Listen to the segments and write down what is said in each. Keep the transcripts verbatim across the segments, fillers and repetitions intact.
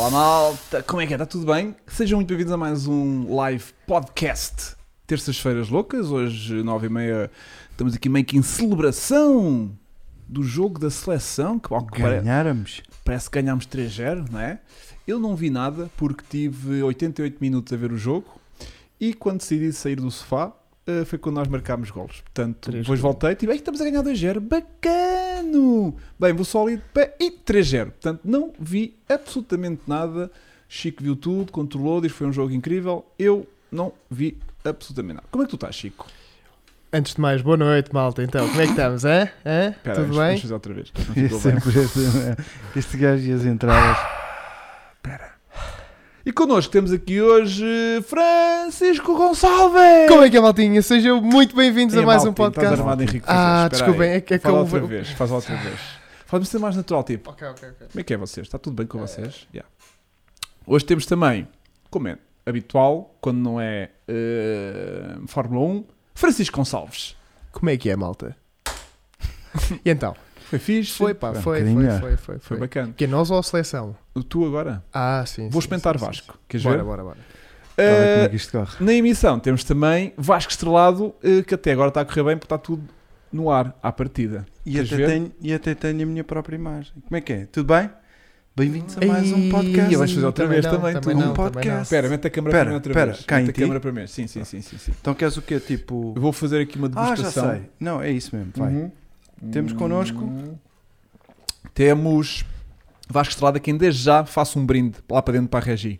Olá malta, como é que é? Está tudo bem? Sejam muito bem-vindos a mais um live podcast. Terças-feiras loucas, hoje nove e meia estamos aqui meio que em celebração do jogo da seleção. Que, que Ganháramos. Parece, parece que ganhámos três a zero, não é? Eu não vi nada porque tive oitenta e oito minutos a ver o jogo e quando decidi sair do sofá uh, foi quando nós marcámos golos. Portanto, três depois voltei e tive, ei, estamos a ganhar dois a zero, bacano! Bem, vou só ali e três a zero. Portanto, não vi absolutamente nada. Chico viu tudo, controlou, diz que foi um jogo incrível. Eu não vi absolutamente nada. Como é que tu estás, Chico? Antes de mais, boa noite, malta. Então, como é que estamos, hein? hein? Espera, Tudo vamos, bem? vamos fazer outra vez. Não É ficou bem. sempre este, este gajo e as entradas. Espera. E connosco temos aqui hoje Francisco Gonçalves. Como é que é, maltinha? Sejam muito bem-vindos Ei, a mais Maltinho, um podcast. Estás armado, Henrique. Ah, Espera desculpem, aí. é que é que Fala eu... outra vez, faz outra vez. Fala-me ser mais natural, tipo. Ok, ok, ok. Como é que é vocês? Está tudo bem com vocês? Yeah. Hoje temos também, como é habitual, quando não é uh, Fórmula um, Francisco Gonçalves. Como é que é, malta? E então? Foi fixe? Foi, pá, Um foi, bocadinho, foi, é. foi, foi, Foi foi. bacana. Que é nós ou a seleção? O tu agora? Ah, sim. Vou sim, experimentar sim, sim, Vasco. sim. Queres Bora, ver? bora, bora. Olha como é Uh, que isto corre. na emissão temos também Vasco Estrelado, uh, que até agora está a correr bem porque está tudo no ar, à partida. E Queres até, ver? tenho, e até tenho a minha própria imagem. Como é que é? Tudo bem? Bem-vindos a Ei, mais um podcast. E vais fazer outra também vez não, também, também tu. não, Um também podcast. não. Espera, mete a câmera Espera, para mim outra espera, vez. cá em Mete a ti? câmera para mim. Sim, sim, sim, sim, sim. Então queres o quê? Tipo... Eu vou fazer aqui uma Ah, já degustação. sei. Não, é isso mesmo. Vai. Uhum. Temos connosco... Uhum. Temos Vasco Estrelado, a quem desde já faço um brinde lá para dentro para a Regi.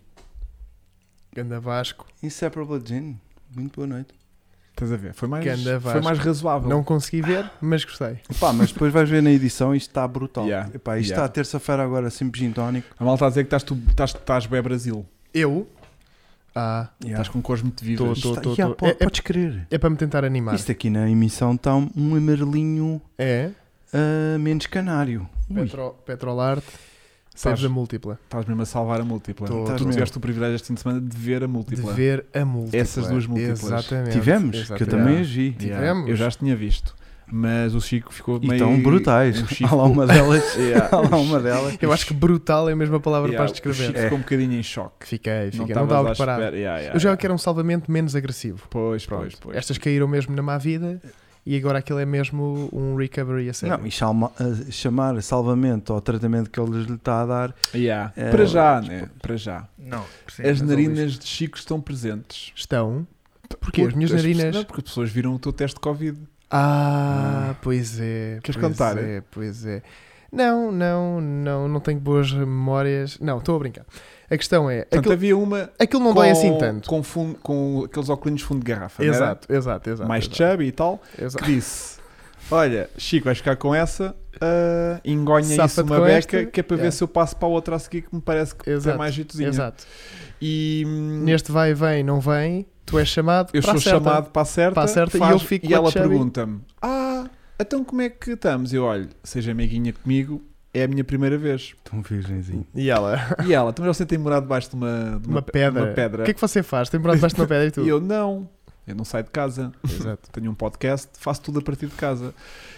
Ganda Vasco. Inseparable Gin. Muito boa noite. Estás a ver? Foi mais, Ganda foi Vasco. mais razoável. Não consegui ver, mas gostei. Pá, mas depois vais ver na edição isto está brutal. Yeah, Epá, isto yeah. está terça-feira agora, sempre gin tónico. A malta está a dizer que estás, tu, estás, estás bem Brasil. Eu? Ah, Estás com cores muito vivas. Tô, tô, Está- tô, Yeah, tô. pode- É- é- Podes crer. é para me tentar animar. Isto aqui na emissão está um amarelinho É? uh, menos canário. Ui. Petro, Petrolarte. Saves Estás- a múltipla. Estás mesmo a salvar a múltipla. Tô, tu tô. tiveste o privilégio este fim de semana de ver a De múltipla. ver a múltipla. Essas duas múltiplas. Exatamente. Tivemos, que eu exatamente. também Yeah. agi. Yeah, Tivemos. eu já as tinha visto. Mas o Chico ficou E meio... estão brutais. o Chico- Há lá uma delas. Yeah. Há lá uma delas. Eu acho que brutal é a mesma palavra Yeah, para o descrever. Chico ficou um bocadinho em choque. Fiquei, fiquei. Não, estavas estava à preparado. espera. Yeah, yeah, Eu já yeah. quero um salvamento menos agressivo. Pois, Pronto. pois, pois. Estas caíram mesmo na má vida e agora aquilo é mesmo um recovery a sério. Não, e chama- a chamar salvamento ao tratamento que ele lhe está a dar. Yeah. É, Para já, mas, né? Para já. Não, As narinas de Chico estão presentes. Estão? Porquê? As minhas As pessoas- narinas... Não, porque as pessoas viram o teu teste de Covid. Ah, pois é. Queres pois contar? É, pois é. Não, não, não, não tenho boas memórias. Não, estou a brincar. A questão é, Portanto, aquilo, havia uma aquilo não com, dói assim tanto. Com, fundo, com aqueles óculos fundo de garrafa, não era? Exato, exato, exato. Mais exato, chubby e tal, exato. que disse: olha, Chico, vais ficar com essa, uh, engonha isso Safa-te uma com beca, esta. que é para ver Yeah. se eu passo para a outra a seguir, que me parece que tem Exato, mais jeitozinho. Exato. E hum, Neste vai e vem, não vem, tu és chamado eu para sou a certa. chamado para a certa, Para a certa e faz- eu fico e com a ela chubby. pergunta-me: ah, então como é que estamos? Eu olho, seja amiguinha comigo, é a minha primeira vez. Tão virgenzinho. E ela, E ela, também você tem morado debaixo de uma, de uma pe- pedra. Uma pedra. O que é que você faz? Tem morado debaixo de uma pedra e tudo? E eu, não, eu não saio de casa. Exato. Tenho um podcast, faço tudo a partir de casa.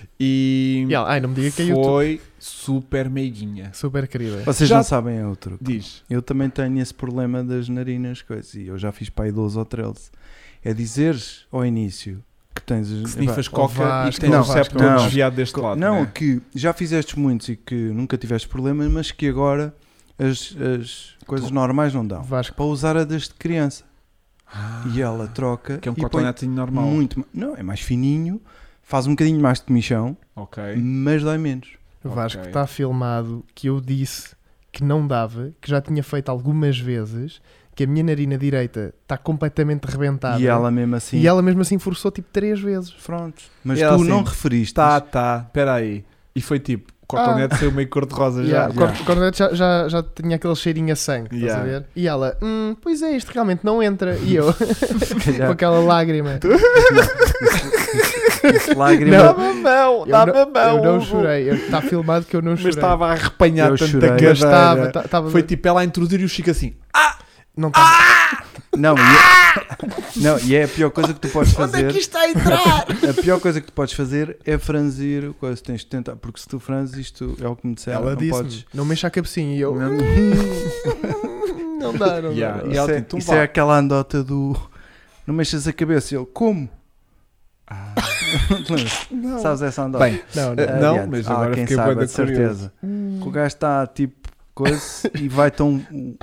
E, E ela, ai, não me diga que é YouTube. foi super meiguinha. Super querida. Vocês Já- não sabem é outro. Diz. Eu também tenho esse problema das narinas, coisas, e eu já fiz para aí doze ou treze. É dizeres ao início que tens... Que epá, snifas ó coca e Vasco, que tens não, o septo Vasco, todo não. desviado deste lado. Não, né? que já fizeste muitos e que nunca tiveste problemas, mas que agora as, as coisas normais não dão. Vasco. Para usar a desde criança. Ah, E ela troca que é um e põe cotonetinho normal. muito... ma- Não, é mais fininho, faz um bocadinho mais de comichão, Ok. mas dói menos. Vasco, Ok. está filmado que eu disse que não dava, que já tinha feito algumas vezes, que a minha narina direita está completamente rebentada. E ela mesmo assim... E ela mesmo assim forçou tipo três vezes. Pronto. Mas E ela tu assim, não referiste. Tá, tá, espera aí. E foi tipo, o cotonete saiu meio cor-de-rosa já. Yeah, já. o Cornete já, já, já tinha aquele cheirinho a sangue, estás Yeah. a ver? E ela, hum, pois é, isto realmente não entra. E eu, calhar- com aquela lágrima. Lágrima. Não. Dá-me a mão, Eu dá-me não, a mão. eu não Hugo. chorei. Está filmado que eu não Mas chorei. estava a arrepanhar Eu tanta chorei. cadeira. Mas estava, ta- estava- Foi tipo ela a introduzir e o Chico assim. não estava. Não, e é, não, e é a pior coisa que tu podes fazer. Onde é que isto está a entrar? A pior coisa que tu podes fazer é franzir o coisa. Tens de tentar, porque se tu franzes isto é o que me disseram. Ela não disse-me, podes. não mexa a cabecinha. E eu, Não, não dá, não Yeah. dá. E isso ela é, tem, "Então isso vá." é aquela andota do não mexas a cabeça. E ele, como? Ah. Não. Sabes essa andota? Bem, Não, não. eh, não, Adiante. mas Ah, agora quem fiquei sabe, bué de da curioso. certeza. Hum. Que o gajo está tipo coisa e vai tão.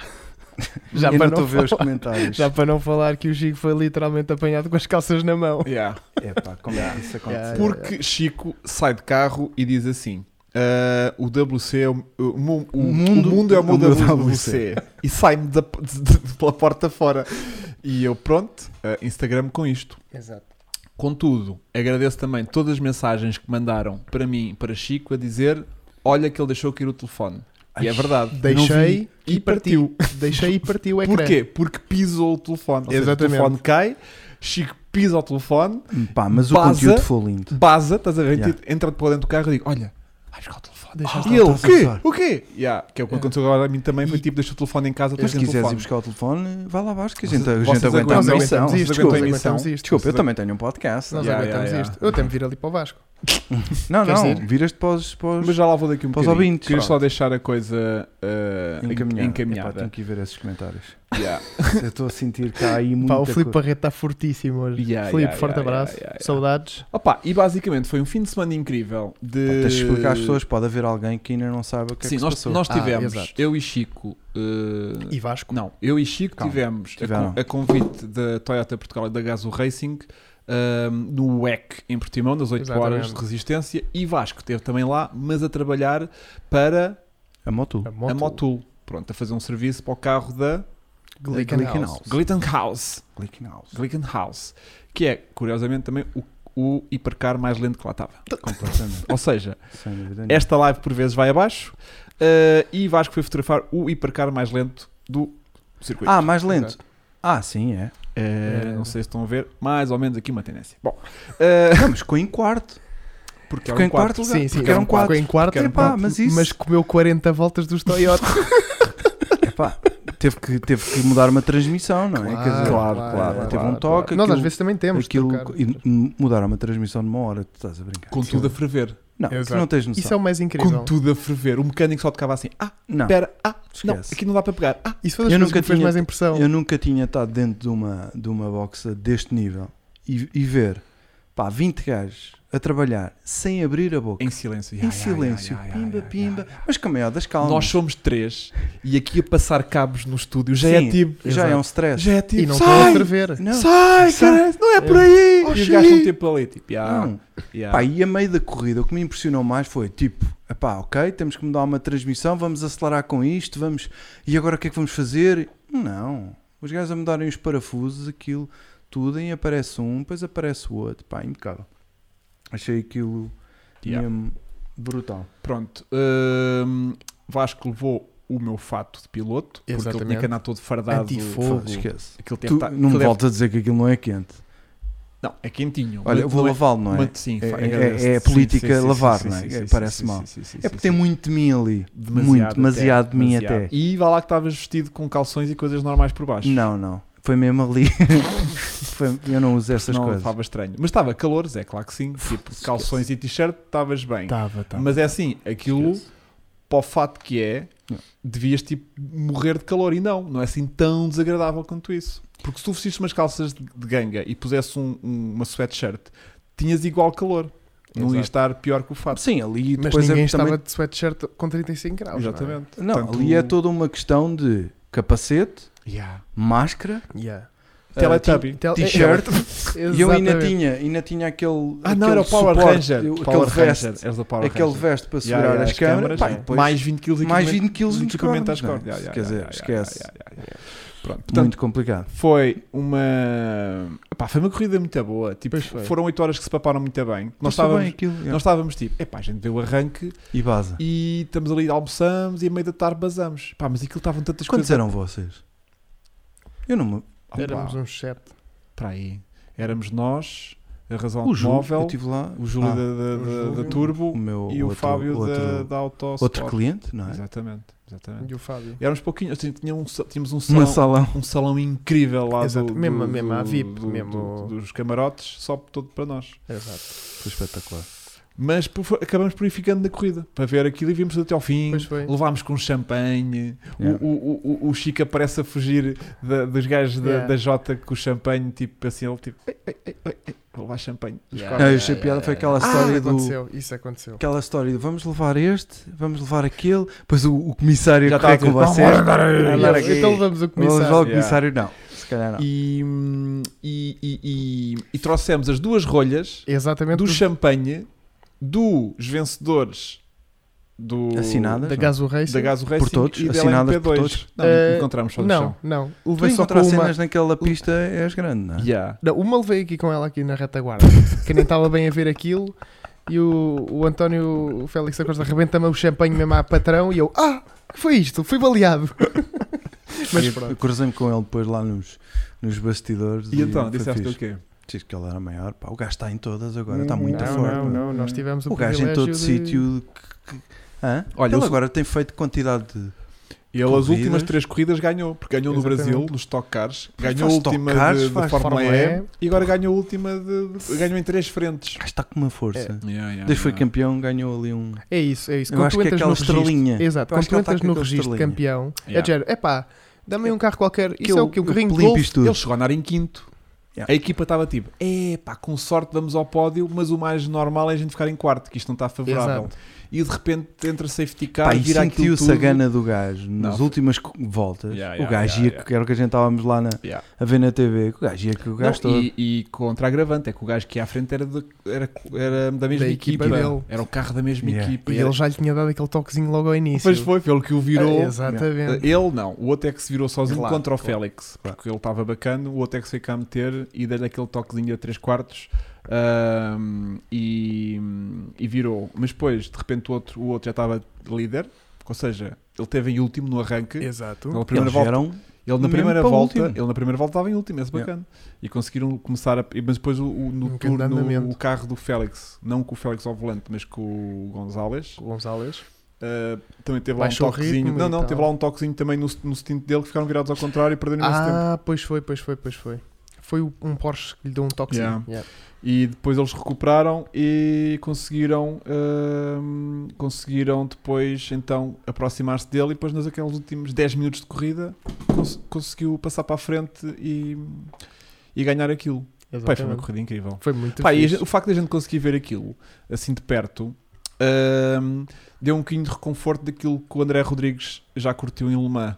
Já Eu para não estou não a ver os falar- comentários. Já para não falar que o Chico foi literalmente apanhado com as calças na mão. Yeah. Epá, como é que isso aconteceu? Yeah. Porque Chico sai de carro e diz assim: "Ah, o W C é o, o, mu- o- O mundo- o mundo é o meu o meu W C." E sai-me da- de- de- pela porta fora. E eu, pronto, ah, Instagram com isto. Exato. Contudo, agradeço também todas as mensagens que mandaram para mim e para Chico a dizer: olha que ele deixou cair o telefone. E é verdade. Deixei E partiu. Deixei e partiu o ecrã. Porquê? Porque pisou o telefone. Ou seja, Exatamente. o telefone cai, Chico pisa o telefone, Pá, mas o Baza- conteúdo foi lindo. baza, estás a ver? Yeah. Entra para dentro do carro e digo: olha, vai buscar o telefone. Deixaste E o ele, o telefone. quê? O quê? Yeah, que é o que Yeah. aconteceu agora a mim também. Foi E- tipo, deixa o telefone em casa, Mas estou se sem quiseres ir telefone. buscar o telefone, vai lá abaixo que a Vocês- gente, a gente vocês aguenta a aguentam- missão. Nós aguentamos isto. Desculpa, Nós a aguentamos emissão. isto. Desculpa, eu também tenho um podcast. Nós Yeah, aguentamos yeah, isto. yeah. Eu tenho de vir ali para o Vasco. Não, Queres não, ir? viras-te para os, para os Mas já lá vou daqui um Para os bocadinho. ouvintes, Queria pá. só deixar a coisa uh, encaminhada. encaminhada. Epá, tenho que ir ver esses comentários. Yeah. Eu estou a sentir que há aí muita Pá, o Filipe coisa. Barreto está fortíssimo hoje. Yeah, Filipe, yeah, forte yeah, abraço. yeah, yeah, yeah. Saudades. Opa, e basicamente foi um fim de semana incrível. De... Pá, tens de explicar às pessoas, pode haver alguém que ainda não saiba o que Sim, é que nós, se passou. nós Ah, tivemos, exato. eu e Chico. uh, E Vasco. Não, eu e Chico Calma, tivemos a, tiveram. con- a convite da Toyota Portugal e da Gazoo Racing um, no W E C em Portimão, nas oito Exatamente. horas de resistência. E Vasco esteve também lá, mas a trabalhar para A moto. A moto. a Motul. Pronto, a fazer um serviço para o carro da Glickenhaus. Glickenhaus. Glickenhaus. Glickenhaus. Que é, curiosamente, também o, o hipercar mais lento que lá estava. Completamente. Ou seja, Sem dúvida nenhuma. esta live por vezes vai abaixo uh, e Vasco foi fotografar o hipercar mais lento do circuito. Ah, mais lento. Exato. Ah, sim, é. Uh, É. Não sei se estão a ver, mais ou menos aqui uma tendência. Bom, uh, Não, mas ficou em quarto. porque Ficou era um em quarto quarto lugar. Sim, sim. Porque era um quarto. Ficou em quarto. Porque era um Epá, quarto. mas isso... Mas comeu quarenta voltas dos Toyota. Epá, teve, que, teve que mudar uma transmissão, não é? Quer dizer, claro, claro, teve um toque. Nós aquilo- às vezes também temos. de Aquilo, trocar. e m- mudaram uma transmissão de uma hora, tu estás a brincar. com tudo a ferver. Não, tu Exato. não tens noção. Isso é o mais incrível. Com tudo a ferver. O mecânico só tocava assim: ah, Não, espera, ah, não, esquece. aqui não dá para pegar. Ah, Isso foi das Eu coisas nunca que me fez tinha- mais impressão. eu nunca tinha estado dentro de uma, de uma boxa deste nível e, e ver, pá, vinte gajos a trabalhar sem abrir a boca. em silêncio. Em silêncio, pimba, pimba, mas com a maior das calmas. Nós somos três e aqui a passar cabos no estúdio já Sim, é tipo. já é Exato. um stress. Já é tipo. E não estão sai, a ferver. Não, sai, sai. cara, não é por aí. Oh, e os sim. gajos estão tipo ali, tipo, yeah, não. yeah. Pá, e a meio da corrida, o que me impressionou mais foi tipo, epá, ok, temos que mudar uma transmissão, vamos acelerar com isto, vamos. E agora o que é que vamos fazer? Não. Os gajos a mudarem os parafusos, aquilo, tudo, e aparece um, depois aparece o outro. Pá, impecável. Achei aquilo Yeah. mesmo brutal. Pronto. hum, Vasco levou o meu fato de piloto, porque ele tinha Exatamente. que andar todo fardado. Antifogo. Pá, esquece. Aquilo deve Tu tá- não aquilo me deve- voltas a dizer que aquilo não é quente. Não, é quentinho. Olha, mas eu vou não é- lavá-lo, não é? mas sim, É- fa- é- agradeço. é a Sim, política sim, sim, lavar, sim, não é? sim, É, sim, parece sim, mal. sim, sim, sim, É porque sim, tem sim. muito de mim ali. Demasiado muito, até, demasiado de mim demasiado. até. E vá lá que estavas vestido com calções e coisas normais por baixo. Não, não. Foi mesmo ali. Foi- eu não uso essas não, coisas. estava estranho. Mas estava calor, é claro que sim. Tipo, calções e t-shirt, estavas bem. Tava, tava. Mas é assim, aquilo, Esquece. para o fato que é, Não. devias tipo morrer de calor. E não, não é assim tão desagradável quanto isso. Porque se tu vestiste umas calças de, de ganga e pusesse um- um- uma sweatshirt, tinhas igual calor. Não ia Exato. estar pior que o fato. Sim, ali Mas depois ninguém é estava também... de sweatshirt com trinta e cinco graus. Exatamente. Não, Portanto, ali é toda uma questão de capacete, Yeah. máscara, Não é? Yeah. Teletubby. ah, Tel- t-shirt. E eu ainda Exatamente. tinha, ainda tinha aquele. Ah, não, aquele era o Power suporte, Ranger. aquele Power veste, Ranger. Eras do Power aquele Ranger. veste para Yeah, segurar yeah, as câmaras. Pá, é. depois mais vinte quilos de mais equipamento- vinte quilos de equipamento às cordas, cordas. não é? Yeah, Quer yeah, dizer, yeah, esquece. yeah, yeah, yeah. Pronto, portanto, Muito complicado. foi uma. Epá, foi uma corrida muito boa. Tipo, Pois foi. foram oito horas que se paparam muito bem. Nós Passou estávamos, bem aquilo. yeah. nós estávamos tipo, epá, a gente vê o arranque E vaza. e estamos ali, almoçamos e a meio da tarde basamos. Pá, mas aquilo estavam tantas Quantos coisas. eram vocês? Eu não me. Opa, Éramos uns sete. para aí. Éramos nós, a Razão O Júlio, eu Automóvel, estive lá. o Júlio Ah, da, da, o da- Júlio, da Turbo o meu e o outro- Fábio outro, da, da Auto outro cliente, não é? Exatamente. Exatamente. E o Fábio. Éramos pouquinhos, assim, tinha um, tínhamos um Uma salão, salão. um salão incrível lá Exato, do, mesmo- do, mesmo à do- V I P, do- mesmo- do- dos camarotes, só todo para nós. Exato. Foi espetacular. Mas por- foi- acabamos por ir ficando na corrida para ver aquilo e vimos até ao fim. Pois foi. Levámos com champanhe. Yeah. O, o, o, o Chico aparece a fugir da- dos gajos da, Yeah. da Jota com o champanhe, tipo assim, ele tipo, ei, ei, ei, ei, ei, vou levar champanhe. Dos Yeah. cornos. Não, eu achei piada, foi aquela Ah, história isso do. aconteceu. Isso aconteceu. Aquela história de vamos levar este, vamos levar aquele, depois o, o comissário Já já está correr a com dizer, vocês. "Vamos andar aí." Andar Então, aqui. então levamos o Vamos levar o comissário. comissário, não. Se calhar não. E, e, e, e, e trouxemos as duas rolhas Exatamente. do do- champanhe dos vencedores do, Assinadas? da não? Gaso Racing. da Gaso Racing Por todos? e da Assinadas L M P dois. por todos? Não, Eh, encontramos só no Não, chão. não. Tu Levei só com encontrar uma. cenas naquela pista és grande, não é? Yeah. Não, uma levei aqui com ela aqui na retaguarda, que nem estava bem a ver aquilo. E o, o António o Félix da Costa rebenta-me o champanhe mesmo à patrão. E eu, ah, o que foi isto? Fui baleado. Mas E pronto. eu cruzei-me com ele depois lá nos, nos bastidores. E então, foi disseste o fixe. quê? Disse que ele era maior. Pá, o gajo está em todas agora, está muito não, forte. não, pá. não, nós tivemos o, O gajo em todo privilégio de- sítio. que- que- Hã? Olha, ele eu- agora tem feito quantidade de. Ele as Corridas. últimas três corridas ganhou, porque ganhou no Exatamente. Brasil, nos Stock Cars, Faz ganhou a Stock última Cars, de, de faz Fórmula Fórmula E E. e agora ganhou a última de, de- ganhou em três frentes. gajo está com uma força. Yeah, yeah, Desde foi yeah. campeão, ganhou ali um. É isso, é isso. Eu Quando acho tu que é entras aquela no registro, estrelinha. exato, Eu quando acho tu que ele está entras com no aquela registro de estrelinha. campeão, é Yeah. de género, epá, dá-me aí um carro qualquer. Isso Que é eu- o que? O eu carrinho de limpo golfe? isto tudo. Ele chegou a andar em quinto. Yeah. A equipa estava tipo, epá, com sorte vamos ao pódio, mas o mais normal é a gente ficar em quarto, que isto não está favorável. Exato. E de repente entra safety car, Pá, e vira aquilo sentiu-se tudo. a gana do gajo nas Não. últimas co- voltas. Yeah, o yeah, gajo yeah, ia, yeah. que era o que a gente estávamos lá na- Yeah. a ver na T V. que O gajo ia que o Não, gajo todo. e, e contra agravante, é que o gajo que ia à frente era, de- era, era da mesma Da equipa, equipa dele. era o carro da mesma Yeah. equipa. E era- ele já lhe tinha dado aquele toquezinho logo ao início. Pois foi, pelo que o virou. Ah, exatamente. Ele não, o outro é que se virou sozinho Claro, contra o claro. Félix, Claro. porque ele estava bacana, o outro é que se foi cá a meter e deu-lhe aquele toquezinho a três quartos ahm, e, e virou. Mas depois, de repente, o outro, o outro já estava líder, ou seja, ele teve em último no arranque. Exato. Ele, na primeira Eles volta, eram ele na mesmo primeira para o volta, último. ele na primeira volta estava em último, esse Yeah. bacana. E conseguiram começar a. Mas depois o, o- no Um turno, grande andamento. o carro do Félix, não com o Félix ao volante, mas com o Gonzalez. O Gonzalez. Uh, também teve lá um Baixou o toquezinho. ritmo Não, e não, tal. teve lá um toquezinho também no, no stint dele que ficaram virados ao contrário e perderam imenso tempo. Ah, pois foi, pois foi, pois foi. Foi o- um Porsche que lhe deu um toquezinho. Yeah. Yeah. E depois eles recuperaram e conseguiram hum, conseguiram depois então aproximar-se dele e depois nos aqueles últimos dez minutos de corrida cons- conseguiu passar para a frente e, e ganhar aquilo. Pai, foi uma Exatamente. corrida incrível. Foi muito Pá, e a fixe. gente- o facto de a gente conseguir ver aquilo assim de perto hum, deu um bocadinho de reconforto daquilo que o André Rodrigues já curtiu em Le Mans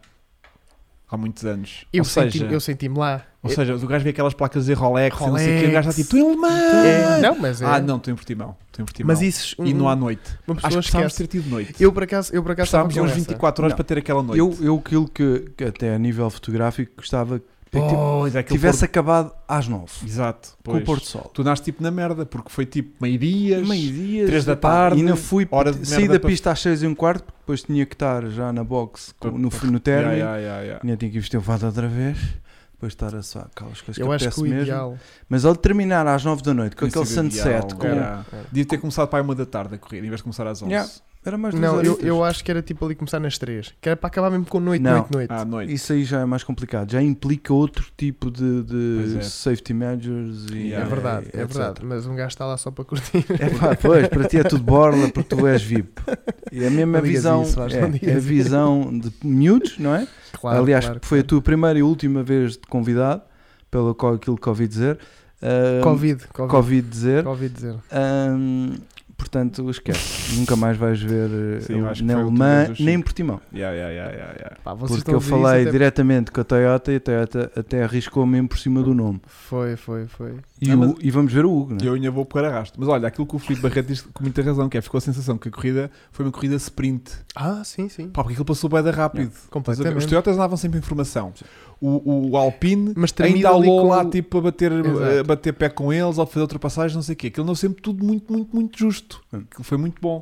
há muitos anos. Eu ou senti- seja, eu senti-me lá. ou seja, o gajo vê aquelas placas de Rolex, e não sei o Rolex. que, o gajo está tipo, tu em Le Mans! É, não, mas é. Ah, não, estou em Portimão. Estou em Portimão. Mas isso. E um- não há noite. Uma Acho pessoa que precisávamos esquece. ter tido noite. Eu por acaso, eu por acaso Precisávamos de estava uns com essa. vinte e quatro horas Não. para ter aquela noite. Eu, eu aquilo que, que até a nível fotográfico gostava que tipo, Pois, é aquele tivesse pôr- acabado às nove Exato. com Pois. o Porto Sol. Tu nasces tipo na merda, porque foi tipo meio-dias. Meio-dia, três da pá, tarde, e ainda fui, hora de saí merda da para- pista às seis e um quarto, porque depois tinha que estar já na box com- no, no Yeah, término, yeah, yeah, yeah. ainda tinha que ir vestir o fato outra vez, depois estar a só aquelas coisas Eu que acho que apetece o mesmo. ideal. Mas ao terminar às nove da noite, com Tinha aquele sido sunset, ideal, com... yeah. Era. Devia ter começado para a uma da tarde a corrida, em vez de começar às onze. Yeah. era mais duas Não, eu, horitas. eu acho que era tipo ali começar nas três. Que era para acabar mesmo com noite, Não. noite, noite. À noite. Isso aí já é mais complicado, já implica outro tipo de, Pois de é. safety measures e Yeah. É verdade, é etcétera. verdade. Mas um gajo está lá só para curtir. É pá, pois, para ti é tudo borla porque tu és V I P. E a mesma Não digas visão, isso, Vasco, é, não digas é a isso. visão de miúdos, não é? Claro, Aliás, claro, foi a claro. tua primeira e última vez de convidado, pelo qual aquilo que ouvi dizer. Ahm, Covid, que Covid. ouvi dizer. Covid dizer. Ahm, portanto, esquece. Nunca mais vais ver eh, Sim, eu acho que nem foi a Le última Mans, vez do nem em Chico. Portimão. Yeah, yeah, yeah, yeah, yeah. Pá, vocês Porque estão a eu dizer isso falei até- diretamente com a Toyota e a Toyota até arriscou mesmo por cima do nome. Foi, foi, foi. E, Não, o- mas- e vamos ver o Hugo, não é? Eu ainda vou pôr arrasto. Mas olha, aquilo que o Filipe Barreto diz com muita razão, que é, ficou a sensação que a corrida foi uma corrida sprint. Ah, sim, sim. Pá, porque aquilo passou bem da rápido. Estás a ver? Os Completamente. Toyotas andavam sempre em formação. O, o Alpine Mas tremido ainda ali alou com lá o- tipo a bater, Exato. a bater pé com eles ou fazer ultrapassagens, não sei o quê. Aquilo não sempre tudo muito, muito, muito justo. Hum. Aquilo foi muito bom.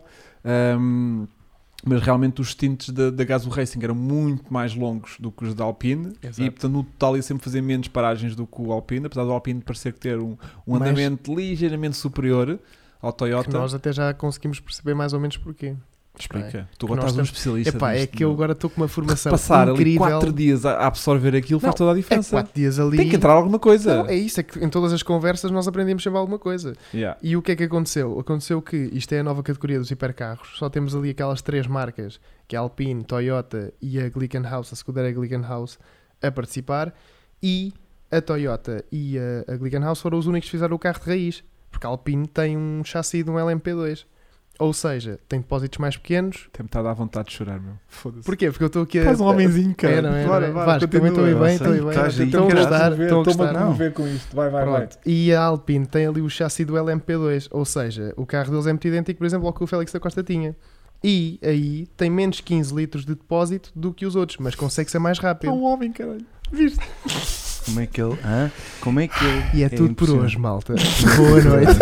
Ahm, mas realmente os stints da, da Gazoo Racing eram muito mais longos do que os da Alpine. Exato. E portanto no total ia sempre fazer menos paragens do que o Alpine, apesar do Alpine parecer que ter um, um Mais- andamento ligeiramente superior ao Que Toyota. nós até já conseguimos perceber mais ou menos porquê. Explica. Tu Que agora nós estás um temos- especialista. Epá, é nisto, que eu meu. agora estou com uma formação Passar ali incrível. quatro dias a a absorver aquilo faz Não, toda a É diferença. quatro dias ali. Tem que entrar alguma coisa. Não, é isso, é que em todas as conversas nós aprendemos sempre alguma coisa. Yeah. E o que é que aconteceu? Aconteceu que isto é a nova categoria dos hipercarros, só temos ali aquelas três marcas, que é a Alpine, Toyota e a Glickenhaus, a escudeira Glickenhaus, a participar, e a Toyota e a, a Glickenhaus foram os únicos que fizeram o carro de raiz, porque a Alpine tem um chassi de um L M P dois. Ou seja, tem depósitos mais pequenos. Tem-me estado à vontade de chorar, meu. Foda-se. Porquê? Porque eu estou aqui a... Estás um homenzinho, cara. É, não é, Bora, não é? bora, Vasco, também continua. estou a ir bem, Nossa, estou a ir bem. estás aí, Estão a caralho. gostar, estão a Estou-me a gostar. comover com isto. Vai, vai, vai. Pronto. E a Alpine tem ali o chassi do L M P dois, ou seja, o carro deles é muito idêntico, por exemplo, ao que o Félix da Costa tinha. E aí tem menos quinze litros de depósito do que os outros, mas consegue ser mais É rápido. um homem, caralho. Viste? Como é que ele. Hã? Como é que ele. E é, tudo por impressionante. hoje, malta. Boa noite.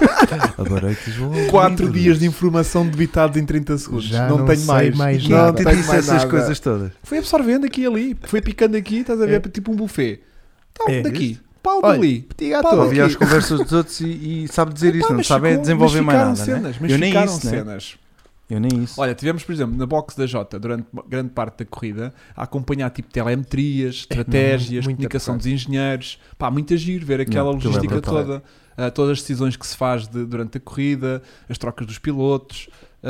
Adorei que vou. Quatro dias de informação debitados em trinta segundos. Já não, não tenho sei mais. mais Quem não é que tenho disse mais essas nada. coisas todas? Foi absorvendo aqui e ali. Foi picando aqui, estás a ver? É. Tipo um buffet. Tal É. daqui. Pau Olha, dali. Diga a Pá, todos. ouvi Ouvia aqui. as conversas dos outros e, e sabe dizer Epá, isto, não mas sabe é ficou- desenvolver mas mais ficaram nada. cenas, Né? mas Eu nem ficaram isso, né? cenas. Eu nem isso. Olha, tivemos, por exemplo, na box da Jota, durante grande parte da corrida, a acompanhar tipo telemetrias, estratégias, muita comunicação porcaria. dos engenheiros. Pá, muito giro ver aquela Não, aquilo é logística brutal. toda, ah, todas as decisões que se faz de- durante a corrida, as trocas dos pilotos.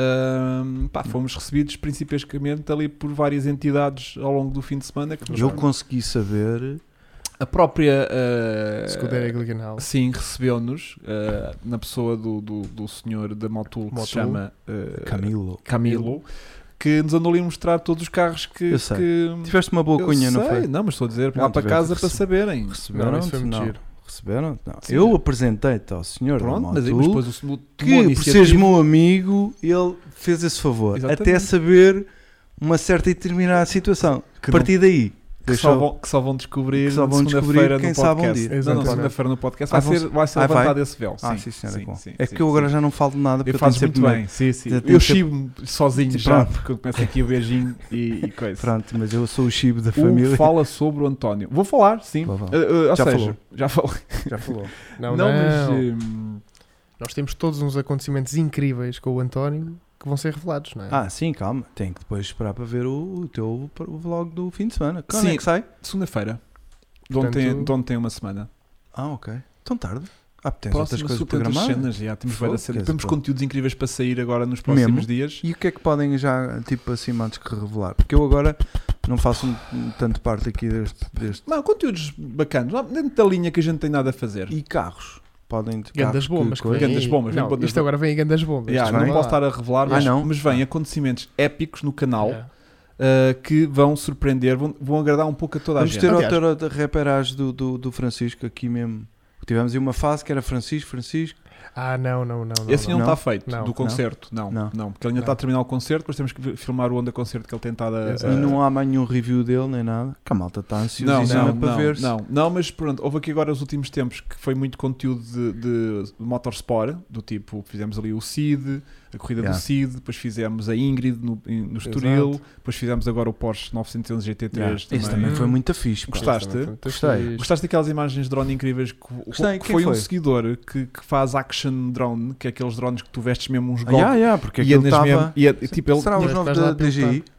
Ahm, pá, fomos recebidos principalmente ali por várias entidades ao longo do fim de semana. Que nos Eu deram- consegui saber. a própria ah, Scuderia Glickenhaus. sim, recebeu-nos ah, na pessoa do, do, do senhor da Motul que se Motul. chama ah, Camilo. Camilo, que nos andou ali a mostrar todos os carros que. Eu sei. que Tiveste uma boa eu cunha, sei, não foi? Não, mas estou a dizer Não, lá para tivemos, casa para rece- saberem. Receberam? Não, isso foi muito Não. giro. Receberam? Não. Sim. Eu apresentei-te ao senhor Pronto, da mas, Motul, mas depois o senhor tomou a que, por iniciativa. seres meu amigo, ele fez esse favor. Exatamente. Até saber uma certa e determinada situação. Que a partir daí, Que deixou- só, vão, que só vão descobrir que só vão segunda-feira descobrir quem no sabe podcast. um dia. Não, não, Exatamente. segunda-feira no podcast Ah, vai vão- ser, vai ser Ah, vai? levantado esse véu. Ah, sim, sim, senhora, sim, bom. sim, é sim, que eu sim. agora já não falo de nada porque Eu eu tenho faço muito sempre bem, medo. sim, sim. Já Eu tenho sempre- chibo sozinho Sim, já, pronto. porque eu começo aqui o beijinho e, e coisa. Pronto, mas eu sou o chibo da O família. fala sobre o António. Vou falar, sim. Vá, vá. Uh, uh, ou Já seja, falou. já falei. Já falou. Não, Não, não. mas. hum, Nós temos todos uns acontecimentos incríveis com o António que vão ser revelados, não é? Ah, sim, calma. Tem que depois esperar para ver o, o teu o vlog do fim de semana. Quando Sim. é que sai? segunda-feira. De Portanto- ontem, de ontem uma semana. Ah, ok. Tão tarde. Ah, tens outras Próxima coisas super outras programadas. cenas. Já, temos Fogo, várias cenas. que Temos pronto. conteúdos incríveis para sair agora nos próximos Mesmo? dias. E o que é que podem já, tipo assim, antes que revelar? Porque eu agora não faço um- um tanto parte aqui deste, deste... Não, conteúdos bacanas. Lá dentro da linha que a gente tem nada a fazer. E carros? Podem... Gandas carros bombas. Que coisa? vêm Gandas aí. bombas, vem Não, bombas isto agora vem em gandas bombas. Yeah, Isto não vem? posso estar a revelar, mas, Ah, não? mas vêm Ah. acontecimentos épicos no canal Yeah. uh, que vão surpreender, vão, vão agradar um pouco a toda a Vamos gente. ter Aliás- outra reperagem do, do, do Francisco aqui mesmo. Tivemos aí uma fase que era Francisco, Francisco. Ah, não, não, não. não Esse ainda não não. está feito, Não. do concerto, não. Não, Não. porque ele ainda Não. está a terminar o concerto, depois temos que filmar o onda concerto que ele tem estado a... Exato. E a- não há mais nenhum review dele nem nada. Que a malta está Não, ansiosíssima não, para não, ver. não, não, mas pronto, houve aqui agora os últimos tempos que foi muito conteúdo de, de motorsport, do tipo, fizemos ali o Cid, a corrida Yeah. do Cid, depois fizemos a Ingrid no, em- no Estoril, depois fizemos agora o Porsche novecentos e onze G T três Yeah. Isso também. também foi muito fixe. pá. Gostaste? Também foi muito Gostei. fixe. Gostaste daquelas imagens de drone incríveis que, Gostei, que quem foi, um foi? seguidor que, que faz action drone, que é aqueles drones que tu vestes mesmo uns Ah, golpes. yeah, yeah, porque e aquilo andas mesmo- estava... e é- tipo, ele, Será os Mas novos vais lá da D G I? pilotar.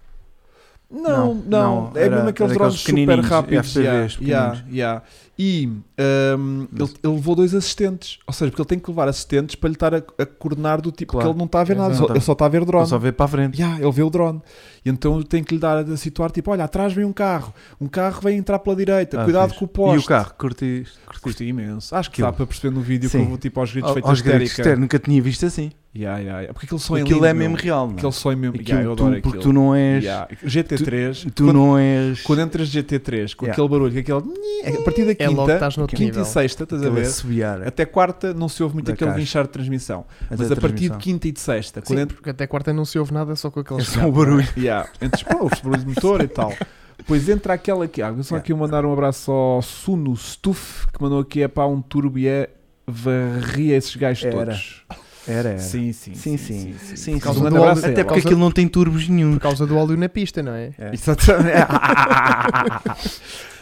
Não, não, não, é era- mesmo aqueles era drones aqueles super pequenininhos, rápidos. F P Vs Yeah, yeah, pequeninos. yeah. E um, ele, ele levou dois assistentes, ou seja, porque ele tem que levar assistentes para lhe estar a, a coordenar do tipo, Claro. porque ele não está a ver nada, Exato. só, ele só está a ver drone. Só ver para a frente. Yeah, ele vê o drone. E então tem que lhe dar a situar, tipo, olha, atrás vem um carro, um carro vem entrar pela direita, Ah, cuidado fixe. com o poste. E o carro? Curtiste? Curti imenso. Acho que Aquilo. dá para perceber no vídeo Sim. que eu vou tipo aos gritos feitos Aos gritos, histérica. externo, nunca tinha visto assim. Yeah, yeah, yeah. Porque aquele som é Aquilo lindo, é meu. mesmo real, não é? Aquele som é mesmo. Aquilo Yeah, eu tu- adoro porque aquilo. tu não és... Yeah. G T três, Tu quando, não és... quando entras de G T três, com Yeah. aquele barulho, que aquele... A partir da É logo que quinta, estás no quinta nível. e sexta, estás a aquele ver? assobiar. Até quarta não se ouve muito Da aquele caixa. vinchar de transmissão. Até Mas a partir de transmissão. quinta e de sexta, Sim, quando entra... porque até quarta não se ouve nada só com É aqueles. só o barulho. Yeah, entre pá, ouve-se barulho de motor e tal. Depois entra aquela aqui. Ah, vou só Yeah. aqui mandar um abraço ao Suno Stuff, que mandou aqui é para um turbo e é varria esses gajos Era. todos. Era, era. Sim, sim, Sim, sim. Sim, Por causa sim. do Até óleo- porque Até porque aquilo não tem turbos nenhum. Por causa do óleo na pista, não é? É. Exatamente.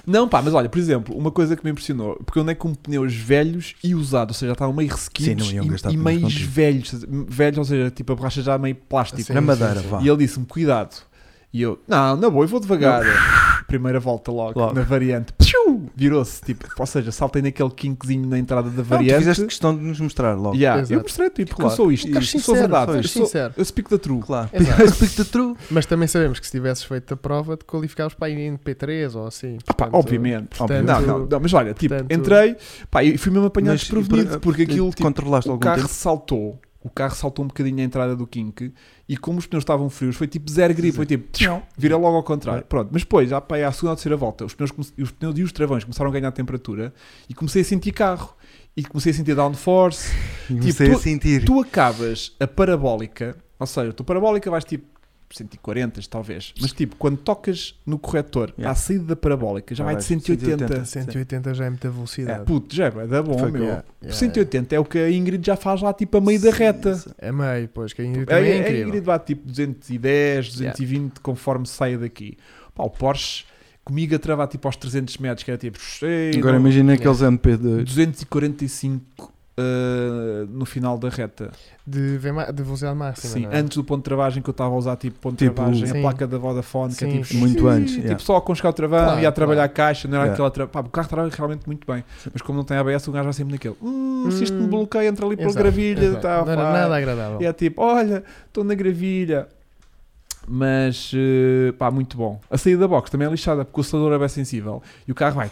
Não, pá, mas olha, por exemplo, uma coisa que me impressionou, porque eu andei com pneus velhos e usados, ou seja, já estavam meio ressequidos Sim, não iam gastar e, e pneus meio contigo. velhos, velhos, ou seja, tipo a borracha já meio plástico. Sim, Na sim, madeira, sim. vá. E ele disse-me, cuidado. E eu, não, não vou, eu vou devagar. Primeira volta logo, Logo. na variante. Pshiu! Virou-se, tipo, ou seja, saltei naquele kinkzinho na entrada da Não, tu variante. fizeste questão de nos mostrar logo. Yeah, Exato. eu mostrei, tipo, porque Claro. eu sou isto. Estás Eu sou sincero, verdade. Eu estás sou, sincero. eu speak the true. Claro. Exato. Explica-te a true. Mas também sabemos que se tivesses feito a prova, te qualificavas para ir em P três ou assim. Ah, pá, Portanto, obviamente. portanto, não, não, não, mas olha, tipo, portanto- entrei, pá, e fui mesmo apanhado Mas, desprevenido, por- porque aquilo, tipo, controlaste o algum carro tempo? saltou, o carro saltou um bocadinho a entrada do kink, e como os pneus estavam frios, foi tipo zero grip, foi tipo, tchau, vira logo ao contrário. Pronto, mas depois, já pá, à segunda ou terceira volta, os pneus, come- os pneus e os travões começaram a ganhar temperatura, e comecei a sentir carro, e comecei a sentir downforce. Comecei tu- a sentir. Tu acabas a parabólica, ou seja, tu parabólica vais tipo cento e quarenta talvez, mas tipo, quando tocas no corretor, Yeah. à saída da parabólica, já Já vai de vais cento e oitenta. cento e oitenta já é muita É, velocidade. puto, já é da bom, Foi meu. Yeah, yeah, cento e oitenta é o que a Ingrid já faz lá tipo a meio da reta. É meio, pois, que a Ingrid A, também é a incrível. Ingrid vai tipo duzentos e dez, duzentos e vinte conforme saia daqui. Pá, o Porsche comigo a travar tipo aos trezentos metros, que era tipo ei, Agora não, imagina aqueles M P de... duzentos e quarenta e cinco uh, no final da reta. De, V ma- de velocidade máxima, Sim, não é? antes do ponto de travagem que eu estava a usar tipo ponto Tipo, de travagem, sim. a placa da Vodafone, que é Sim, tipo sim. Muito sim, antes, tipo yeah. só a conscar o travão, Claro, ia a trabalhar claro. a caixa, não era Yeah. aquela tra... Pá, o carro trabalha realmente muito bem, mas como não tem A B S, o gajo vai sempre naquele. Hum, se isto me Hum, bloqueia, entra ali pela Exato, gravilha, exato. tá, Não era pá. nada agradável. E é tipo, olha, estou na gravilha. Mas, eh, pá, muito bom. A saída da box também é lixada, porque o acelerador é bem sensível. E o carro vai...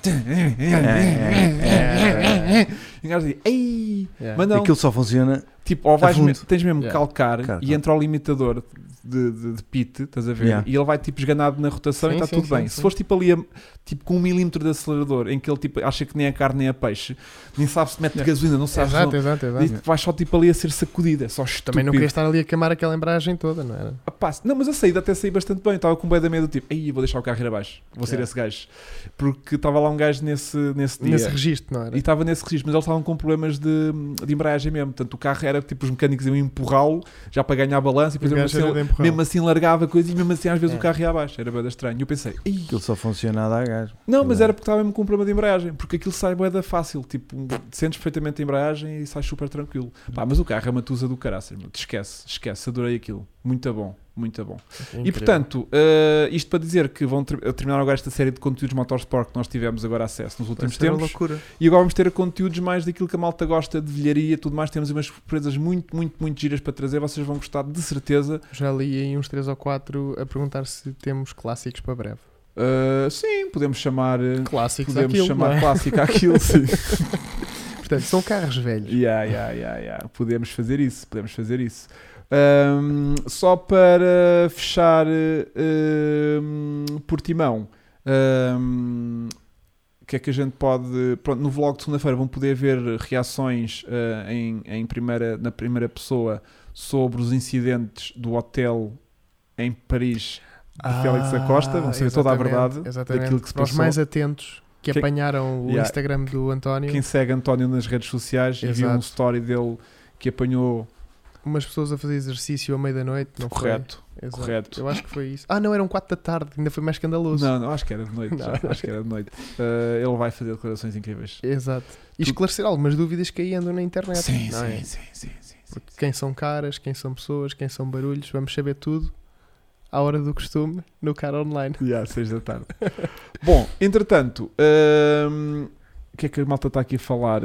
E o gajo diz, ei... Yeah. Mas não, Aquilo só funciona... tipo, ou vais fundo. me- tens mesmo que Yeah. calcar Claro, e claro. entra o limitador de, de, de pit, estás a ver? Yeah. E ele vai tipo esganado na rotação Sim, e está sim, tudo sim, bem. sim. Se fores tipo ali a- tipo, com um milímetro de acelerador em que ele tipo, acha que nem é carne nem é peixe, nem sabe se mete Yeah. gasolina, não sabe Exato, se exato, não, exato. e vais só tipo ali a ser sacudido, é só estúpido. Também não queria estar ali a queimar aquela embreagem toda, não era? Ah, pá, não, mas a saída até saí bastante bem. Estava com um bem da meia do tipo, aí vou deixar o carro ir abaixo, vou ser Yeah. esse gajo. Porque estava lá um gajo nesse, nesse dia. Nesse registro, não era? E estava nesse registro, mas eles estavam com problemas de, de embreagem mesmo. Portanto, o carro era tipo os mecânicos iam empurrá-lo já para ganhar balanço e depois O mesmo gajo assim, era de ele- empurrão. mesmo assim largava a coisa e mesmo assim às vezes É. o carro ia abaixo. Era bem estranho. E eu pensei, "Ei." Aquilo só funciona a dar gás. Não, mas Aquilo é- era porque estava mesmo com um problema de embreagem. Porque aquilo sai bué da fácil. Tipo, sentes perfeitamente a embreagem e sai super tranquilo. Pá, mas o carro é uma tusa do caraças, meu. Te esquece, esquece. Adorei aquilo. Muito bom, muito bom. Incrível. E portanto, eh, isto para dizer que vão ter- terminar agora esta série de conteúdos motorsport que nós tivemos agora acesso nos Vai últimos ser uma tempos. loucura. E agora vamos ter conteúdos mais daquilo que a malta gosta, de velharia, tudo mais. Temos umas surpresas muito, muito, muito giras para trazer. Vocês vão gostar de certeza. Já li aí uns três ou quatro a perguntar se temos clássicos para breve. Uh, sim, podemos chamar, uh, Clássicos podemos àquilo, chamar não é? clássico àquilo, sim. Portanto, são carros velhos. yeah, yeah, yeah, yeah. Podemos fazer isso, podemos fazer isso. Um, só para fechar um, Portimão, um, o que é que a gente pode... Pronto, no vlog de segunda-feira vão poder ver reações uh, em, em primeira, na primeira pessoa sobre os incidentes do hotel em Paris de Félix da Costa. Vão saber toda a exatamente, verdade exatamente. daquilo que se Para os passou. mais atentos que Quem- apanharam o Yeah. Instagram do António, Quem segue António nas redes sociais e viu um Exato. story dele que apanhou umas pessoas a fazer exercício à meia da noite, não correto. foi? Exato. correto. Eu acho que foi isso. Ah, não, eram quatro da tarde, ainda foi mais escandaloso. Não, não, acho que era de noite. Não. já, acho que era de noite. Uh, ele vai fazer declarações incríveis. Exato. E esclarecer algumas dúvidas que aí andam na internet. Sim, não é? sim, sim, sim, sim, sim. Porque quem são caras, quem são pessoas, quem são barulhos, vamos saber tudo à hora do costume no Cara Online. Yeah, seis da tarde. Bom, entretanto, hum, o que é que a malta está aqui a falar?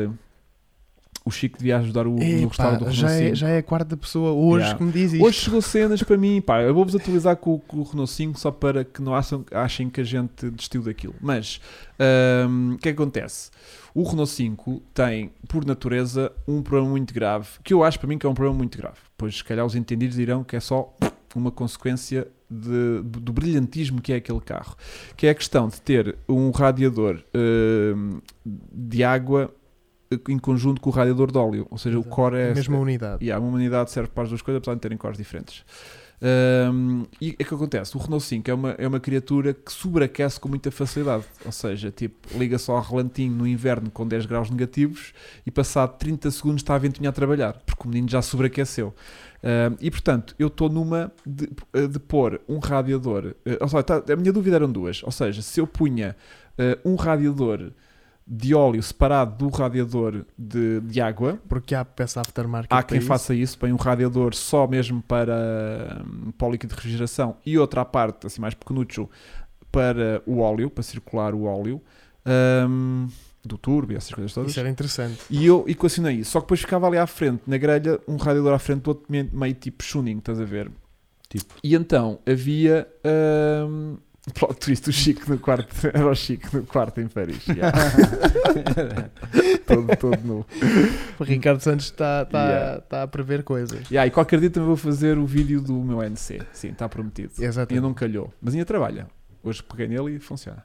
O Chico devia ajudar o, no Epá, restaurante do já, Renault é, cinco. já é a quarta pessoa hoje Yeah. que me diz isto. Hoje chegou cenas para mim, pá, eu vou-vos atualizar com, o- com o Renault cinco só para que não achem, achem que a gente desistiu daquilo. Mas, hum, o que é que acontece? O Renault cinco tem, por natureza, um problema muito grave, que eu acho para mim que é um problema muito grave. Pois, se calhar, os entendidos dirão que é só uma consequência de- do brilhantismo que é aquele carro. Que é a questão de ter um radiador hum, de água em conjunto com o radiador de óleo. Ou seja, Exato. o core é... A mesma unidade. E há uma unidade que serve para as duas coisas, apesar de terem cores diferentes. Um, e é que acontece, o Renault cinco é uma, é uma criatura que sobreaquece com muita facilidade, ou seja, tipo, liga só ao relantinho no inverno com dez graus negativos e passado trinta segundos está a ventoinha a trabalhar, porque o menino já sobreaqueceu. Um, e portanto, eu estou numa de, de pôr um radiador, uh, ou seja, tá, a minha dúvida eram duas, ou seja, se eu punha uh, um radiador de óleo separado do radiador de, de água, Porque há peça aftermarket. há para quem isso. faça isso, põe um radiador só mesmo para, hum, para o líquido de refrigeração e outra à parte, assim mais pequenucho, para o óleo, para circular o óleo hum, do turbo e essas coisas todas. Isso era interessante. E eu equacionei isso, só que depois ficava ali à frente, na grelha, um radiador à frente do outro meio, meio tipo tuning, estás a ver? Tipo. E então havia... hum, plot twist, o Chico no quarto, era o Chico no quarto em Paris. Yeah. todo, todo nu. O Ricardo Santos está tá, Yeah. tá a prever coisas. Yeah, e qualquer dia também vou fazer o vídeo do meu N C. Sim, está prometido. Exatamente. Ainda não calhou, mas ainda trabalha. Hoje peguei nele e funciona.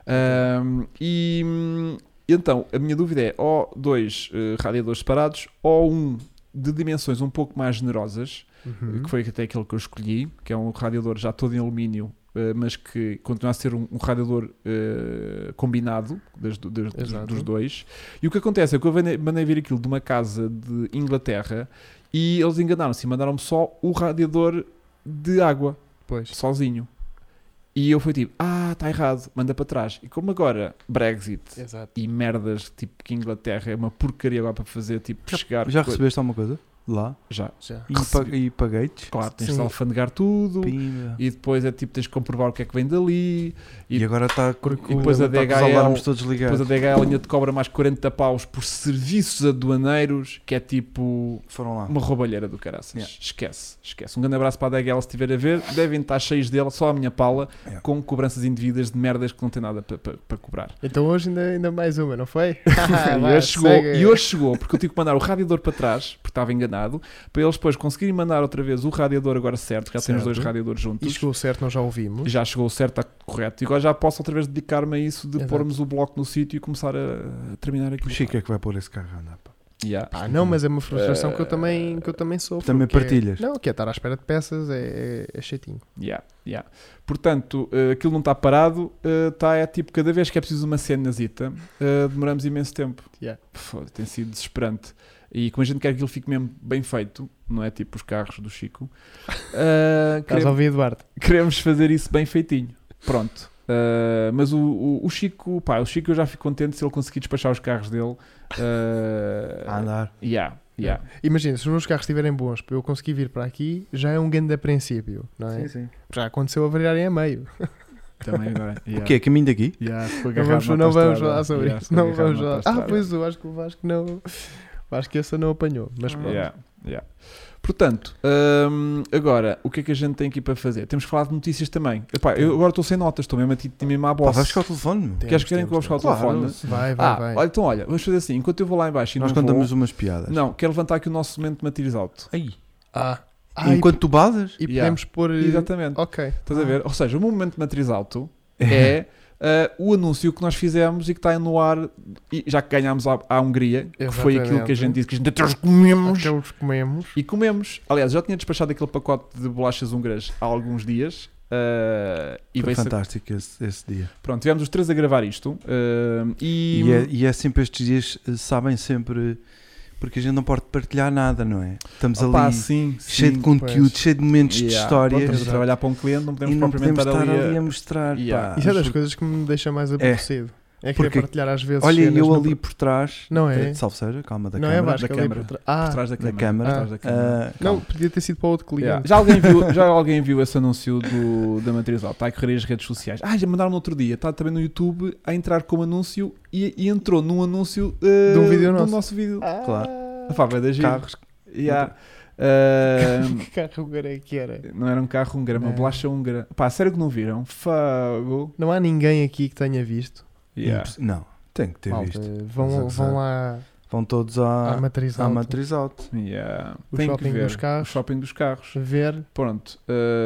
Um, e hum, então, a minha dúvida é ou dois uh, radiadores separados ou um de dimensões um pouco mais generosas, Uhum. que foi até aquele que eu escolhi, que é um radiador já todo em alumínio, uh, mas que continua a ser um, um radiador uh, combinado das, do- das- dos, Exato. dos dois. E o que acontece é que eu mandei, mandei vir aquilo de uma casa de Inglaterra e eles enganaram-se e mandaram-me só o radiador de água, Pois. sozinho. E eu fui tipo, ah, está errado, manda para trás. E como agora Brexit Exato. e merdas, tipo que Inglaterra é uma porcaria agora para fazer, tipo, chegar... Já co- recebeste alguma coisa? Lá? Já. Já. E, Recebi. pa- e paguei-te? Claro, tens de Sim. alfandegar tudo. Pimba. E depois é tipo, tens de comprovar o que é que vem dali. E, E, agora está com, e depois a tá com os D H L alarmes todos depois ligados. a D H L ainda te cobra mais quarenta paus por serviços aduaneiros, que é tipo Foram lá. uma roubalheira do caraças. Yeah. Esquece, esquece. Um grande abraço para a D H L se estiver a ver. Devem estar cheios dela, só a minha pala, Yeah. com cobranças indevidas de merdas que não tem nada para, para, para cobrar. Então hoje ainda, ainda mais uma, não foi? e, Vai, hoje chegou, segue. e hoje chegou, porque eu tive que mandar o radiador para trás, porque estava enganado, para eles depois conseguirem mandar outra vez o radiador agora certo, que já tem os Certo. dois radiadores juntos. E chegou certo, nós já ouvimos. Já chegou certo, está correto. E agora já posso outra vez dedicar-me a isso de Exato. pormos o bloco no sítio e começar a, a terminar aqui. O Chico é que vai pôr esse carro a andar. pá. Yeah. Ah, não, mas é uma frustração que eu também, que eu também sofro. Também que é- partilhas? não, que é estar à espera de peças, é, é, é chatinho. Yeah, yeah. Portanto, eh, aquilo não está parado, eh, está é tipo, cada vez que é preciso uma cenazita, uh, demoramos imenso tempo. Yeah. Foda, tem sido desesperante. E como a gente quer que aquilo fique mesmo bem feito, não é tipo os carros do Chico, uh, Estás a queremos, ouvir, Eduardo? queremos fazer isso bem feitinho. Pronto. Uh, mas o, o, o Chico, pá, o Chico eu já fico contente se ele conseguir despachar os carros dele. Uh, A andar. Yeah, yeah. Imagina, se os meus carros estiverem bons para eu conseguir vir para aqui, já é um grande a princípio, não é? sim. Já aconteceu a variarem a meio. Também agora. Yeah. O quê? Caminho daqui? Yeah, ficou Não agarrado vamos, na não vamos autoestrada. falar sobre Yeah, isso. ficou Não agarrado vamos na falar. Ah, autoestrada. pois eu acho que o Vasco não. Acho que essa não apanhou. Mas pronto. Yeah, yeah. Portanto, hum, agora, o que é que a gente tem aqui para fazer? Temos que falar de notícias também. Epá, eu agora estou sem notas, estou mesmo a ti mesmo à Pá, boss. vai buscar o telefone, meu. Tem- Queres que Temos, querem que eu vou buscar o Claro. telefone? Vai, vai, Ah, vai. olha, então olha, vamos fazer assim, enquanto eu vou lá em baixo e Nós não vou, contamos umas piadas. não, quero levantar aqui o nosso momento de Materiais Alto. Aí. Ah, ah, Enquanto tu basas? e, e Yeah. podemos pôr. eh, Exatamente. Ok. Estás a ver? Ou seja, o meu momento de Matriz Alto é uh, o anúncio que nós fizemos e que está no ar, e já que ganhámos à, à Hungria, que foi aquilo que a Exatamente. gente disse que a gente até os comemos. Aqueles que comemos. E comemos. Aliás, já tinha despachado aquele pacote de bolachas húngaras há alguns dias. uh, e Foi veio fantástico esse, esse dia. Pronto, tivemos os três a gravar isto. uh, e E é, e é sempre estes dias, eh, sabem sempre, porque a gente não pode partilhar nada, não é? Estamos Opa, ali sim, cheio de sim. conteúdo, pois. cheio de momentos de Yeah. histórias Pronto, estamos a Exato. trabalhar para um cliente, não podemos e não propriamente podemos estar ali a... a mostrar. Yeah. Pá. Isso é das coisas que me deixa mais aborrecido. É querer Porque- partilhar às vezes. Olha, cenas eu no- ali por trás, Não é? eh, salve seja, calma da Não é câmara, Vasco, da ali câmara. por trás. Ah, por trás da da câmara. câmara. por trás da câmara. Ah, não, calma. podia ter sido para outro cliente. Yeah. Já, alguém viu, já alguém viu esse anúncio do, da Matriz Alta? Está a correr as redes sociais. Ah, já mandaram no outro dia. Está também no YouTube a entrar como anúncio e, e entrou num anúncio uh, De um vídeo do nosso. nosso vídeo. Ah, Claro. Ah, pá, vai da giro. carros. Yeah. Uh, Que carro húngaro é que era? não era um carro húngaro, era uma Não. bolacha húngara. Pá, sério que não viram? Fogo. Não há ninguém aqui que tenha visto. Yeah. Imposs- Não, tem que ter Malta, visto. vão, Estás a vão gozar. lá Vão todos à à, matriz à alta, matriz alto. Yeah. O Tem que shopping ver. dos carros. O shopping dos carros. ver. Pronto.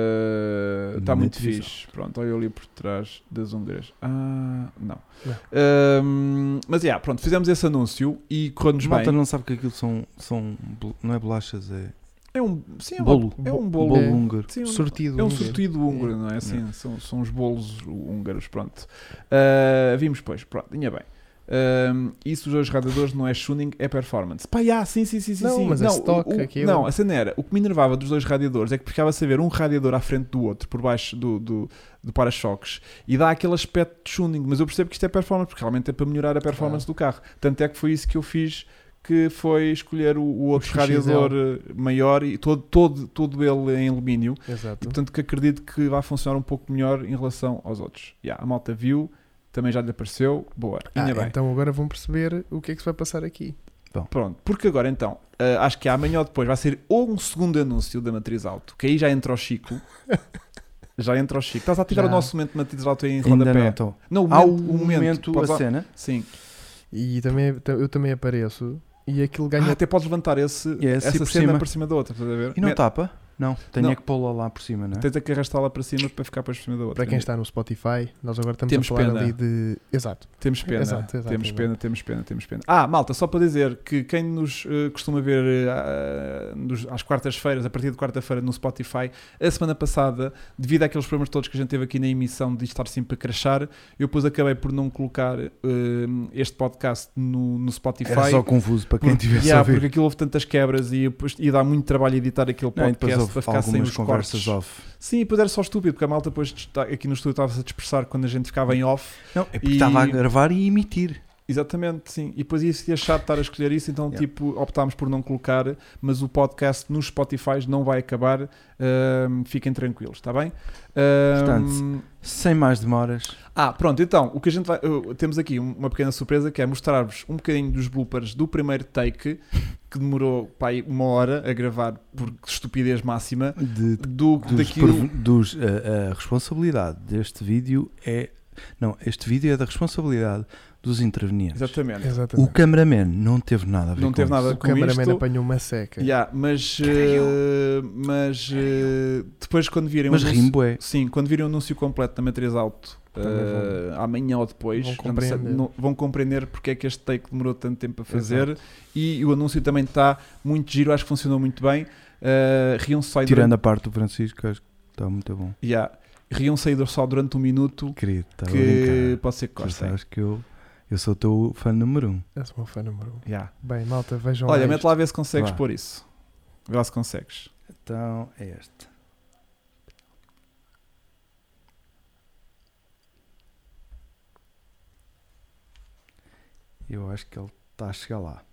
uh, Está muito Matriz fixe. Pronto, olha ali por trás das húngaras. Ah, não. Não. Um, mas, yeah, pronto, fizemos esse anúncio e correu-nos bem. Malta não sabe que aquilo são, são. bol- Não é bolachas, é. É um, sim, é, Bolo. Uma, é um bolo. Bolo É. húngaro. Sim, um- Sortido. é um húngaro. sortido húngaro, não é assim? São, são os bolos húngaros, pronto. Uh, vimos, pois, pronto, tinha bem. Um, isso dos dois radiadores não é tuning, é performance. Pá, yeah, sim, sim, sim, sim. Não, sim. mas é stock, o, o, aquilo. não, a cena era, o que me enervava dos dois radiadores é que ficava a saber um radiador à frente do outro, por baixo do, do, do para-choques, e dá aquele aspecto de tuning, mas eu percebo que isto é performance, porque realmente é para melhorar a performance do carro. Tanto é que foi isso que eu fiz, que foi escolher o, o outro O X X L. radiador eh, maior e todo, todo, todo ele em alumínio. E, Exato. portanto, que acredito que vai funcionar um pouco melhor em relação aos outros. Yeah, a malta viu, também já lhe apareceu, boa, Ah, ainda bem. então agora vão perceber o que é que se vai passar aqui. Pronto, porque agora então, uh, acho que amanhã ou depois vai ser ou um segundo anúncio da Matriz Auto, que aí já entra o Chico. Já entra o Chico. Estás a tirar Já. o nosso momento de Matriz Auto aí em Ainda não rodapé? estou. Não, o Há momento, o o momento, momento, Podes a lá- cena. Sim. E também, eu também apareço e aquilo ganha. Ah, até podes levantar esse, É, assim essa por cena cima. por cima da outra, estás a ver? E não Met- tapa? Não. Tenho Não. é que pô-la lá por cima, não é? Tens é que arrastá-la para cima para ficar para cima da outra. Para quem está no Spotify, nós agora estamos Temos a falar pena. ali de. Exato. Temos pena, Exato, exato, temos exato. pena, temos pena, temos pena. Ah, malta, só para dizer que quem nos eh, costuma ver eh, nos- às quartas-feiras, a partir de quarta-feira no Spotify, a semana passada, devido àqueles problemas todos que a gente teve aqui na emissão de estar sempre a crashar, eu depois acabei por não colocar eh, este podcast no, no Spotify. Era só confuso para quem porque, tivesse yeah, a ouvir. porque aquilo houve tantas quebras e depois ia dar muito trabalho editar aquele Não, e depois podcast houve para ficar sem algumas os conversas cortes. off. Sim, e depois era só estúpido, porque a malta depois está- aqui no estúdio estava-se a dispersar quando a gente ficava em off. Não, é porque E- estava a gravar e emitir. Exatamente, sim. E depois ia ser chato estar a escolher isso, então Yeah. tipo, optámos por não colocar, mas o podcast nos Spotify não vai acabar. Ahm, fiquem tranquilos, está bem? Ahm, Portanto, Sem mais demoras. ah, pronto, então, o que a gente vai. uh, temos aqui um- uma pequena surpresa que é mostrar-vos um bocadinho dos bloopers do primeiro take, que demorou pá, aí uma hora a gravar por estupidez máxima. De, Do, dos, daquilo. perv- dos- a, a responsabilidade deste vídeo é. Não, este vídeo é da responsabilidade dos intervenientes. Exatamente. O Exatamente. cameraman não teve nada a ver Não com teve nada isso. O com cameraman isto. apanhou uma seca. Yeah, mas Caralho. eh, mas eh, depois quando virem o Mas anúncio- rimbo é. sim, quando virem o anúncio completo da Matriz Auto Também eh, amanhã ou depois vão já não sei, compreender. não- vão compreender porque é que este take demorou tanto tempo a fazer. E o anúncio também está muito giro, acho que funcionou muito bem. Uh, riam só Tirando a parte do Francisco, acho que está muito bom. durante, yeah, riam saído só durante um minuto, Querido, está a que brincar. pode ser que Tu gostem. sabes que eu, eu sou o teu fã número um. Esse é o meu fã número um. Yeah. Bem, malta, vejam Olha, lá mete isto. lá a ver se consegues Vá. pôr isso. Vê lá se consegues. Então é este. Eu acho que ele está a chegar lá.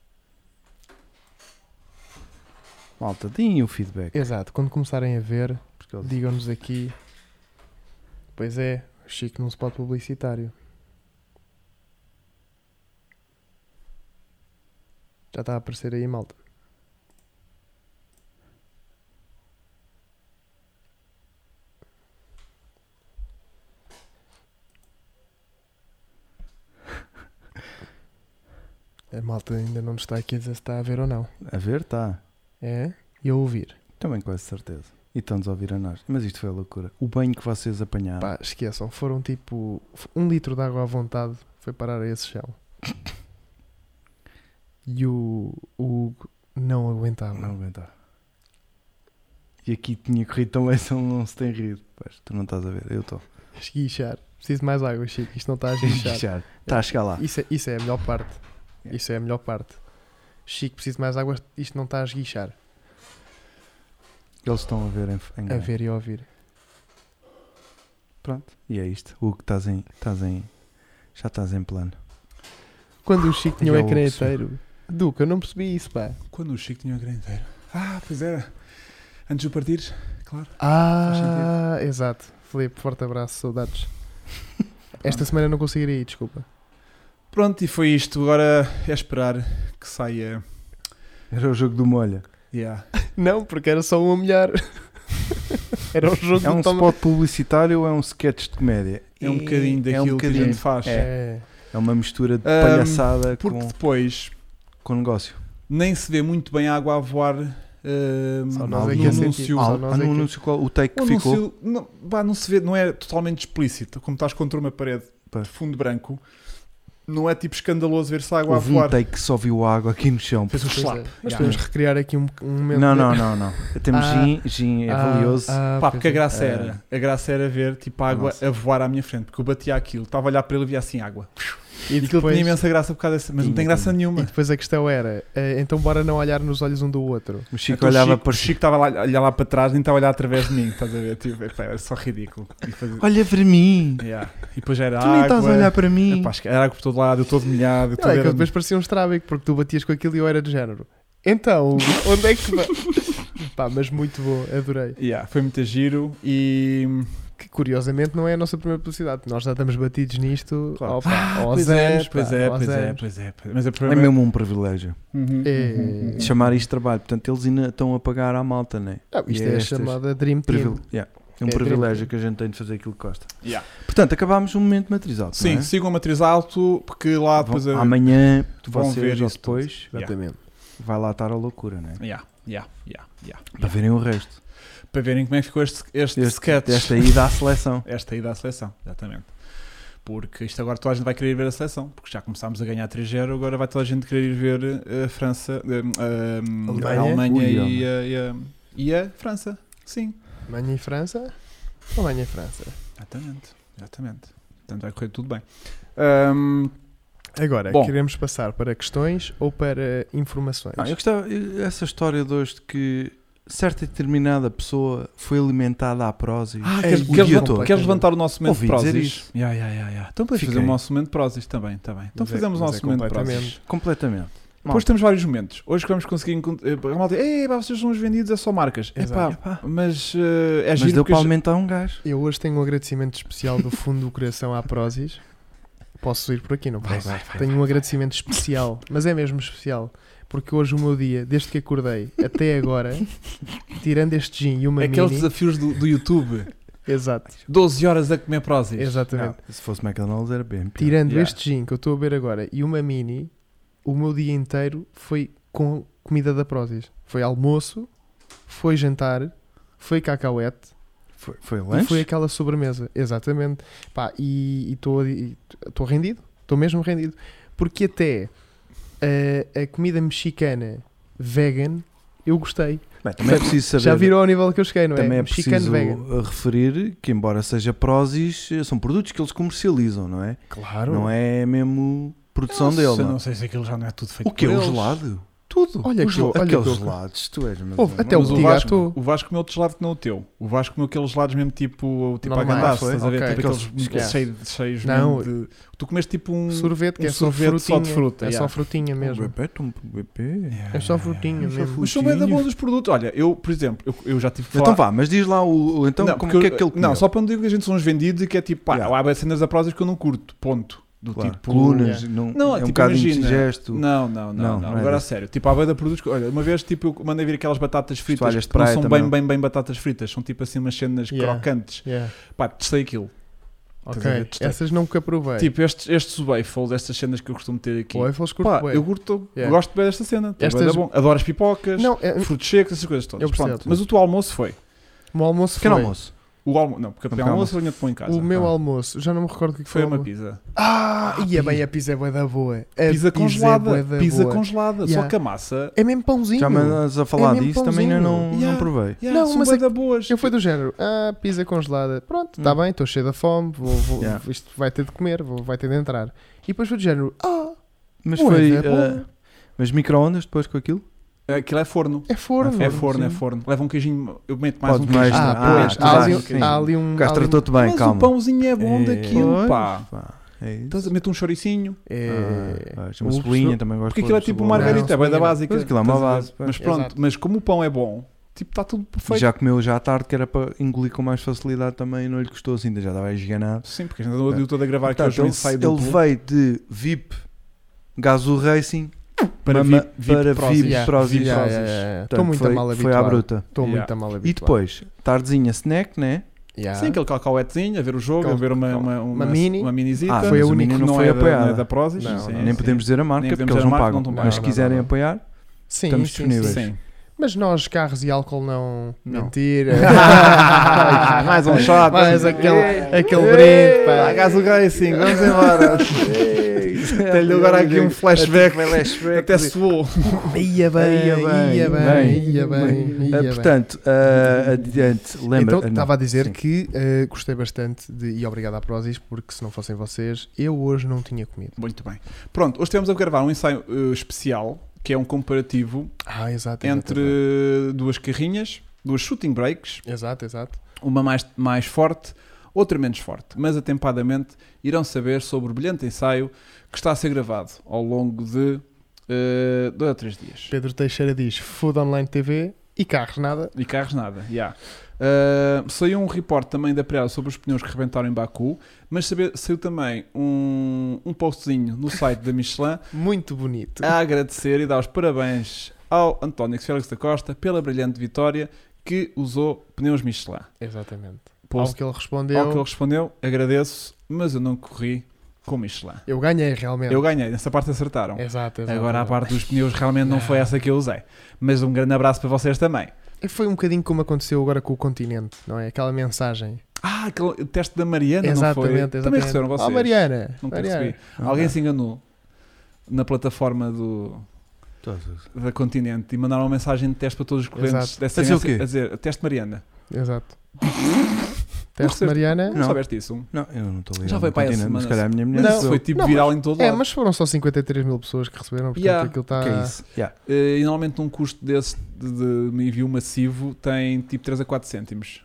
Malta, deem o feedback. Exato, quando começarem a ver, Porque ele- digam-nos aqui. Pois é, o Chico num spot publicitário. Já está a aparecer aí, malta. A malta ainda não nos está aqui a dizer se está a ver ou não. A ver, está. É? E a ouvir. Também quase certeza. E estão-nos a ouvir a nós. Mas isto foi a loucura. O banho que vocês apanharam. Pá, esqueçam, foram tipo um litro de água à vontade foi parar a esse chão. E o, o Hugo não aguentava. Não aguentar. E aqui tinha corrido tão bem, se ele não se tem rido. Pois, tu não estás a ver, eu estou. Esguichar. Preciso de mais água, Chico. Isto não está a esguichar. Está Tá a chegar lá. Isso é, isso é a melhor parte. Yeah. Isso é a melhor parte. Chico, preciso de mais água. Isto não está a esguichar. Eles estão a ver em, em A grande. ver e a ouvir. Pronto. E é isto. O que estás em, estás em. Já estás em plano. Quando o Chico tinha E o ao ecrã Hugo, sim. inteiro. Duca, eu não percebi isso, pá. Quando o Chico tinha o ecrã inteiro. Ah, pois era. Antes de partires, claro. Ah, exato. Filipe, forte abraço, saudades. Esta semana não conseguiria ir, desculpa. Pronto, e foi isto. Agora é esperar que saia. Era o jogo do molha. Yeah. Não, porque era só um a molhar. Era um jogo É um do Tom- spot publicitário ou é um sketch de comédia? É um bocadinho daquilo é um que a bocadinho. gente faz. É. É uma mistura de Ahm, palhaçada Porque com, depois com negócio. nem se vê muito bem a água a voar ahm, Só nós no é que a anúncio. sentir. Ah, Só nós ah, é no que- anúncio qual- o take O que ficou. anúncio não, pá, não se vê, não é totalmente explícito, como estás contra uma parede Pois. de fundo branco, não é tipo escandaloso ver-se a água a Houve um voar. take que só viu a água aqui no chão. Fez um Pois slap. é. Mas Yeah. podemos recriar aqui um, um momento. Não, de- não, não, não. Temos Ah. gin, gin é Ah, valioso. ah, Pá, pois porque a é. graça É. era, a graça era ver tipo a água Nossa. a voar à minha frente, porque eu batia aquilo, estava a olhar para ele e via assim água. E E aquilo depois, tinha imensa graça por causa dessa, mas não Tinha, tem graça tinha. e nenhuma. depois a questão era, eh, então bora não olhar nos olhos um do outro. O Chico Então, olhava Chico, para o Chico estava lá, a olhar lá para trás, nem estava a olhar através de mim, estás a ver? Tipo, epá, era só ridículo. E, fazia- Olha para mim. Yeah. E depois já era Tu nem água. estás a olhar para mim. Epá, acho que era água por todo lado, eu todo molhado. Eu Não, todo é que era- depois parecia um estrábico, porque tu batias com aquilo e eu era do género. Então, onde é que vai? Pá, mas muito bom, adorei. Yeah, foi muito giro e. Que curiosamente não é a nossa primeira publicidade. Nós já estamos batidos nisto Claro. opa, aos Pois anos. é, pá, pois é, aos pois é, anos. pois é, pois é. Mas a É primeira... mesmo um privilégio. Uhum, É. uhum, uhum. Chamar isto de trabalho. Portanto, eles ainda estão a pagar à malta, não é? Ah, isto E é a estas- chamada Dream Team. Privil- yeah. É um É privilégio dream. que a gente tem de fazer aquilo que gosta. Yeah. Portanto, acabámos um momento de matriz alto. Sim, não é? sigam a matriz alto, porque lá depois. Vão- a- Amanhã, vão vocês ver ou isso tudo. depois, Exatamente. vai lá estar a loucura, não é? Yeah, yeah, yeah, yeah. Para verem o resto. Para verem como é que ficou este, este, Este, sketch. esta aí da seleção. Esta aí da seleção, exatamente. Porque isto agora toda a gente vai querer ir ver a seleção, porque já começámos a ganhar três zero, agora vai toda a gente querer ir ver a França, a, a, a Alemanha. Alemanha Ui, e, a, e, a, e a França. Sim, Alemanha e França? Alemanha e França. exatamente, exatamente. Portanto vai correr tudo bem. Ahm, Agora, Bom. queremos passar para questões ou para informações? Ah, eu gostava, eu- essa história de hoje de que certa e determinada pessoa foi alimentada à prósis. ah, É, queres, o queres, dia levant- todo. queres levantar o nosso momento Ouvi de dizer prósis? isso. Yeah, yeah, yeah, yeah. Então podemos Fiquei. fazer o nosso momento de prósis também, tá bem. Então Mas é- fazemos o mas nosso é momento de completamente. prósis. Completamente. Depois temos vários momentos. Hoje que vamos conseguir encontrar. A malta diz, ei, pá, vocês são os vendidos, é só marcas. Exato. Epá, mas eh, é Mas giro deu porque para as- alimentar um gajo. Eu hoje tenho um agradecimento especial do fundo do coração à Prozis. Posso ir por aqui, não Vai, posso? vai, vai, Tenho um agradecimento especial, mas é mesmo especial. Porque hoje o meu dia, desde que acordei até agora, tirando este gin e uma É aqueles mini... desafios do, do YouTube. Exato, doze horas a comer prósis. exatamente. Não, se fosse McDonald's era bem pior. Tirando Yeah. este gin que eu estou a beber agora e uma mini, o meu dia inteiro foi com comida da Prozis. Foi almoço, foi jantar, foi cacauete Foi, foi e lanche? foi aquela sobremesa. Exatamente. Pá, e estou rendido, estou mesmo rendido. Porque até a, a comida mexicana vegan eu gostei. Bem, também é preciso saber. Já viram ao nível que eu cheguei, não é? Também é Mexicano preciso vegan. uh, referir que, embora seja Prozis, são produtos que eles comercializam, não é? Claro. Não é mesmo produção Não dele. sei, Não. não sei se aquilo já não é tudo feito O que? por O eles. gelado? Tudo. Olha Os que eu- gel- olha aqueles que eu- gelados, tu és. mas- Ouve, até Mas o o petit Vasco, gâteau. o Vasco comeu outro gelado que não o teu. O Vasco comeu aqueles gelados mesmo tipo, tipo a Normais, gandaço, foi? estás a ver? Ok. Tipo Aqueles- aqueles esquece. cheios, cheios Não. mesmo de... Tu comeste tipo um... Sorvete, que um é só sorvete frutinha. só de fruta, É yeah. só frutinha Um mesmo. bebê, um bebê. É só frutinha Só mesmo. Mas são bem da frutinha. bons os produtos. Olha, eu, por exemplo, eu, eu já tive que falar... Então vá, mas diz lá o, o- então não, como porque que é eu- que ele comeu? Não, só para não dizer que a gente são uns vendidos e que é tipo, pá, Yeah. há cenas da prósis que eu não curto, ponto. Do Claro, tipo... colunas, Yeah. não, Não, é um tipo, bocado imagina. indigesto. Não, não, não, Não, não. não é Agora a desse. sério, tipo, há bué de produtos que, olha, uma vez tipo, eu mandei vir aquelas batatas fritas toalhas de que não praia são também bem, não. bem, bem batatas fritas, são tipo assim umas cenas Yeah. crocantes. Yeah. Pá, testei aquilo. Estás a ver? Ok, Testei. essas nunca provei. Tipo, estes, estes waffles, estas cenas que eu costumo ter aqui. o waffles curto Pá, bué. eu curto, Yeah. gosto bem desta cena. Tá Estas- bué da bom. Adoro as pipocas, Não, é, frutos secos, essas coisas todas. Eu percebo. Pronto. Mas o teu almoço foi. o meu almoço Pequeno foi. almoço. O almo... Não, porque a pequeno pequeno almoço eu vinha-te pôr em casa. O meu Ah. almoço, já não me recordo o que Foi foi. uma o almo- pizza. Ah, Ah, e é bem a pizza é bué da boa. A Pizza é congelada. bué da Pizza boa. congelada. Só Yeah. que a massa. É mesmo pãozinho. Já me andas a falar mesmo disso, também ainda não, Yeah. não provei. Yeah, Não, são mas bué é- da boas. Eu fui do género, ah, pizza congelada. Pronto, está Hum. bem, estou cheio da fome, vou, vou- Yeah. isto vai ter de comer, vou, vai ter de entrar. E depois fui do género, ah, Mas Ué, foi. é bom. uh, mas micro-ondas depois com aquilo? Aquilo é forno. é forno. É forno, é sim. forno. Leva um queijinho. Eu meto mais Podes um mais- queijo. Ah, Ah, pois, tu há, sabes ali, um um- bocadinho. há ali um... O gajo há ali um- tratou-te bem, Mas calma. o pãozinho é bom É, daquilo, pois, pá. É isso. Estás a meter um choricinho. É... Ah, uma o cebolinha professor- também gosto Porque de aquilo é pôr tipo cebola. margarita, é bem da Não, básica. Mas aquilo é uma Estás a ver? base, pois. Mas pronto, Exato. mas como o pão é bom, tipo, está tudo E perfeito. já comeu já à tarde, que era para engolir com mais facilidade também, não lhe custou assim, ainda já estava esganado. Sim, porque a gente andou o dia todo a gravar aqui Portanto, hoje um ele, ensaio ele duplo veio de V I P Gazoo Racing para mama- V I P para Prozis. V I P Yeah, Prozis. yeah, Prozis. yeah, yeah. Estou Portanto, muito foi, mal foi habituado. à bruta. Estou Yeah. muito mal habituado. E depois, tardezinha snack, né? Yeah. Sim, aquele cacauetezinho, a ver o jogo, Cal- a ver uma, cal- uma, uma mini. uma minizita. Ah, Foi mas a o única menino que não não foi é da, não apoiada. é da Prozis. Não, sim, não. Nem sim. podemos dizer a marca, Nem porque podemos eles dizer não a marca, pagam. não estão Mas se pagando. quiserem Não, não, apoiar, Sim, estamos sim, disponíveis. sim. Sim. Mas nós, carros e álcool, não. Não. Mentira. Mais um shot. Mais aquele, aquele brinde, pá. Gás o Racing, vamos embora. Tenho agora aqui um flashback. flashback Até suou. Ia bem, ia bem, ia bem, ia bem. Ia Uh, bem. portanto, uh, adiante, lembra. Então, uh, não, estava a dizer sim. que uh, gostei bastante de, e obrigado à Prozis, porque se não fossem vocês, eu hoje não tinha comido. Muito bem. Pronto, hoje temos a gravar um ensaio uh, especial, que é um comparativo Ah, exato. exato, entre exato. duas carrinhas, duas shooting breaks, Exato, exato. uma mais, mais forte, outra menos forte, mas atempadamente irão saber sobre o brilhante ensaio que está a ser gravado ao longo de uh, dois a três dias. Pedro Teixeira diz Food Online T V e carros nada. E carros nada, já. Uh, saiu um report também da Pirelli sobre os pneus que rebentaram em Baku, mas sabe- saiu também um, um postzinho no site da Michelin Muito bonito. a agradecer e dar os parabéns ao António Félix da Costa pela brilhante vitória que usou pneus Michelin. Exatamente. Post, Ao que ele respondeu, ao que ele respondeu, agradeço, mas eu não corri com Michelin. eu ganhei realmente. Eu ganhei, nessa parte acertaram. Exato, exato. Agora a exato. parte dos pneus realmente não foi essa que eu usei. Mas um grande abraço para vocês também. Foi um bocadinho como aconteceu agora com o Continente, não é? Aquela mensagem. Ah, aquele teste da Mariana, não exatamente, foi? exatamente. Também receberam vocês? Oh, Mariana. Nunca Mariana. recebi. Ah, Alguém tá. se enganou na plataforma do, Todos. da Continente e mandaram uma mensagem de teste para todos os clientes Exato. dessa A dizer o quê? a dizer, teste Mariana. Exato. Não Teste recebeste- Mariana. Não, Não. soubeste isso? Não, eu não estou ligado. Já foi no para essa continente, semana. Se calhar a minha mulher Mas Não, isso recebeu. foi tipo não, viral mas- em todo É, lado. mas foram só cinquenta e três mil pessoas que receberam, portanto Yeah. aquilo está... Que é isso? Yeah. Eh, E normalmente um custo desse de, de envio massivo tem tipo três a quatro cêntimos.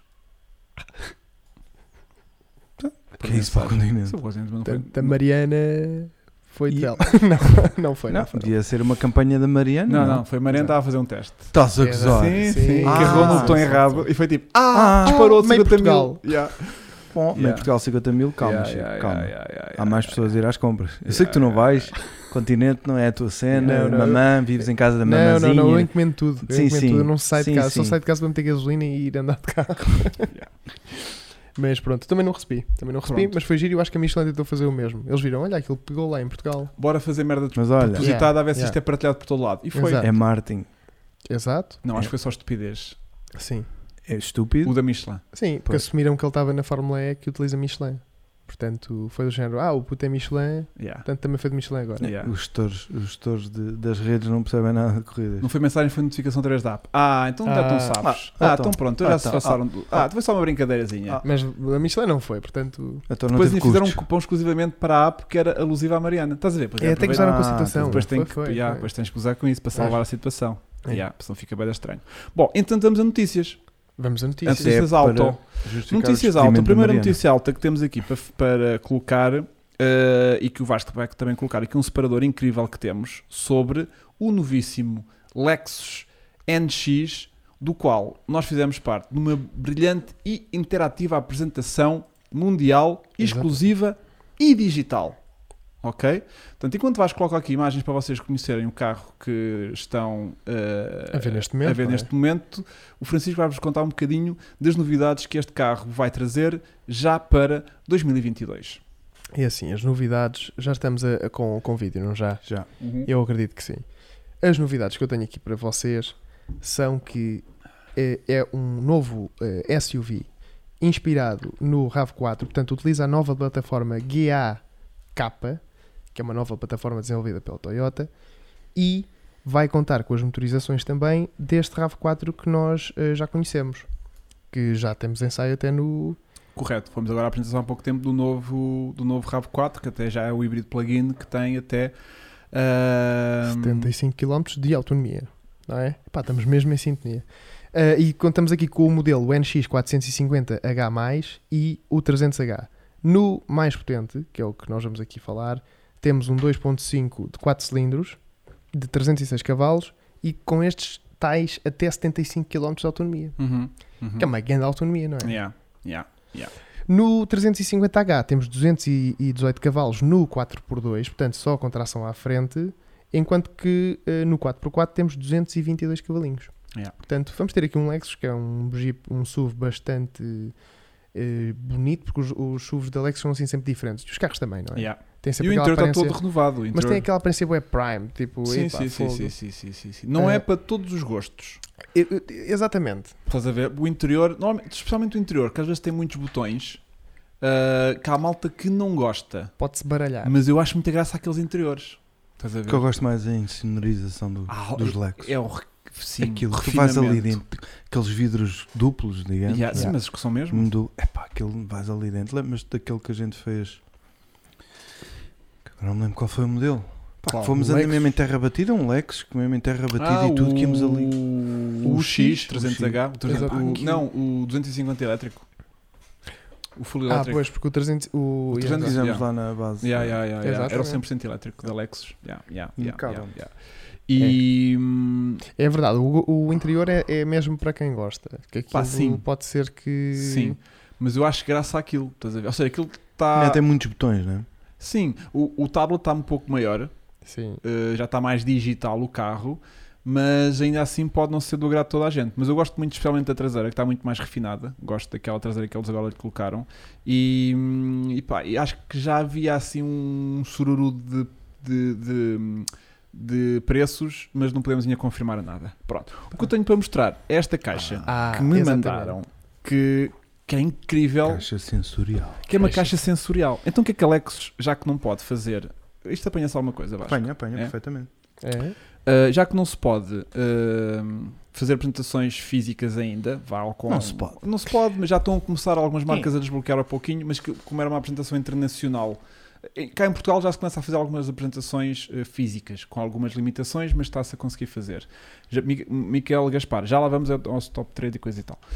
Que é isso para o continente? Sim, mas não foi- Portanto, a Mariana foi E- dela. não, não foi. Não, Não, foi. podia ser uma campanha da Mariana. Não, não, foi a Mariana estava a fazer um teste. Estás a Era gozar. Sim, sim. sim, Ah, carregou no sim, botão sim, errado sim. e foi tipo, ah, Ah, disparou de meio cinquenta mil. Portugal. Yeah. Bom, Yeah. meio Portugal cinquenta mil, calma, Yeah, Chico, yeah, calma. yeah, yeah, yeah, Há mais yeah, pessoas a yeah. ir às compras. Eu sei que tu não Yeah, vais, yeah, continente não é a tua cena, Não, não, mamã, vives em casa da Não, mamazinha. não, não, eu encomendo tudo. Eu Sim, encomendo sim. tudo. Eu não saio Sim, de casa. Só sim. saio de casa para meter gasolina e ir andar de carro. Yeah. Mas pronto, também não recebi. Também não recebi, Pronto. mas foi giro e eu acho que a Michelin tentou fazer o mesmo. Eles viram, olha, aquilo pegou lá em Portugal. Bora fazer merda Mas olha, depositada a ver se Yeah, isto é partilhado por todo lado. E foi. Exato. é marketing. Exato. Não, acho que foi só estupidez. Sim. É estúpido. O da Michelin. Sim, porque Pois. assumiram que ele estava na Fórmula E que utiliza Michelin. Portanto, foi do género, ah, o puto é Michelin, Yeah. portanto também foi de Michelin agora. Yeah. Os gestores, os gestores de- das redes não percebem nada de corridas. Não foi mensagem, foi notificação através da app. Ah, então já Ah, tu sabes. ah, Ah, então. então pronto, Ah, já se então. passaram. do- Ah, foi só uma brincadeirazinha. Ah. Mas a Michelin não foi, portanto... Então não Depois teve ainda fizeram um custos. cupom exclusivamente para a app que era alusiva à Mariana. Estás a ver? Pois É, até que aproveita- usaram com a Ah, situação. Depois, tem Foi, que, foi, yeah, foi. depois tens que usar com isso para salvar a situação. É. Yeah, senão fica bem estranho. Bom, então estamos a notícias. Vamos a notícias. Antes Notícias É alto. para justificar o Notícias alto. A despedimento da primeira Mariana. notícia alta que temos aqui para, para colocar, eh, e que o Vasco vai também colocar aqui um separador incrível que temos sobre o novíssimo Lexus N X, do qual nós fizemos parte de uma brilhante e interativa apresentação mundial, Exato. exclusiva e digital. Ok? Portanto, enquanto Vasco coloca aqui imagens para vocês conhecerem o carro que estão eh, A ver neste momento, a ver não é? neste momento, o Francisco vai-vos contar um bocadinho das novidades que este carro vai trazer já para dois mil e vinte e dois. E assim, as novidades, já estamos a, a- com, com vídeo, não já? Já. Eu acredito que sim. As novidades que eu tenho aqui para vocês são que é, é um novo eh, S U V inspirado no RAV quatro, portanto utiliza a nova plataforma G A K, que é uma nova plataforma desenvolvida pela Toyota, e vai contar com as motorizações também deste RAV quatro que nós eh, já conhecemos, que já temos ensaio até no... Correto, fomos agora à apresentação há pouco tempo do novo, do novo RAV quatro, que até já é o híbrido plug-in, que tem até ah, setenta e cinco quilómetros de autonomia, não é? Pá, estamos mesmo em sintonia. Ah, e contamos aqui com o modelo N X quatrocentos e cinquenta H mais, e o trezentos H. No mais potente, que é o que nós vamos aqui falar, temos um dois ponto cinco de quatro cilindros, de trezentos e seis cavalos, e com estes tais até setenta e cinco quilómetros de autonomia. uhum, uhum. Que é uma grande autonomia, não é? Yeah, yeah. No trezentos e cinquenta H temos duzentos e dezoito cavalos no quatro por dois, portanto só com tração à frente, enquanto que eh, no quatro por quatro temos duzentos e vinte e dois cavalinhos. Yeah. Portanto, vamos ter aqui um Lexus, que é um Jeep, um S U V bastante eh, bonito, porque os, os S U Vs da Lexus são assim sempre diferentes. E os carros também, não é? Yeah. Tem E sempre o aquela interior está aparência, todo renovado. o mas interior- tem aquela aparência bué prime, tipo, Sim, epá, sim, sim, fogo. sim, sim, sim, sim, sim. Não Ah. é para todos os gostos. Eu- eu- Exatamente. Estás a ver? O interior, normalmente, especialmente o interior, que às vezes tem muitos botões, Uh, que há malta que não gosta. Pode-se baralhar. Mas eu acho muita graça aqueles interiores. Estás a O ver? que eu gosto mais é a insonorização do, Ah, dos Lex. É o re- sim, Aquilo que tu vais ali refinamento. dentro, aqueles vidros duplos, digamos. Yeah, sim, Yeah. mas que são mesmo. Do, epá, aquele vais ali dentro. Lembras-te daquele que a gente fez? Agora não me lembro qual foi o modelo. Pá, Qual? fomos Um andando Lex? mesmo em terra batida, um Lex, que mesmo em terra batida Ah, e tudo, que íamos ali. O, o O X, X, trezentos o X. H. O trezentos, Exato. o- Aquilo. não, o duzentos e cinquenta elétrico. O full Ah, elétrico. pois, porque o trezentos... O, O trezentos yeah, Fizemos yeah. lá na base. Yeah, yeah, yeah, yeah. Era o Exatamente. cem por cento elétrico da Lexus. Yeah, yeah, yeah, Impecável. yeah, yeah. E. hum, É verdade, o, o interior é, é mesmo para quem gosta. Que aquilo Pá, sim. pode ser que... Sim, mas eu acho graça àquilo. Estás a ver? Ou seja, aquilo está. Ainda tem muitos botões, não é? Sim, o, o tablet está um pouco maior. Sim. Uh, já está mais digital o carro, mas ainda assim pode não ser do agrado de toda a gente. Mas eu gosto muito, especialmente da traseira, que está muito mais refinada. Gosto daquela traseira que eles agora lhe colocaram. E, hum, e, pá, e acho que já havia assim um sururu de, de, de, de preços, mas não podemos ainda confirmar nada. Pronto. O que eu tenho para mostrar é esta caixa Ah, que me exatamente. mandaram, que, que é incrível, Caixa sensorial. que é uma Caixa. caixa sensorial. Então o que é que a Lexus, já que não pode fazer... Isto apanha-se alguma coisa, Vasco? Apanha, apanha, É? perfeitamente. É? Uh, já que não se pode uh, fazer apresentações físicas ainda, vá ao com... Não se pode. Não se pode, mas já estão a começar algumas marcas a desbloquear a pouquinho, mas que, como era uma apresentação internacional, eh, cá em Portugal já se começa a fazer algumas apresentações uh, físicas, com algumas limitações, mas está-se a conseguir fazer. Já, Mi- Miquel Gaspar, já lá vamos ao nosso top três e coisa e tal.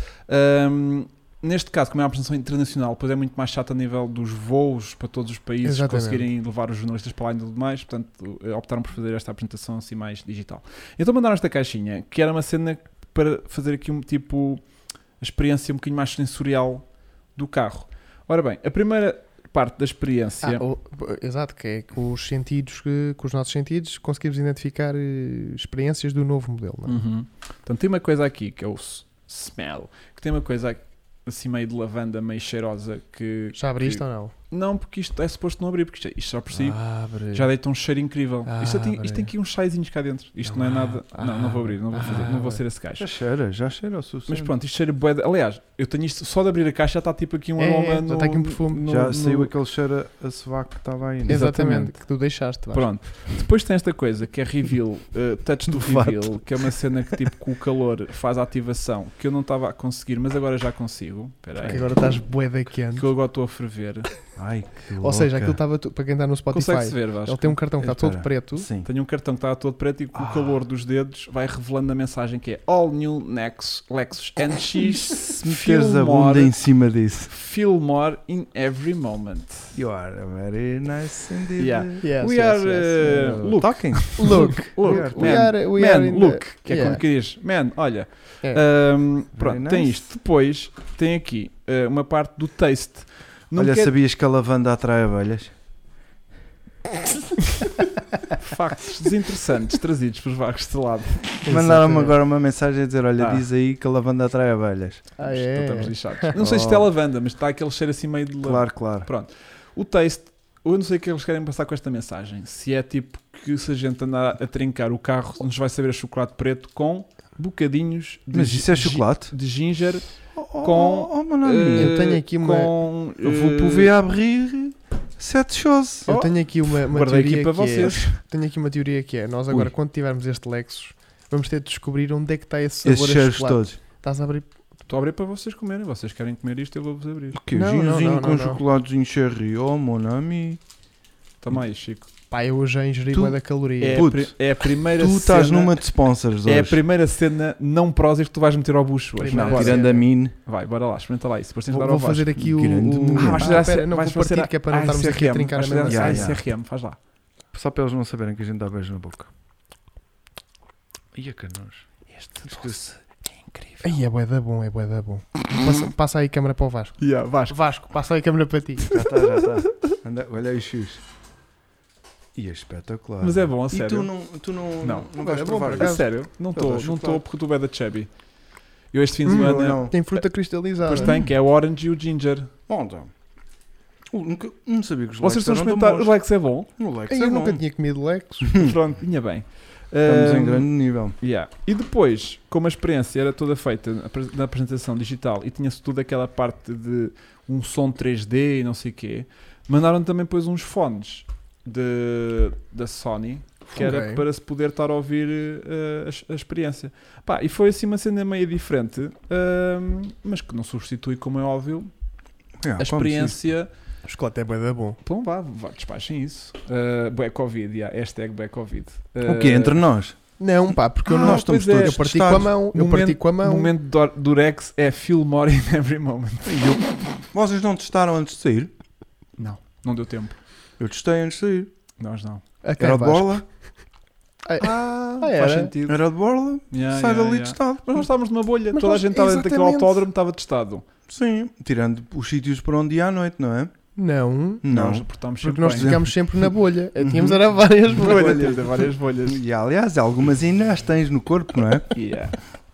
Um, Neste caso, como é uma apresentação internacional, depois é muito mais chato a nível dos voos para todos os países Exatamente. conseguirem levar os jornalistas para lá e tudo mais, portanto eh, optaram por fazer esta apresentação assim mais digital. Então mandaram esta caixinha, que era uma cena para fazer aqui um tipo, a experiência um bocadinho mais sensorial do carro. Ora bem, a primeira parte da experiência... Ah, o- exato, que é com os sentidos, que, com os nossos sentidos, conseguimos identificar eh, experiências do novo modelo. Não é? Uhum. Então tem uma coisa aqui, que é o s- smell, que tem uma coisa aqui, assim meio de lavanda, meio cheirosa, que... Já abriste que- ou não? Não, porque isto é suposto não abrir, porque isto, isto só por si Abre. já deita um cheiro incrível. Ah, isto, tem, isto abre. tem aqui uns chaizinhos cá dentro. Isto não, Não é há. nada... não, não vou abrir, não vou, fazer, Ah, não vou abre. ser esse gajo. Já cheira, já cheira o suficiente. Mas pronto, isto cheira bué de... Aliás, eu tenho isto só de abrir a caixa, já está tipo aqui um É, aroma é, já no... está aqui um perfume. no- Já no- saiu aquele cheiro a- a sovaco que estava aí. né? Exatamente, Exatamente. que tu deixaste. Vasco. Pronto. Depois tem esta coisa que é reveal, uh, touch to Do fato. reveal, que é uma cena que tipo com o calor faz a ativação, que eu não estava a conseguir, mas agora já consigo. Espera Que aí. agora estás bué da quente. Que eu agora estou a ferver. Ai, que Ou seja, louca. aquilo estava, tu- para quem está no Spotify, Consegue-se ver, Vasco? ele tem um cartão que está todo Espera. preto. Sim. Tenho um cartão que está todo preto e com Ah. o calor dos dedos vai revelando a mensagem que é All New Nex, Lexus N X Se meteres Feel a more, bunda em cima disso. feel more in every moment. You are very nice indeed. Yeah. Yes, We yes, are, yes. uh, look. Talking. Look, Look, We are- we man, are, we man, are in look, the- que é yeah. como que diz, man, olha, É. um, pronto, tem nice. isto. Depois tem aqui uh, uma parte do taste. Não Olha, quer... sabias que a lavanda atrai abelhas? Factos desinteressantes trazidos por Vagos de lado. Mandaram-me Exatamente. agora uma mensagem a dizer: olha, Ah. diz aí que a lavanda atrai abelhas. Ah, Então é? estamos lixados. Não sei se isto é Oh. lavanda, mas está aquele cheiro assim meio de lavanda. Claro, claro. Pronto. O taste, eu não sei o que eles querem passar com esta mensagem. Se é tipo que se a gente andar a trincar o carro, nos vai saber a chocolate preto com bocadinhos de, Mas isso é gi- chocolate? de ginger Oh, com, oh, oh, meu nome. eh, Eu tenho aqui uma- com, Eu vou eh, para o V abrir sete choses. Eu Oh, tenho aqui uma, uma guardei teoria aqui para que vocês. é, tenho aqui uma teoria que é, nós agora Ui. quando tivermos este Lexus, vamos ter de descobrir onde é que está esse sabor Esses a cheiros chocolate. todos. Estás a abrir? Estou a abrir para vocês comerem. Vocês querem comer isto, eu vou-vos abrir. O quê? Não, não, Ginzinho não, com não, não. chocolatezinho cherry. Oh, mon ami. Toma aí, Chico. Pá, eu hoje já ingeri Tu- bué da caloria. É, a Puto, pri- é a primeira Tu estás cena... numa de sponsors hoje. É a primeira cena não prósis que tu vais meter ao bucho hoje. Primeira Não, Bora. cena. tirando a mim. Vai, bora lá, experimenta lá isso. Depois tens de Vou, dar ao vou fazer Vasco. aqui o... Grande o- momento. Ah, vais Ah, fazer a- espera, não vais vou fazer partir a- que é para não a estarmos aqui a ASRM, trincar a vais fazer mesma Yeah, a yeah. A S R M, faz lá. Só para eles não saberem que a gente dá beijo na boca. Ia que nojo. Este doce é incrível. Ai, é bué da bom, é bué da bom. Passa, passa aí a câmera para o Vasco. Yeah, Vasco. Vasco, passa aí a câmera para ti. Já está, já está. Anda, olha aí os X. E é espetacular. Mas é bom, a E sério. tu não, tu não, Não. não vais É bom, provar por A isso? acaso. sério, não Eu estou, adoro não estou chocolate. porque tu é da Chubby. Eu este fim de Hum, semana... não. Tem fruta cristalizada. Pois tem, que é o orange e o ginger. Bom, então. Uh, nunca, não sabia que os Vocês Lex estão a eram tão experimentar, bons. o Lex é bom? O Lex Ai, é eu bom. nunca tinha comido Lexus. Pronto, vinha bem. Estamos Um, em grande nível. Yeah. E depois, como a experiência era toda feita na apre- na apresentação digital e tinha-se tudo aquela parte de um som três D e não sei o quê, mandaram também depois uns fones de, da Sony, que era Ok. para se poder estar a ouvir uh, a, a experiência. Pá, e foi assim uma cena meio diferente, um, mas que não substitui, como é óbvio, Yeah, a experiência. O chocolate é bué da bom. Bom, vá, vá, despachem isso. Uh, bué Covid, yeah, hashtag bué Covid. O quê? Entre nós? Não, pá, porque eu Ah, não. nós estamos pois é, Eu todos parti com a testados. mão. Eu Momento- parti com a O mão. momento do Durex é feel more in every moment. Vocês não testaram antes de sair? Não, não deu tempo. Eu testei antes de sair. Nós não. Ok, Era de Vasco. borla? Ah, Ah, Ah, faz era? sentido. Era de borla? Yeah, Sai yeah, dali yeah. testado. Mas nós estávamos numa bolha. Mas Toda a nós- gente estava dentro daquele exatamente. autódromo, estava testado. Sim, tirando os sítios para onde ia à noite, não é? Não, Não. Nós portámos porque sempre nós bem. ficámos sempre na bolha. Uhum. Tínhamos era várias bolhas. bolhas, de várias bolhas. E aliás, algumas ainda as tens no corpo, não é? Yeah.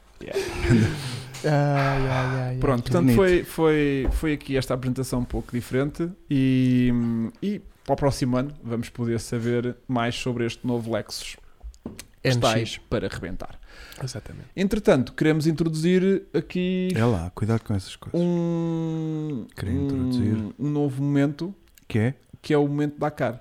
Ai, ai, ai, ai. Pronto, Que portanto bonito. foi, foi, foi aqui esta apresentação um pouco diferente e, e para o próximo ano vamos poder saber mais sobre este novo Lexus que N está X. para arrebentar. Exatamente. Entretanto, queremos introduzir aqui É lá, cuidado com essas coisas. um, Queria introduzir. um, um novo momento Que é? que é o momento Dakar.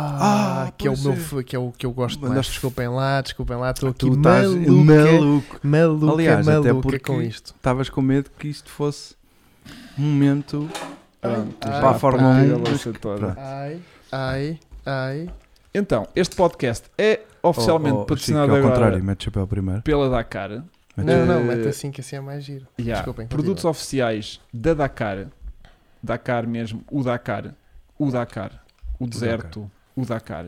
Ah, Ah, que é o pois meu é. f- que é o que eu gosto Mandaste- mais. Desculpem lá, desculpem lá, estou aqui Tu estás maluca, maluco. maluca, Aliás, até maluca porque- com isto. Estavas com medo que isto fosse um momento. Pronto, Ai, já para a Fórmula parti um, a mas louça que- toda. pronto. Ai, ai, ai. Então, este podcast é oficialmente Oh, oh, patrocinado Chico, ao agora contrário, mete o chapéu primeiro. pela Dakar. Mete Não, o- não, Eh, mete assim que assim é mais giro. Yeah. Desculpem, Produtos continua. oficiais da Dakar. Dakar mesmo, o Dakar. O Dakar. O deserto. O Dakar.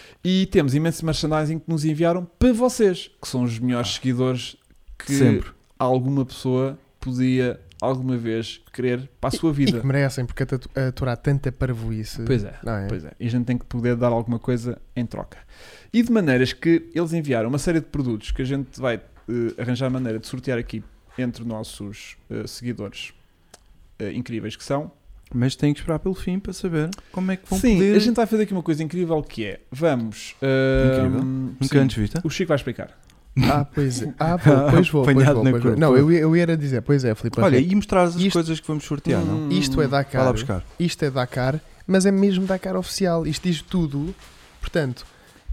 E temos imenso merchandising que nos enviaram para vocês, que são os melhores seguidores que Sempre. alguma pessoa podia alguma vez querer para a sua E vida. que merecem, porque atu- aturar tanta parvoíce. Pois é. Não é? Pois é, e a gente tem que poder dar alguma coisa em troca. E de maneiras que eles enviaram uma série de produtos que a gente vai eh, arranjar maneira de sortear aqui entre nossos eh, seguidores eh, incríveis que são. Mas tem que esperar pelo fim para saber como é que vão Sim, poder. a gente vai fazer aqui uma coisa incrível que é, vamos... eh, Incrível? sim, Nunca antes vista? o Chico vai explicar. Ah, pois é. Ah, pô, pois vou, pois Apanhado vou, na pois vou. curva. Não, eu, ia- eu ia dizer, pois é, Filipe. Olha, ok. e mostrar as Isto- coisas que vamos sortear, não? Hum, Isto é Vai Dakar. lá buscar. Isto é Dakar, mas é mesmo Dakar oficial. Isto diz tudo. Portanto,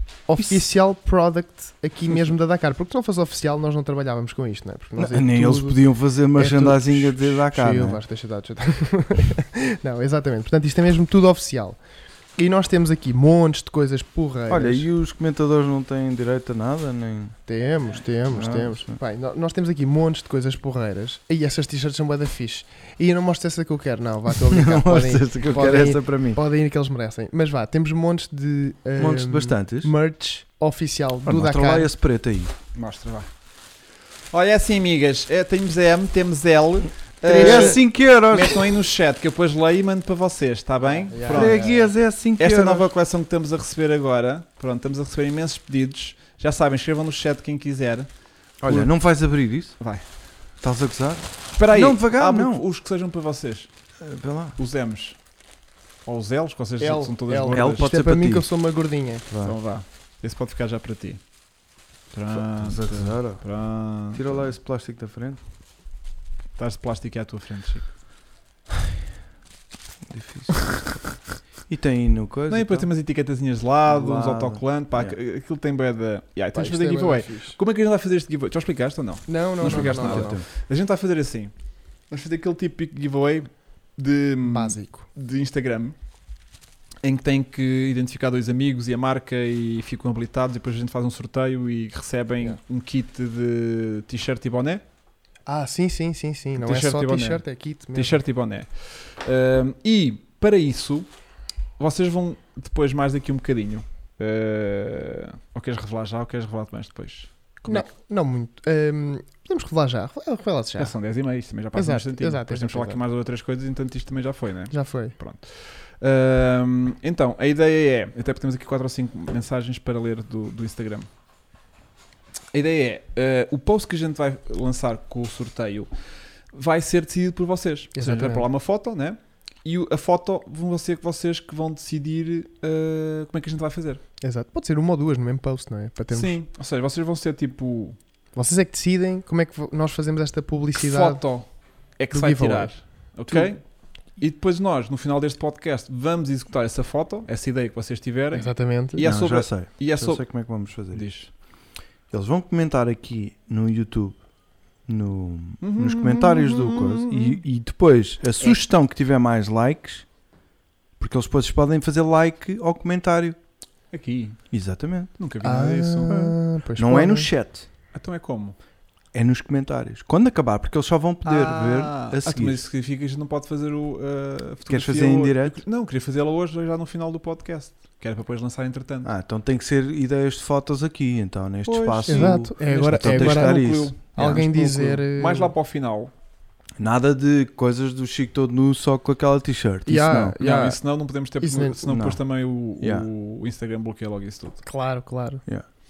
oficial product aqui mesmo da Dakar. Porque se não fosse oficial, nós não trabalhávamos com isto, não é? Porque nós Não, é nem tudo- eles podiam fazer merchandising a dizer Dakar, Chill, não é? Vasco, deixa dar, deixa dar. Não, exatamente. Portanto, isto é mesmo tudo oficial. E nós temos aqui montes de coisas porreiras. Olha, e os comentadores não têm direito a nada, nem... Temos, temos, Ah, temos. sim. Pai, nó- nós temos aqui montes de coisas porreiras. E essas t-shirts são bué da fixe. E eu não mostro essa que eu quero, não. Vá, estou a brincar. Não, podem, esta que eu podem quero ir- essa para mim. podem ir que eles merecem. Mas vá, temos montes de... Um monte de ahm, bastantes. merch oficial Ora, do mostra Dakar. lá esse preto aí. Mostra, vai. Olha, é assim, amigas, é, temos M, temos L. É eh, cinco euros. metam aí no chat que eu depois leio e mando para vocês, está bem? Yeah. Pronto. Freguias é cinco Esta euros. nova coleção que estamos a receber agora, pronto, estamos a receber imensos pedidos. Já sabem, escrevam no chat quem quiser. Olha, não vais abrir isso? Vai. Estás a gozar? Espera aí, Não, devagar, abre não. os que sejam para vocês. Eh, Vê lá. Os M's. Ou os L's, que vocês L, são todas L. gordas. L pode Isto é ser para para mim ti. que eu sou uma gordinha. Vá. Então vá. Esse pode ficar já para ti. Estás a Pronto. gozar, ó. Pronto. Tira lá esse plástico da frente. Estás de plástico aí à tua frente, Chico. Difícil. E tem aí no coisa. Não, e depois então? tem umas etiquetazinhas de lado, De uns lado. autocolantes, pá, Yeah. aquilo tem bué de... Yeah, Pá, temos de isto fazer é bué da giveaway. fixe. Como é que a gente vai fazer este giveaway? Já explicaste ou não? Não, não, Não não. explicaste não, nada. não, não. A gente vai fazer assim. Vamos fazer aquele típico giveaway de, Básico. de Instagram em que tem que identificar dois amigos e a marca e ficam habilitados e depois a gente faz um sorteio e recebem Yeah. um kit de t-shirt e boné. Ah, sim, sim, sim, sim. Não é T-shirt só e boné. t-shirt, é kit mesmo. T-shirt e boné. Ahm, e para isso, vocês vão depois, mais daqui um bocadinho. Uh, ou queres revelar já ou queres revelar-te mais depois? Como Não, é que- não muito. Ahm, podemos revelar já. Revela- Revela-se já. Já são dez e meia, isto também já passa um Exato, instantinho. exato, Depois temos que falar exato, aqui mais outras coisas, entanto isto também já foi, né? Já foi. Ahm, então, a ideia é, até porque temos aqui quatro ou cinco mensagens para ler do, do Instagram. A ideia é, uh, o post que a gente vai lançar com o sorteio vai ser decidido por vocês. Ou seja, vai Exatamente. para lá uma foto, né? e o- a foto vão ser que vocês que vão decidir uh, como é que a gente vai fazer. Exato. Pode ser uma ou duas no mesmo post, não é? Para termos... Sim, ou seja, vocês vão ser tipo Vocês é que decidem como é que vo- nós fazemos esta que publicidade. foto é que do se vai giveaway. tirar, ok? E depois nós, no final deste podcast, vamos executar essa foto, essa ideia que vocês tiverem. Exatamente. E é Não, sobre... já sei. E é Já sobre... sei como é que vamos fazer. Diz. Eles vão comentar aqui no YouTube, no, Uhum, nos comentários do uhum, coisa, uhum. e, e depois a sugestão que tiver mais likes, porque eles depois podem fazer like ao comentário. Aqui. Exatamente. Nunca vi Ah, nada disso. pois Não podem. é no chat, Então é como? é nos comentários. Quando acabar, porque eles só vão poder Ah, ver ah, a seguir. mas isso significa que a gente não pode fazer o, uh, a fotografia Queres fazer em hoje. direto? Não, queria fazê-la hoje, já no final do podcast. Que era para depois lançar entretanto. Ah, então tem que ser ideias de fotos aqui, então, neste Pois, espaço. Exato. É agora, Então é tens de agora dar núcleo. isso. alguém Neste dizer. núcleo. eh, Mais lá para o final. Nada de coisas do Chico todo nu só com aquela t-shirt. Isso Yeah, não. Yeah. Não, isso não, não podemos ter, Isso porque nem- senão não. depois também o, Yeah. o Instagram bloqueia logo isso tudo. Claro, claro.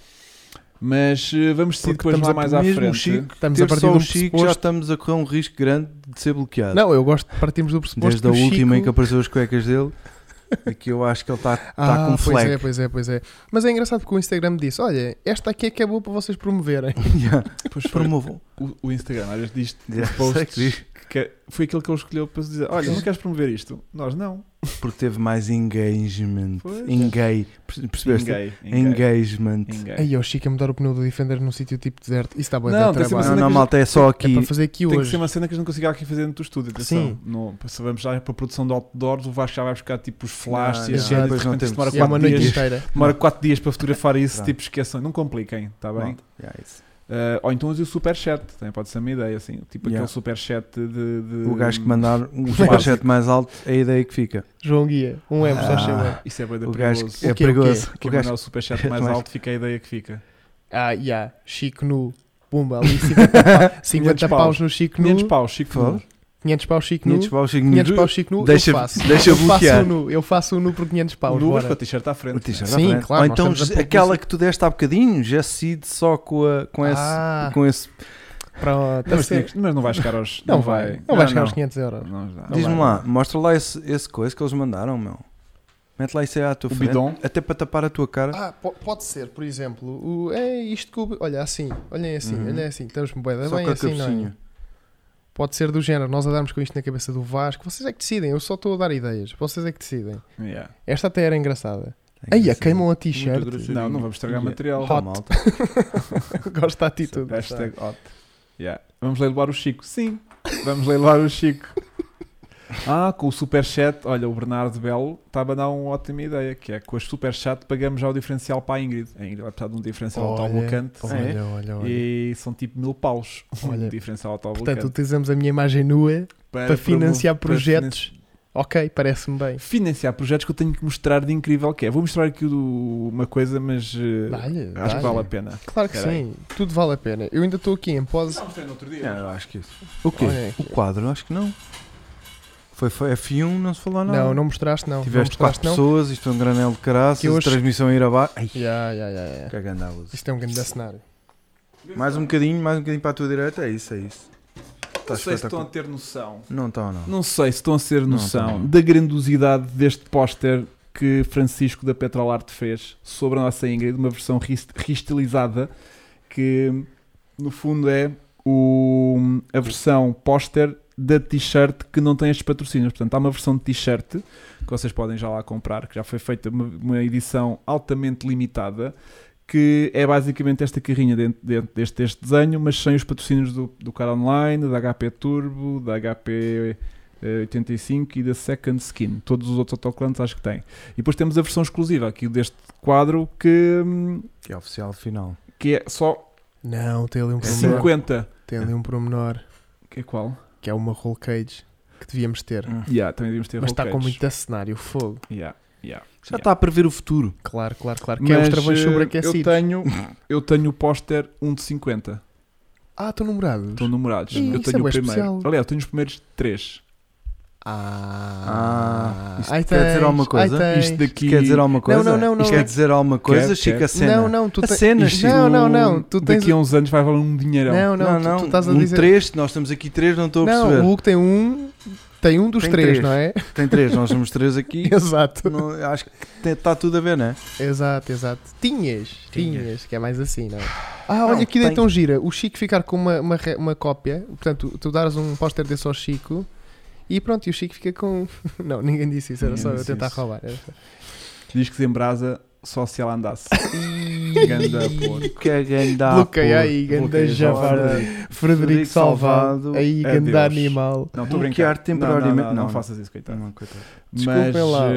Mas uh, vamos decidir Porque depois estamos lá a- mais à Mesmo o frente. Chico, Estamos ter a partir só de um o Chico já pressuposto- estamos a correr um risco grande de ser bloqueado. Não, eu gosto de partirmos do pressuposto Desde a que o última em Chico... que apareceu as cuecas dele, aqui eu acho que ele está tá Ah, com pois flag. é, pois é, pois é. Mas é engraçado porque o Instagram disse: olha, esta aqui é que é boa para vocês promoverem. Yeah. Depois foi Promovam. o, o Instagram, às vezes diz Yeah, os posts sei que diz. que foi aquilo que ele escolheu para se dizer: olha, não queres promover isto? Nós não. Porque teve mais engagement. Pois. Engage. Percebeste? Engay, Engagement. engay. Aí o Chico a mudar o pneu do Defender num sítio tipo deserto. Isso está bom. Não, de tem que ser uma trabalho. Não, cena não, que- malta, é só É aqui. para fazer aqui Tem que hoje. ser uma cena que a gente não consiga aqui fazer no teu estúdio. Atenção. Sim. Não, se vamos já para a produção de outdoors, o Vasco já vai buscar tipo os flashes Ah, e yeah. as cenas, Depois de não repente isto temos. demora E é uma quatro noite dias. inteira. Demora quatro dias para fotografar isso, Pronto. tipo, esqueçam, não compliquem, está bem? Malta, yeah, isso. Uh, ou então use o superchat, também pode ser uma ideia, assim, tipo Yeah. aquele superchat de, de. O gajo que mandar o superchat mais alto é a ideia que fica. João Guia, um M, só Ah. chama. Isso é bem O gajo perigoso. que é O quê, o quê? perigoso. Quem O gajo mandar o superchat mais mais- alto fica a ideia que fica. Ah, yeah. Chico nu. Pumba, ali cinquenta, pa- cinquenta paus. paus no Chico nu. quinhentos paus, Chico. Foda. quinhentos paus Chico nu. quinhentos paus, Chico quinhentos nu. paus Chico nu. Deixa- eu faço. deixa eu bloquear. faço o nu. Eu faço o nu por quinhentos paus. Luvas Bora. com a t-shirt à frente. O t-shirt Sim, à frente. claro, Ou nós então estamos a aquela publici- que tu deste há bocadinho, já seed só com, a, com, esse, Ah. com esse. Pronto. Não, mas, a ser- tinha que- mas não vai chegar aos. Não vai. Não Não, vai chegar não. aos quinhentos euros. Não, não, Não Diz-me vai. lá, mostra lá esse, esse coisa que eles mandaram, meu. Mete lá isso aí à tua O frente. bidon? Até para tapar a tua cara. Ah, po- pode ser, por exemplo, o, é isto que o, olha assim, olhem assim, Uhum. olhem assim, estamos bem, só bem com a assim, não é? cabecinha. Pode ser do género, nós a darmos com isto na cabeça do Vasco, vocês é que decidem, eu só estou a dar ideias, vocês é que decidem. Yeah. Esta até era engraçada. É Aí, a engraçado. queimam a Muito t-shirt, engraçadinho. Não, não vamos estragar Yeah. material. Tá, Hot. malta. gosto da atitude. Hashtag hot. Yeah. Vamos leiloar o Chico. Sim, vamos leiloar o Chico. Ah, com o superchat, olha, o Bernardo Belo estava a dar uma ótima ideia, que é com o superchat pagamos já o diferencial para a Ingrid. A Ingrid vai precisar de um diferencial Olha, autoblocante olha, olha, olha. e são tipo mil paus Olha. um diferencial autoblocante. Portanto, utilizamos a minha imagem nua para, financiar promo- para projetos. Ok, parece-me bem. financiar projetos que eu tenho que mostrar de incrível que é. Vou mostrar aqui o- uma coisa, mas eh, Dá-lhe, acho dá-lhe. que vale a pena. Claro que Espera aí. sim, tudo vale a pena. Eu ainda estou aqui em pose. mostrei no outro dia. É, eu acho que isso. O quê? Olha O aqui. quadro? Acho que não. Foi, foi F um, não se falou nada. Não, não mostraste, não. Tiveste não mostraste, quatro não. pessoas, isto foi um granel de caraças, Que hoje- transmissão a ir abaixo. Ai, Ya, ya, ya, ya. que agandá-los. Isto é um grande cenário. Mais um bocadinho, mais um bocadinho para a tua direita, é isso, é isso. Não Está sei se estão a espetacular. ter noção. Não estão, não. Não sei se estão a ter Não, noção não. da grandiosidade deste póster que Francisco da Petrolarte fez sobre a nossa Ingrid, uma versão ris- reestilizada que no fundo é o, a versão póster da t-shirt que não tem estes patrocínios. Portanto, há uma versão de t-shirt que vocês podem já lá comprar, que já foi feita uma, uma edição altamente limitada, que é basicamente esta carrinha dentro, dentro deste, deste desenho, mas sem os patrocínios do, do Car Online, da H P Turbo, da H P eh, oitenta e cinco e da Second Skin. Todos os outros autocolantes acho que têm. E depois temos a versão exclusiva aqui deste quadro que, hum, Que é oficial final. que é só Não, tem ali um pormenor. cinquenta. Tem ali um pormenor Que é qual? que é uma roll cage que devíamos ter. Hum. Yeah, também devíamos ter Mas está roll com cages. muito cenário, fogo. Yeah, yeah, Já yeah. está a prever o futuro. Claro, claro, claro. Que é os Mas, travões eh, sobreaquecidos. Eu tenho, eu tenho o póster um de cinquenta. Ah, estão numerados. Estão numerados. Ih, eu isso tenho é o bué primeiro. especial. Aliás, eu tenho os primeiros três. Ah, Ah, isto aí quer dizer tens, alguma coisa? aí tens. Isto daqui. Isto quer dizer alguma coisa? não, não, não. Isto quer dizer alguma coisa, Quer, Chico, quer. a cena? Não, não, tu A tens. cena, Isto, Chico. Não, não, não. Tu tens. Daqui a uns anos vai valer um dinheirão. Não, não, Não, tu- não. tu estás a um dizer. três, nós estamos aqui três, não estou a Não, perceber. o Hugo tem um Tem um dos Tem três, três. não é? Tem três, nós somos três aqui. Exato. Não, acho que está tudo a ver, não é? Exato, exato. Tinhas, Tinhas. tinhas, que é mais assim, não é? Ah, Não, olha que ideia tem- tão gira. O Chico ficar com uma, uma, re- uma cópia, portanto, tu, tu dares um póster desse ao Chico e pronto, e o Chico fica com. Não, ninguém disse isso, era Ninguém só eu disse tentar isso. roubar. Era só- Discos em brasa só se ela andasse. Ganda porco. Que ganda Bloqueia aí, Bloqueia ganda já. javarda. Frederico Frederico Salvado. Salvado. Aí, Adeus. ganda animal. Não, estou a Bloquear brincar. temporariamente- Não, não, não, não não. faças isso, coitado. Não, coitado. Desculpem Mas, lá, o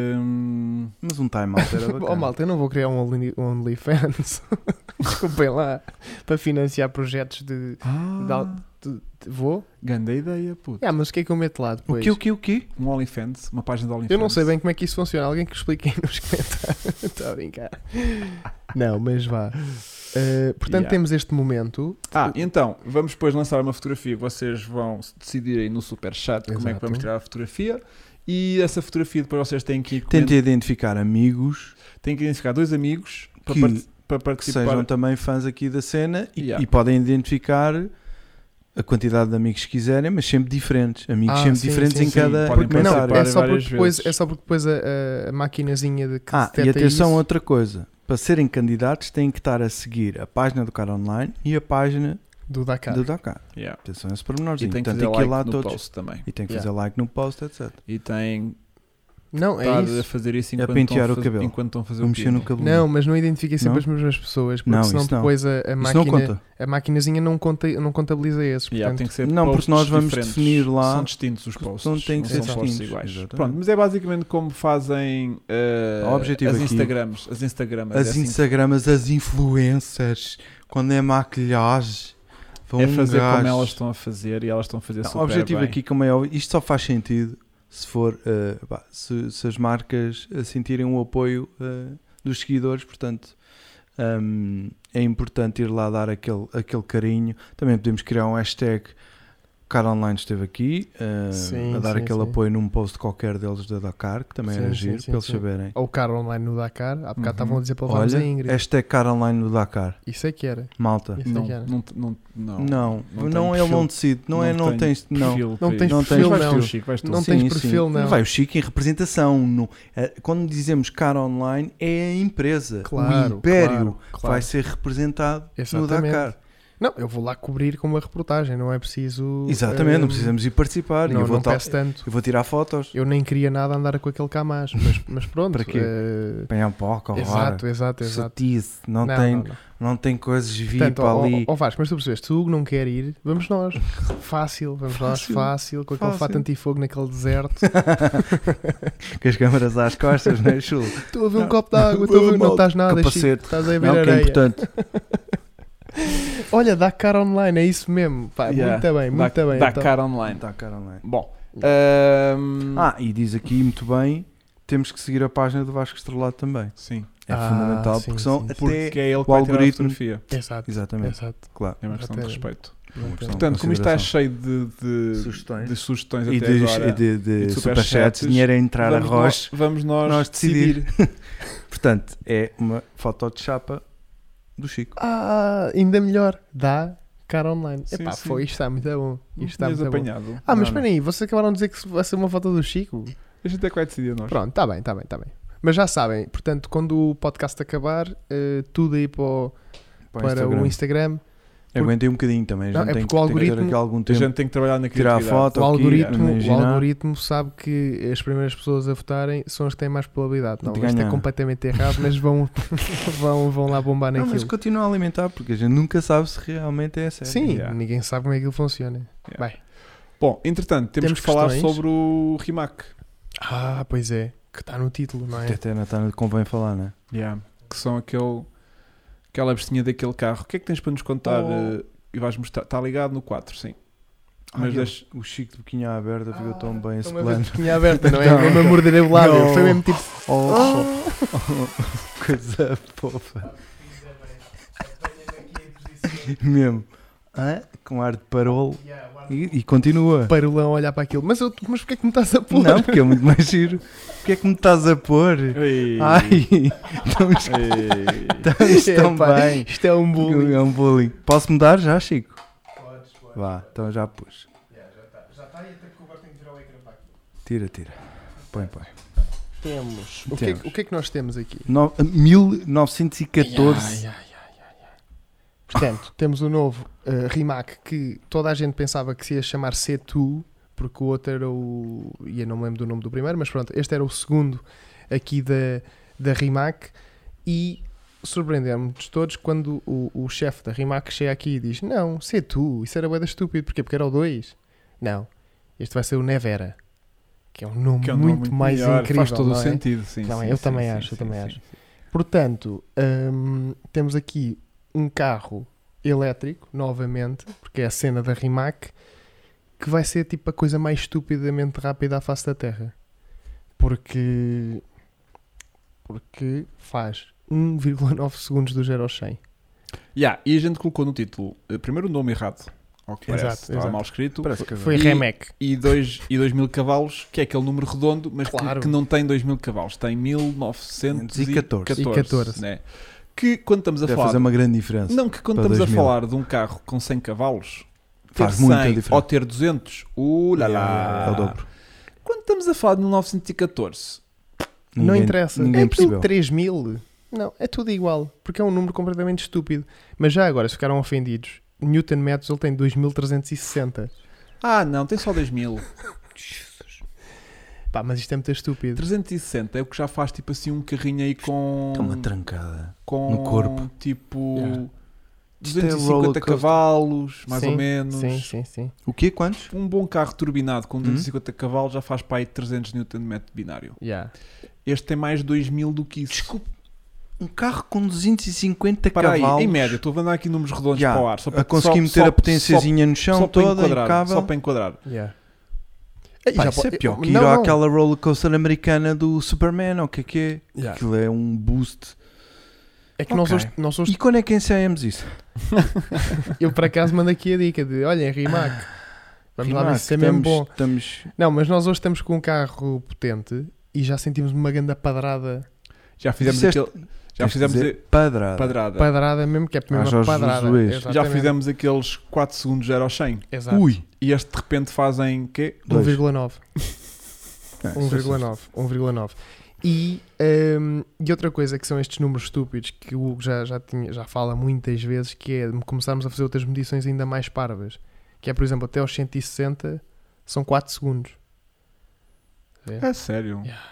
hum, Mas um time-out era bacana. Oh malta, eu não vou criar um Only- um OnlyFans. Desculpem lá. Para financiar projetos de. ah, de al- de- de- vou? ganda ideia, puto. Ah, mas o que é que eu meto lá O depois? quê, o quê, o quê? Um OnlyFans, uma página de OnlyFans. Eu não sei bem como é que isso funciona. Alguém que explique aí nos comentários. Estou a brincar. Não, mas vá. Uh, portanto, Yeah. temos este momento. Ah, então, vamos depois lançar uma fotografia que vocês vão decidir aí no superchat como é que Exato. vamos tirar a fotografia. E essa fotografia depois vocês têm que ir Tente coment- identificar amigos têm que identificar dois amigos para, Que- part- para que participar. sejam também fãs aqui da cena e, Yeah. e podem identificar a quantidade de amigos que quiserem, mas sempre diferentes. Amigos Ah, sempre sim, diferentes sim, em sim. cada Podem Não, participar comentário. é só, várias porque depois, vezes. é só porque depois a, a, a maquinazinha de que Ah, e detecta atenção a isso- outra coisa. Para serem candidatos têm que estar a seguir a página do Cara Online e a página do Dakar. do Dakar. Yeah. Atenção a esse E pormenorzinho. tem que Portanto, fazer tem que ir like lá no todos. post também. E tem que Yeah. fazer like no post, etcétera. E tem Não, é estar a isso. fazer isso A enquanto, pentear estão, a o fazer- cabelo. enquanto estão a fazer Vou o mexer no peeling. cabelo. Não, mas não identifiquem sempre Não? as mesmas pessoas, porque Não, senão isso não. depois a, a Isso não máquina, conta. a maquinazinha não, conta, não contabiliza esses. Yeah, Portanto, tem que ser Não, porque posts nós vamos diferentes. definir lá- São distintos os posts. Não tem que não ser são posts distintos, iguais. exatamente. Pronto, mas é basicamente como fazem eh, O objetivo as aqui- Instagrams. As Instagrams. As é assim que- Instagramas, as influencers, quando é maquilhagem, vão é fazer um gajo- como elas estão a fazer e elas estão a fazer Não, super o objetivo bem. aqui, como é óbvio, isto só faz sentido se for eh, pá, se, se as marcas eh, sentirem o apoio eh, dos seguidores, portanto hum, é importante ir lá dar aquele, aquele carinho. Também podemos criar um hashtag Cara Online esteve aqui eh, Sim, a dar sim, aquele sim. apoio num post qualquer deles da Dakar, que também Sim, era sim, giro, sim, para eles sim. saberem. ou o Cara Online no Dakar. Há bocado Uhum. estavam a dizer para levarmos Olha, a Ingrid. hashtag Cara Online no Dakar, Isso é que era. malta. Isso é Não, que era. não, não, não, Não, não, tenho ele perfil- não decide, não, é, não tenho tens, não. perfil Não para tens isso. Não perfil, tens não. Vais tu, Chico, vais tu. Não Sim, tens sim. perfil, não. Vai o Chico em representação. No, eh, quando dizemos Cara Online, é a empresa. Claro, o império claro, claro. vai ser representado no Exatamente. Dakar. Não, eu vou lá cobrir com uma reportagem, não é preciso. Exatamente, eh, não precisamos ir participar. Não, eu, vou não tal- peço tanto. eu vou tirar fotos. Eu nem queria nada andar com aquele camás, mas, mas pronto. Para quê? eh, Apanhar um pouco, exato, exato, exato. Sotice, não, Não, tem, não, não, não. tem coisas V I P Portanto, ó, ali. ó, ó Vasco, mas tu percebeste, se o Hugo não quer ir, vamos nós. Fácil, vamos nós, Fácil. fácil, com aquele Fácil. fato antifogo naquele deserto. Com as câmaras às costas, não é, chulo? Estou a ver um Não. copo de água, estou a ver, não estás nada, Chico, Capacete. estás a ver Não, que é areia. importante. Olha, dá cara online, é isso mesmo. Pá, Yeah. Muito bem, muito Dá- bem. Dá então. cara online. Dakar Online. Bom. ahm, Ah, e diz aqui muito bem, temos que seguir a página do Vasco Estrelado também. sim. É Ah, fundamental, sim, porque são sim. até... Porque é ele que o vai tirar a algoritmo- fotografia. Exato, Exatamente, exato. claro. É uma questão de Exatamente. respeito. Exatamente. Portanto, como isto está consideração. cheio de, de, Sugestões. de sugestões E até de, agora, e de, de, e de superchats, superchats, dinheiro a entrar vamos, a rocha. nós, vamos nós, nós decidir. decidir. Portanto, é uma foto de chapa do Chico. Ah, ainda melhor. Dá cara online. Sim, Epá, sim. foi, isto está muito bom. Isto está Tinhas muito bom. apanhado. Ah, mas Não, espera aí, vocês acabaram de dizer que vai ser uma foto do Chico? A gente é que vai decidir nós. Pronto, está bem, está bem, está bem. Mas já sabem, portanto, quando o podcast acabar, eh, tudo aí para, o, Para, para Instagram. o Instagram. Aguentei um bocadinho também. Não, já é tem, porque o tem que ter algoritmo- aqui algum A tempo. gente tem que trabalhar na Tirar a criatividade. foto. O aqui, algoritmo, o imaginar. algoritmo sabe que as primeiras pessoas a votarem são as que têm mais probabilidade. Não, De isto é ganhar. completamente errado, mas vão, vão, vão lá bombar Não, naquilo. mas continua a alimentar, porque a gente nunca sabe se realmente é sério. Sim, Yeah. ninguém sabe como é que aquilo funciona. Yeah. Bem. Bom, entretanto, temos, Temos que falar questões? sobre o Rimac. Ah, pois é, que está no título, não é? Até até Natal convém falar, não é? Yeah. Que são aquele, aquela bestinha daquele carro. O que é que tens para nos contar? Oh. eh, e vais mostrar. Está ligado no quatro, sim. Mas Ai, deixa- o Chico de boquinha aberta ficou Ah, tão bem esse Uma plano. vez que tinha aberta, não é? Não. Mesmo a morder o lábio. Não. Foi mesmo tipo. Oh, coisa fofa. Mesmo. Hã? Com ar de parolo. E, e continua. Parolão a olhar para aquilo. Mas, eu, mas porquê é que me estás a pôr? Não, porque é muito mais giro. Porquê é que me estás a pôr? Ei. Ai, estamos, Ei. estamos tão Epá, bem. Isto é um bullying. É um bullying. Posso mudar já, Chico? Podes, podes. Vá, então já pus. Já está. Já está e até que agora tenho que tirar o ecrã Tira, tira. Põe, põe. Temos. O que, é, que- o que é que nós temos aqui? No, mil novecentos e catorze. Ai, ai, ai, ai, ai. Portanto, temos o novo uh, Rimac que toda a gente pensava que se ia chamar C dois, porque o outro era o. E eu não me lembro do nome do primeiro, mas pronto, este era o segundo aqui da, da Rimac. E surpreendemos todos quando o, o chefe da Rimac chega aqui e diz: Não, C dois, isso era bué da estúpido, porquê? Porque era o dois. Não, este vai ser o Nevera, que é um nome Que é um muito, nome muito mais melhor, incrível. faz todo não o é? sentido. Sim, Não, sim, eu sim, também sim, acho, eu sim, também sim, acho. sim. Portanto, hum, temos aqui um carro elétrico, novamente, porque é a cena da Rimac, que vai ser tipo a coisa mais estupidamente rápida à face da Terra. Porque, porque faz um vírgula nove segundos do zero ao cem. Yeah, e a gente colocou no título, eh, primeiro o nome errado, ao que parece, Exato, estava exato. mal escrito, Parece que Foi E- Remac. e dois e dois mil cavalos, que é aquele número redondo, mas que- Claro. que, não tem dois mil cavalos, tem mil novecentos e catorze. E catorze. Né? Que quando estamos a deve falar... fazer uma grande diferença. Não, que quando para estamos dois a mil. falar de um carro com cem cavalos, ter Faz muita cem diferença. ou ter duzentos, uh, lá, lá. É o dobro. Quando estamos a falar de mil novecentos e catorze, Não Ninguém- interessa. Ninguém é aquilo percebeu. três mil. Não, é tudo igual. Porque é um número completamente estúpido. Mas já agora, se ficaram ofendidos, Newton metros ele tem dois mil trezentos e sessenta. ah não, tem só dois mil. Pá, mas isto é muito estúpido. trezentos e sessenta é o que já faz tipo assim um carrinho aí com... Está uma trancada. com no corpo. tipo Yeah. Isto é duzentos e roller cinquenta coaster. cavalos, mais Sim, ou menos. Sim, sim, sim. O quê? Quantos? Um bom carro turbinado com duzentos e Hum? cinquenta cavalos já faz para aí trezentos newton metro binário. Yeah. Este tem mais dois mil do que isso. Desculpa. Um carro com duzentos e cinquenta Para aí, cavalos. em média, estou a mandar aqui números redondos Já, para o ar. Só para a conseguir só- meter só- a potenciazinha no só, chão só para toda, enquadrar, impecável. só para enquadrar. Yeah. Pá, Já isso é po- pior que ir não, não. àquela roller coaster americana do Superman, ou o que é que é? Yeah. Aquilo é um boost. É que nós Ok. hoje, nós hoje E quando é que ensaiamos isso? eu por acaso mando aqui a dica de olhem, Rimac. Vamos lá ver Rimac, se isso é mesmo estamos- bom. Estamos... Não, mas nós hoje estamos com um carro potente e já sentimos uma grande padrada. Já fizemos Disseste- aquele. Já tens de fizemos dizer padrada. padrada. Padrada mesmo, que é mesmo Ah, uma Jorge padrada. Jesus. Já Exatamente. fizemos aqueles quatro segundos zero ao cem. Exato. Ui! E este de repente fazem quê? um Dois. vírgula nove. Ah, um vírgula nove. um vírgula nove. E, hum, e outra coisa que são estes números estúpidos que o Hugo já, já, tinha, já fala muitas vezes, que é começarmos a fazer outras medições ainda mais parvas. Que é, por exemplo, até aos cento e sessenta são quatro segundos. É. É sério. Yeah.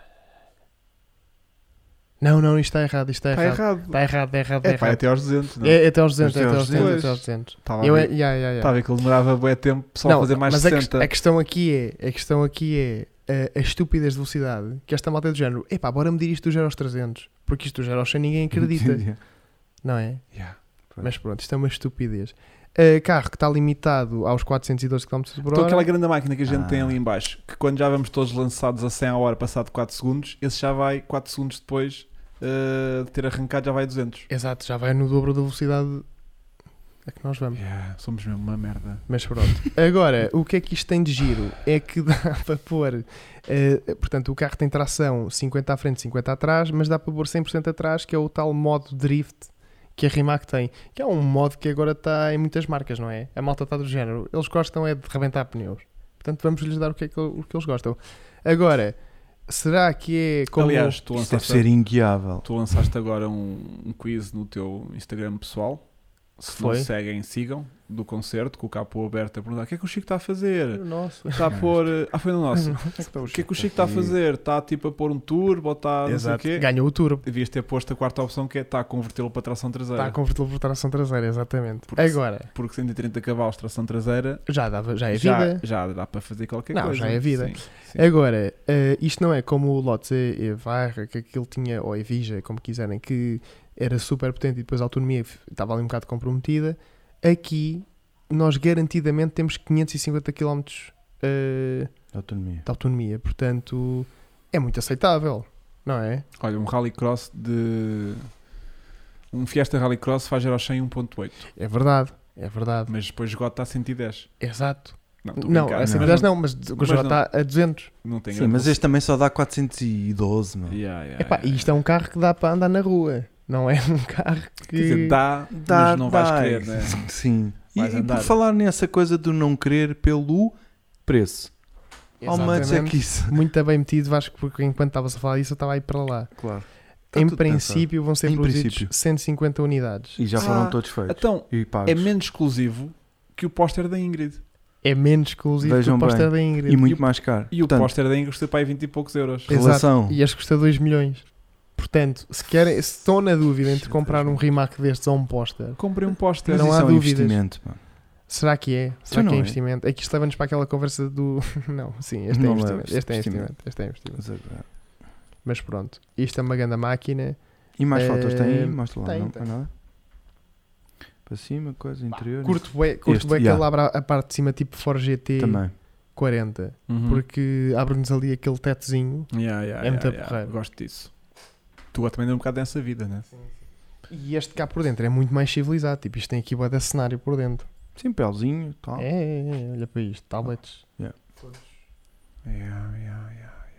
Não, não, isto está errado, isto está Está errado. errado. Está errado, é errado, é É pá, é errado. até aos duzentos. Não? É, é até aos duzentos, é Até até aos aos duzentos, duzentos. até aos duzentos. Estava Eu, a é, ver, yeah, yeah, yeah. estava a ver que ele demorava bué tempo só a Não, fazer mais mas sessenta. A, a questão aqui é, a questão aqui é a, a estupidez de velocidade, que esta malta é do género, epá, bora medir isto do zero aos trezentos, porque isto do zero aos cem ninguém acredita, não é? Yeah. Mas pronto, isto é uma estupidez. Uh, carro que está limitado aos quatrocentos e doze quilómetros por Então hora. aquela grande máquina que a gente Ah. tem ali em baixo, que quando já vamos todos lançados a cem a hora passado quatro segundos, esse já vai quatro segundos depois uh, de ter arrancado já vai a duzentos. Exato, já vai no dobro da velocidade a que nós vamos. Yeah, somos mesmo uma merda. Mas pronto. Agora, o que é que isto tem de giro? É que dá para pôr... eh, portanto, o carro tem tração cinquenta à frente, cinquenta atrás, mas dá para pôr cem por cento atrás, que é o tal modo drift que a Rimac tem. Que é um modo que agora está em muitas marcas, não é? A malta está do género. Eles gostam é de rebentar pneus. Portanto, vamos-lhes dar o que é que, o que eles gostam. Agora, será que é como... Aliás, tu Isto deve lançaste, ser inguiável. tu lançaste agora um, um quiz no teu Instagram pessoal. Se Foi? não seguem, sigam. Do concerto, com o capô aberto a perguntar o que é que o Chico está a fazer? Nossa. Está a pôr... Ah, foi no nosso. O O que é que o Chico está a fazer? Está tipo a pôr um turbo ou está não Exato. sei o quê? Ganhou o turbo. Devias ter posto a quarta opção que é está a convertê-lo para tração traseira. Está a convertê-lo por tração traseira, exatamente. Porque Agora, Porque cento e trinta cavalos tração traseira já, dava, já é já, vida. já dá para fazer qualquer Não, coisa. já é vida. Sim, sim. Agora, eh, isto não é como o Lotus e Varra, que aquilo tinha, ou Evija, como quiserem, que era super potente e depois a autonomia f- estava ali um bocado comprometida. Aqui, nós garantidamente temos quinhentos e cinquenta quilómetros eh, Autonomia. de autonomia. Portanto, é muito aceitável, não é? Olha, um rallycross de... Um Fiesta Rallycross faz zero ao cem um ponto oito. É verdade, é verdade. Mas depois esgota a cento e dez. Exato. Não, estou a Não, brincar. a cento e dez não, mas o mas já não. está a duzentos. Não tem Sim, grande mas este também só dá quatrocentos e doze, mano. Yeah, yeah, Epá, yeah, e isto é um carro que dá para andar na rua. Não é um carro que... Quer dizer, dá, Dá, mas não dá. vais querer, né? Sim. E, Vais e por andar. falar nessa coisa do não querer pelo preço. How much é Exatamente. que isso? Muito bem metido, Vasco, porque enquanto estavas a falar disso, eu estava a ir para lá. Claro. Está Em tudo princípio, vão ser Em produzidos princípio. cento e cinquenta unidades. pensado. E já foram Ah, todos feitos. Então, E pagos. é menos exclusivo que o póster da Ingrid. É menos exclusivo Vejam que o póster bem. da Ingrid. E muito mais caro. E o Portanto, póster da Ingrid custa para aí vinte e poucos euros. Exato. relação. E este custa dois milhões. Portanto, se, querem, se estão na dúvida entre Shit, comprar Deus um remake destes ou um póster, Comprei um póster. Mas não isso há é um dúvidas. investimento. Pá. será que é? Será Então que é não é. investimento? Aqui isto leva-nos para aquela conversa do... não, sim, este é Não investimento. leva Este é investimento. investimento. Este é investimento. Mas agora- Mas pronto, isto é uma grande máquina. E mais Eh, fotos tem aí? Mostra lá. tem, não tem. não nada? Para cima, coisa interior. Curto bué, curto Este, bué que yeah. ele abre a, a parte de cima tipo Ford G T Também. quarenta. Uhum. Porque abre-nos ali aquele tetozinho. Yeah, yeah, é muito yeah, yeah. porreiro. Gosto disso. Tu também deu um bocado dessa vida, né? E este cá por dentro é muito mais civilizado. Tipo, isto tem aqui bué de cenário por dentro. Sim, pelzinho. Tal. É, é, é, olha para isto. Tablets. Yeah, yeah, yeah.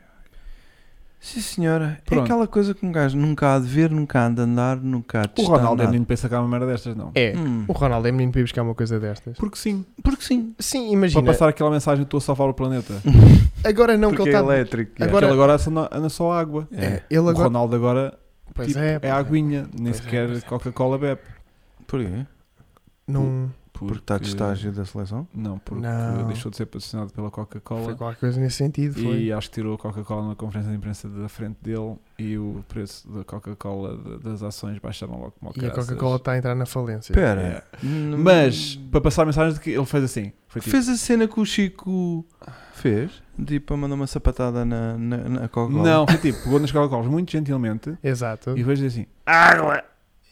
Sim, senhora. Pronto. É aquela coisa que um gajo nunca há de ver, nunca há de andar, nunca há de O testar Ronaldo é nada. menino pensa que há uma merda destas, não. É. Hum, O Ronaldo é menino para ir buscar uma coisa destas. Porque sim. Porque sim. Sim, Para imagina. passar aquela mensagem, estou a salvar o planeta. Agora não Porque que é ele está... elétrico. Agora- Agora, ele agora anda só- anda só água. É. É, ele O agora... Ronaldo agora Pois tipo, é, é, pois aguinha, nem Pois é, sequer pois é. Coca-Cola bebe. Porquê? Não... Porque está de estágio da seleção? Não, porque Não. deixou de ser patrocinado pela Foi Coca-Cola. qualquer coisa nesse sentido. Foi. E acho que tirou a Coca-Cola numa conferência de imprensa da frente dele e o preço da Coca-Cola de- das ações baixaram logo como ao E a caraças. Coca-Cola está a entrar na falência. Espera. É. Hum, Mas, para passar a mensagem de que ele fez assim. Foi tipo, Fez a cena que o Chico fez? Tipo, a mandar uma sapatada na, na, na Coca-Cola? não, foi tipo, pegou nas Coca-Colas muito gentilmente Exato. e fez assim, água!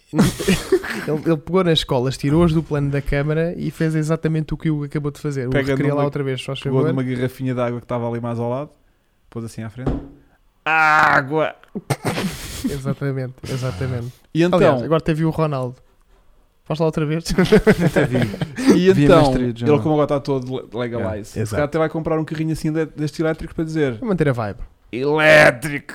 Ele, ele pegou nas escolas, tirou-as do plano da câmara e fez exatamente o que o acabou de fazer. O Pega queria lá numa- outra vez, só Pegou favor. numa garrafinha de água que estava ali mais ao lado, pôs assim à frente, água! Exatamente, exatamente. E então, Aliás, agora teve o Ronaldo. Faz lá outra vez. Até vi. e vi a então mestria de ele jornal. como agora está todo le- legalize, Yeah, se exato. calhar até vai comprar um carrinho assim de- destes elétricos para dizer Vou manter a vibe. elétrico!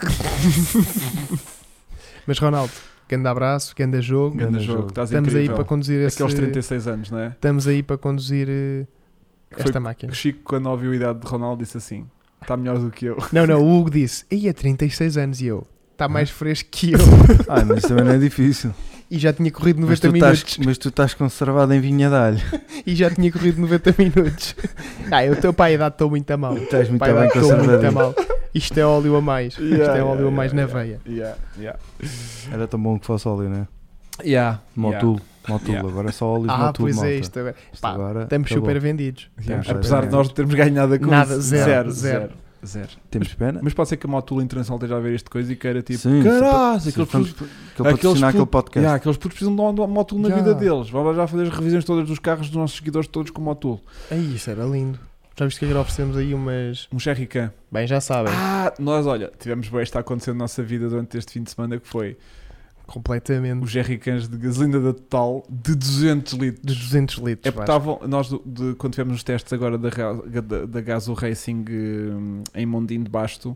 Mas Ronaldo, grande abraço, grande jogo. Grande Grande jogo, jogo. estás Estamos aí incrível. para conduzir esse... Aqueles trinta e seis anos, não é? Estamos aí para conduzir eh, Que esta foi- máquina. O Chico, quando ouviu a idade de Ronaldo, disse assim: está melhor do que eu. Não, não, o Hugo disse, ia trinta e seis anos e eu. Está mais fresco que eu. Ah, mas isso também não é difícil. E já tinha corrido Mas noventa tu, minutos. estás, mas tu estás conservado em vinha de alho. E já tinha corrido noventa minutos. Ah, eu estou para a idade, estou muito a mal. Estás muito Para a bem idade, estou muito a conservadinho. mal. Isto é óleo a mais. Isto Yeah, é óleo yeah, a mais yeah, na yeah. veia. Yeah, yeah. Era tão bom que fosse óleo, não é? Yeah, Motul. Motul. Yeah. Agora é só óleo Ah, Motul, pois malta. é isto. Agora. Isto Pá, agora estamos acabou. super vendidos. Yeah. Estamos super Apesar de vendidos. nós não termos ganho nada com Nada, isso. zero, zero, zero. zero, zero. Temos pena? Mas pode ser que a Motul Internacional esteja a ver este coisa e queira tipo, Sim, caralho, se- se aqueles vamos- putos- que ele patrocinar aquele putos- podcast. yeah, aqueles putos precisam de uma Motul na Já. vida deles. Vamos já fazer as revisões todas dos carros dos nossos seguidores, todos com Motul. Aí, isso era lindo. Já viste que agora oferecemos aí umas... Um Jerrycan. Bem, já sabem. Ah, nós, olha, tivemos bem esta a acontecer na nossa vida durante este fim de semana, que foi Completamente. os Jerrycans de gasolina da Total de duzentos litros. De duzentos litros. É porque Vasco. estavam, nós do- de- quando tivemos os testes agora da, Ra- da, da Gaso Racing eh, em Mondim de Basto,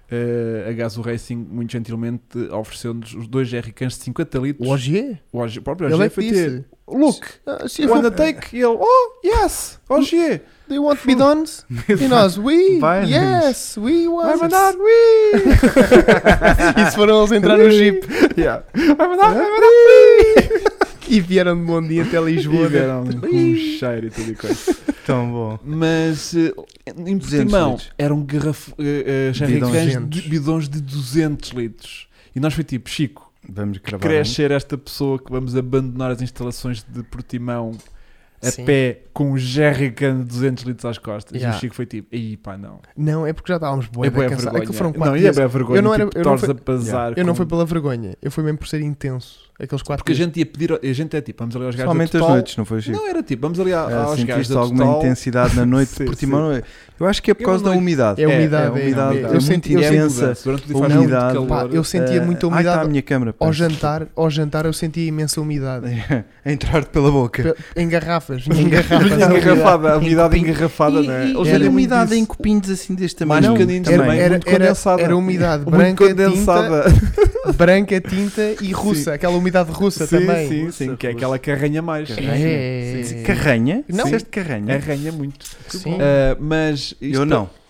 eh, a Gaso Racing muito gentilmente ofereceu-nos os dois jerrycans de cinquenta litros. O Ogier? O Ogier- o próprio Ele Ogier é que foi disse. ter, look, Ah, se wanna take? E ele, oh, yes, Ogier, Do you want bidons? E nós, we, Vai, yes, we want. vai mandar, ui! E se foram eles entrar no jeep. Yeah. Vai mandar, vai mandar, ui! E vieram de Mondim até Lisboa. E vieram com um cheiro e tudo e coisa. Tão bom. Mas eh, em duzentos Portimão litros. eram garraf... uh, jerrycans de bidões de duzentos litros. E nós foi tipo, Chico, Vamos gravar. queres um. ser esta pessoa que vamos abandonar as instalações de Portimão a Sim. pé com um jerrycan de duzentos litros às costas? Yeah. E o Chico foi tipo, aí pá, não. Não, é porque já estávamos bué É da bué cansados. vergonha. Aquilo foram Não, quatro e é dias. bué vergonha. Eu não era- tipo, eu não torres fui- a pasar. Eu não com- fui pela vergonha, eu fui mesmo por ser intenso. Aqueles quatro Porque a dias. gente ia pedir, a gente é tipo, vamos ali aos gajos da Somente as Total. noites, não foi, Chico? Não, era tipo, vamos ali a- É, aos gajos sentiste da alguma Total. intensidade na noite Sim, de Portimão? Eu acho que é por Eu causa não- da umidade. É umidade, é, é umidade. umidade. É Eu muito senti- eu intensa. Durante o dia a faz muito umidade. calor. Pá, eu sentia Eh, muita ai, umidade. está a minha câmara. Ao peço jantar, ao jantar eu sentia imensa umidade. desculpa. A entrar-te pela boca. Pe- Em garrafas, vinha em garrafas. Vinha a umidade. engarrafada, a umidade Em copinho. engarrafada, E- não é? e- Eles era vendem muito umidade disso. em copinhos assim deste Mais tamanho. pequeninos também. também. Era, muito era, condensada. era umidade Muito branca, condensada. tinta, branca, tinta e russa. Sim. Aquela umidade russa Sim, também. sim, sim, que é aquela que arranha mais. É. Sim. Carranha? Não. Disseste carranha? Arranha muito. Sim. Ah, mas isto Eu não.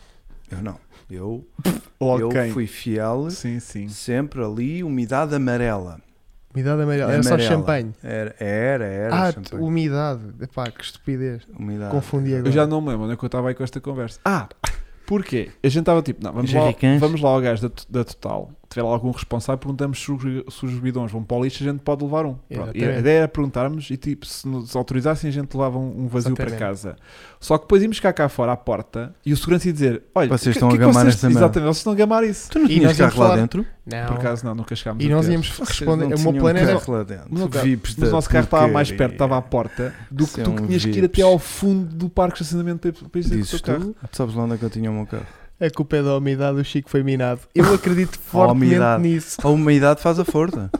Eu não. Eu, Ou eu quem? fui fiel Sim, sim. sempre ali, umidade amarela. Umidade amarela. Era só Amarela. champanhe. Era, era, era Ah, champanhe. umidade. Epá, que estupidez. Umidade. Confundi agora. Eu já não me lembro onde é que eu estava aí com esta conversa. Ah, porquê? A gente estava tipo, não, vamos lá, Jerrycans? vamos lá ao gajo da, da Total. Tiver lá algum responsável, perguntamos se os, se os bidões vão para o lixo, a gente pode levar um. Pronto. E a Exatamente. ideia era perguntarmos e tipo, se nos autorizassem, a gente levava um, um vazio Exatamente. para casa. Só que depois íamos ficar cá fora à porta e o segurança ia dizer: olha, Vocês que- estão que a é que gamar vocês- esta merda. Exatamente, vocês estão a gamar isso. Tu não E tinhas nós íamos carro lá falar- dentro? Não. Por acaso não, nunca chegámos E a nós ter. íamos Vocês responder. não O meu tinham plano era. carro lá dentro. Mas o carro- Vipes Mas o da nosso carro estava mais porcaria. perto, estava à porta, do que Isso é tu um que tinhas que ir vipes. até ao fundo do parque de estacionamento para, para ir dizer que o Dizes teu carro. tu? Tu sabes lá onde é que eu tinha o meu carro? A culpa é da umidade, o Chico foi minado. Eu acredito fortemente umidade. nisso. A umidade faz a força.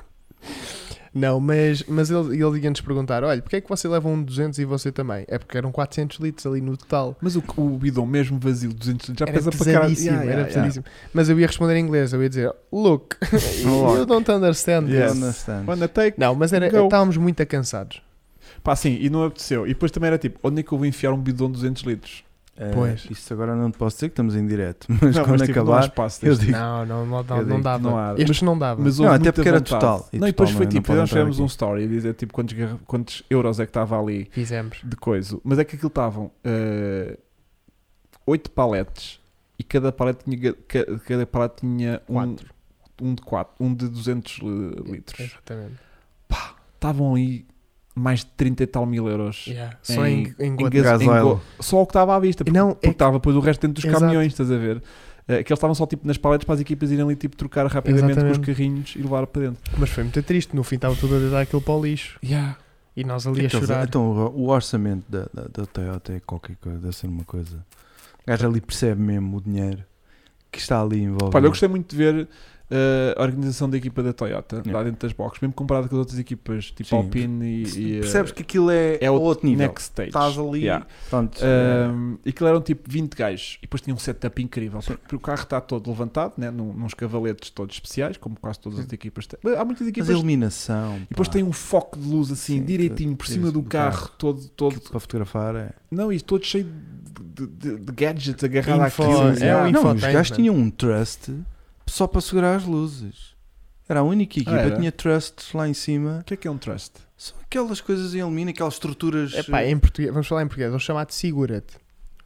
Não, mas, mas ele, ele ia-nos perguntar: olha, porque é que você leva um duzentos e você também? É porque eram quatrocentos litros ali no total. Mas o, o bidão mesmo vazio, duzentos litros, já Era pesa para caralho. pesadíssimo, Yeah, era yeah, yeah. pesadíssimo. Mas eu ia responder em inglês, eu ia dizer: look, Look. you don't understand Yes. this. Understand. Wanna take? Não, mas era, Go. estávamos muito cansados. Pá, sim, e não apeteceu. E depois também era tipo, onde é que eu vou enfiar um bidão de duzentos litros? Eh, Pois. Isto agora não te posso dizer que estamos em direto, mas Não, quando mas tipo, não há acabar. espaço eu deste. digo- Não, não, não, não, Eu não digo, dava. não há. Este não dava. Mas Não, houve até muita porque era vontade. total. E Não, e depois total foi não- tipo, não pode nós entrar fizemos aqui. um story a dizer tipo quantos, garra- quantos euros é que estava ali Fizemos. de coisa. Mas é que aquilo estavam uh, oito paletes e cada palete tinha, ga- ca- cada palete tinha um, Quatro. um de quatro, um de duzentos litros. Exatamente. Estavam ali mais de trinta e tal mil euros. Yeah. Só em, em, em gota- gaso- em Gasóleo. go- só o que estava à vista, porque, Não, é porque que- estava depois o resto dentro dos Exato. caminhões, estás a ver? Uh, que eles estavam só tipo nas paletes para as equipas irem ali tipo trocar rapidamente Exatamente. com os carrinhos e levar para dentro. Mas foi muito triste. No fim estava tudo a deitar aquilo para o lixo. Yeah. E nós ali a Aqueles- chorar. Então, o o orçamento da, da, da Toyota é qualquer coisa, deve ser uma coisa. O gajo ali percebe mesmo o dinheiro que está ali envolvido. Olha, eu gostei muito de ver uh, a organização da equipa da Toyota Yeah. lá dentro das boxes, mesmo comparado com as outras equipas, tipo Sim. Alpine e, e uh, Percebes que aquilo é, é o outro nível. next stage. Estás ali. Yeah. Pronto, Um, e aquilo eram tipo vinte gajos e depois tinha um setup incrível porque, porque o carro está todo levantado, né, num, nos cavaletes todos especiais, como quase todas as equipas têm. Há muitas mas equipas a iluminação. e depois pá, tem um foco de luz assim Sim, direitinho por tudo cima isso do do carro, carro. todo, todo para fotografar é. não, e todo cheio de, de- de gadgets agarrado Info- àquilo. é Yeah. um Não, os infotainment. gajos tinham um trust só para segurar as luzes. Era a única equipa Ah, que era? tinha trusts lá em cima. O que é que é um trust? São aquelas coisas em alumínio, aquelas estruturas. É pá, em português, vamos falar em português, vamos chamar de segura-te.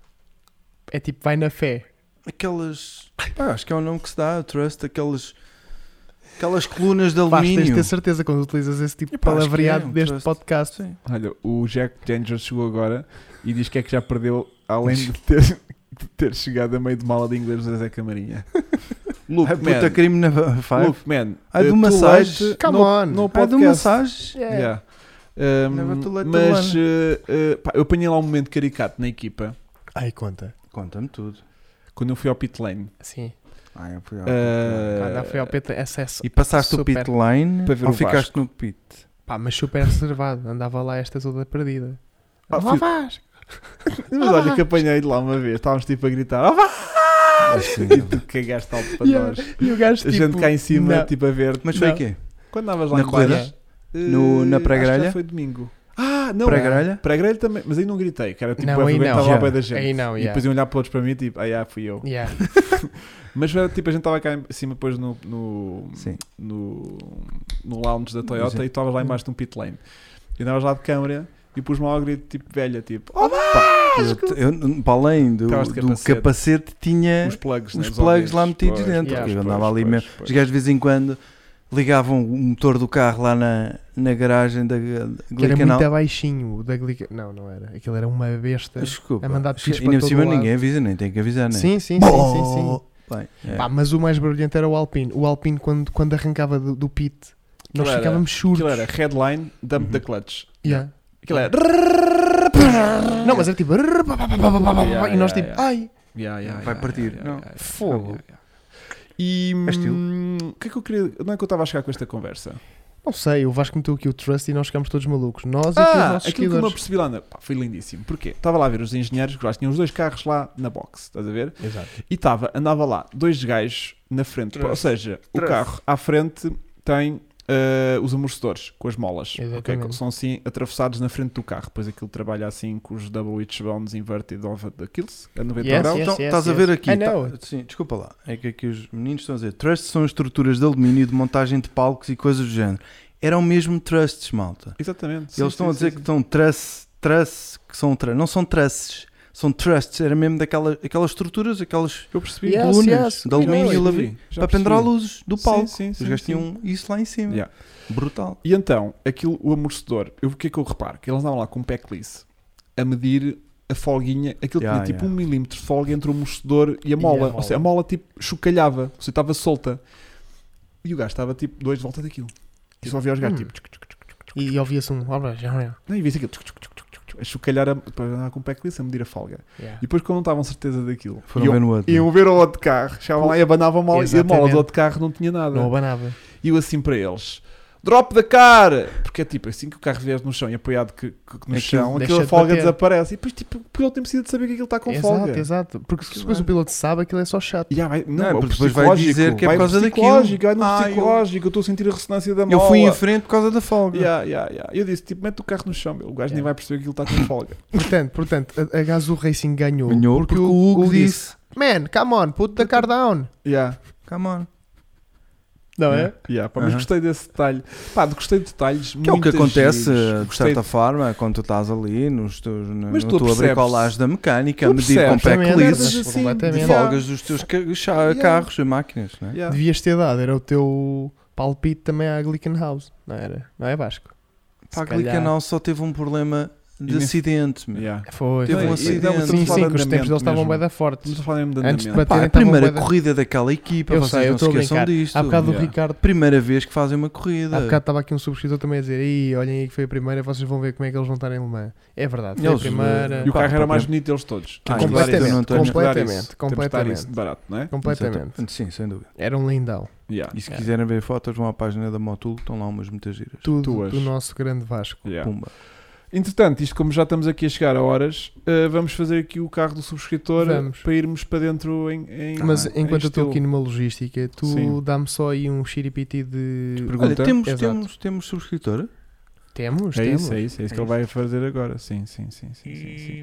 É tipo, vai na fé. Aquelas. Pá, acho que é o nome que se dá, trust, aquelas. Aquelas colunas de Pá, tens de alumínio. ter certeza quando utilizas esse tipo de Epá, acho que palavreado é um deste trust. podcast. Sim. Olha, o Jack Danger chegou agora e diz que é que já perdeu, além de ter, de ter chegado a meio de mala de inglês do Zé Camarinha. Look, Ai, puta, man, crime na Five. look, man, Ai, de uh, too massagem. late Come no, on. no Ah, de podcast. massagens? Yeah. Yeah. Um, Never too late to mas learn. uh, uh, pá, eu apanhei lá um momento caricato na equipa Ai, conta. Conta-me tudo. quando eu fui ao pit lane. Sim. Ah, eu fui ao Uh, Quando eu fui ao P T, acesso. E passaste super- o pit line Para ver ou o ficaste Vasco. no pit? Pá, mas super reservado. Andava lá esta toda perdida. Ah, Lá fui- vais. Mas olha que apanhei de lá uma vez, estávamos tipo a gritar, oh, vá! Assim, E tu cagaste alto para Yeah. nós. E o gajo A tipo... gente cá em cima, não. tipo a ver. Mas foi Não. o quê? Quando andavas lá Na em corrida? baixo, No- eh, na acho que pré-grelha? já foi domingo. Ah, não. Pré-grelha? Pré-grelha também, mas aí não gritei, que era tipo, Não, a aí não. estava Já. ao pé da gente. Aí não, E yeah. depois iam olhar para outros para mim, tipo, ah, yeah, fui eu. Yeah. Mas era, tipo, a gente estava cá em cima depois no, no, Sim. no, no lounge da Toyota Sim. e estavas lá embaixo de um pit lane. E andavas lá de câmara e pus-me ao grito, tipo, velha, tipo, oh, Eu, eu, para além do, Estavas de do capacete. capacete, tinha os plugs, os né, plugs lá ouvidos. metidos Pois, dentro. yeah. porque eu pois, andava ali pois, mesmo. pois. Os gajos de vez em quando ligavam o motor do carro lá na, na garagem da, da Que era Glicanal. muito baixinho o da Glica... Não, não era. Aquilo era uma besta. Desculpa. a mandar tiros e para nem por todo cima lado. ninguém avisa, nem tem que avisar, né? Sim, sim, sim, sim, sim. Bem, é. Pá, mas o mais barulhento era o Alpine. O Alpine, quando, quando arrancava do, do pit, nós Aquilo era- ficávamos surdos. Aquilo era headline, dump Uhum. the clutch. Yeah. Aquilo era. Não, mas era tipo. Yeah, E nós yeah, tipo. yeah. Ai. Yeah, yeah, Vai yeah, partir. yeah, Não. yeah, yeah, Fogo. yeah, yeah. E És tu? hum, o que é que eu queria. Não é que eu estava a chegar com esta conversa? Não sei, o Vasco meteu aqui o Trust e nós ficámos todos malucos. Nós e aqui os Ah, nossos aquilo que eu me seguidores. apercebi lá na, pá, foi lindíssimo. Porquê? Estava lá a ver os engenheiros que já tinham os dois carros lá na box, estás a ver? Exato. E estava, andava lá dois gajos na frente. Trust. Ou seja, o Trust. carro à frente tem uh, os amortecedores com as molas. Okay? Exatamente. São assim atravessados na frente do carro. Depois aquilo trabalha assim com os double wishbones inverted over the kills a noventa Yes, graus. yes. Então, estás a yes. ver aqui, I know. tá- sim, desculpa lá, é que aqui os meninos estão a dizer trusts são estruturas de alumínio de montagem de palcos e coisas do género. Eram mesmo trusts, malta. Exatamente. E eles estão a dizer que estão truss, truss, que são truss, não são trusses, são trusts, era mesmo daquelas aquelas estruturas, aquelas Eu percebi. Yes, colunas yes. de alumínio Já e percebi, lavi- já para pendurar percebi. luzes do palco. Sim, sim, Os gajos sim, tinham isso lá em cima. Yeah. Brutal. E então, aquilo, o amortecedor, eu, o que é que eu reparo? Que eles andavam lá com um packlist a medir a folguinha, aquilo Yeah, tinha tipo yeah. um milímetro de folga entre o amortecedor e a mola. mola. Ou seja, a mola tipo chocalhava, ou seja, estava solta. E o gajo estava tipo dois de volta daquilo. E só via os gajos Hum. tipo. tchuc, tchuc, tchuc, tchuc, tchuc. E ouvia-se um. Olha, já não é. Não, e via aquilo tchuc, tchuc, tchuc, tchuc, tchuc, a chocalhar a, para andar com o packlist a medir a folga. Yeah. E depois, quando não estavam certeza daquilo, Foram iam, ver no outro. iam ver o outro carro, chegavam lá e abanavam a mola, e a mola Exatamente. do outro carro não tinha nada. Não abanava. E eu assim para eles, drop da car! Porque é tipo, assim que o carro vier no chão e apoiado que, que- que no Aquilo chão, deixa aquela de folga bater. desaparece. E depois tipo, o piloto tem preciso de saber que aquilo está com Exato, folga. exato. Porque se Aquilo depois é- o piloto sabe, aquilo é só chato. E, ah, vai, não, Não, é o porque depois vai psicológico, dizer que é vai por causa no daquilo. psicológico, vai no Ah, eu- psicológico, eu estou a sentir a ressonância da mola. Eu fui em frente por causa da folga. Yeah, yeah, yeah. Eu disse, tipo, mete o carro no chão, meu. O gajo nem Yeah. vai perceber que aquilo está com folga. Portanto, portanto a, a Gazoo Racing ganhou. Ganhou porque, o Hugo disse: Man, come on, put the car down. Yeah. Come on. Não Yeah, yeah, pá, mas Aham. gostei desse detalhe. Pá, gostei de detalhes Que é o que muito acontece, giros. de Gostei certa forma, quando tu estás ali nos teus, na, Mas na tu tua percebes- bricolagem da mecânica, a tu medir com percebes Completamente, packlists merdas assim, completamente. de yeah. folgas dos teus ca- cha- Yeah. carros e máquinas, né? Yeah. Devias ter dado, era o teu palpite também à Glickenhaus. Não era? Não é, Vasco? Pá, a Se calhar- Glickenhaus só teve um problema de E nem- acidente, meu. Yeah. Foi. Teve foi. um E- acidente. e dá-me Sim, falar sim, de que os tempos andamento deles estavam mesmo. bem da fortes. Estamos a falar mesmo de Antes de andamento. bater- Pá, a Terem estavam primeira bué da- corrida daquela equipa, Eu vocês sei, eu não se estou a esqueçam brincar. disto. Há bocado Yeah. o Ricardo. Primeira vez que fazem uma corrida. Há bocado estava aqui um subscritor também a dizer: Ih, olhem aí que foi a primeira, vocês vão ver como é que eles vão estar em Le Mans. É verdade, foi Eles, a primeira. E o Pá, carro era pá, mais pá. bonito deles todos. Ah, Temos que dar completamente, isso. não tenho- Temos que dar completamente, isso. Temos que dar completamente. isso de barato, não é? Completamente. Exato. Sim, sem dúvida. Era um lindão. Yeah. E se Yeah. quiserem ver fotos, vão à página da Motul, estão lá umas muitas giras. Tudo Tuas. do nosso grande Vasco. Yeah. Pumba. Entretanto, isto como já estamos aqui a chegar a horas, uh, vamos fazer aqui o carro do subscritor Vamos. para irmos para dentro em, em Mas em enquanto eu estou estilo. aqui numa logística, tu Sim. dá-me só aí um xiripiti de. Pergunta. Olha, temos, Exato. temos, temos subscritora? Temos, É temos. isso, é isso, é isso que É ele vai fazer agora. Sim, sim, sim, sim, sim, sim.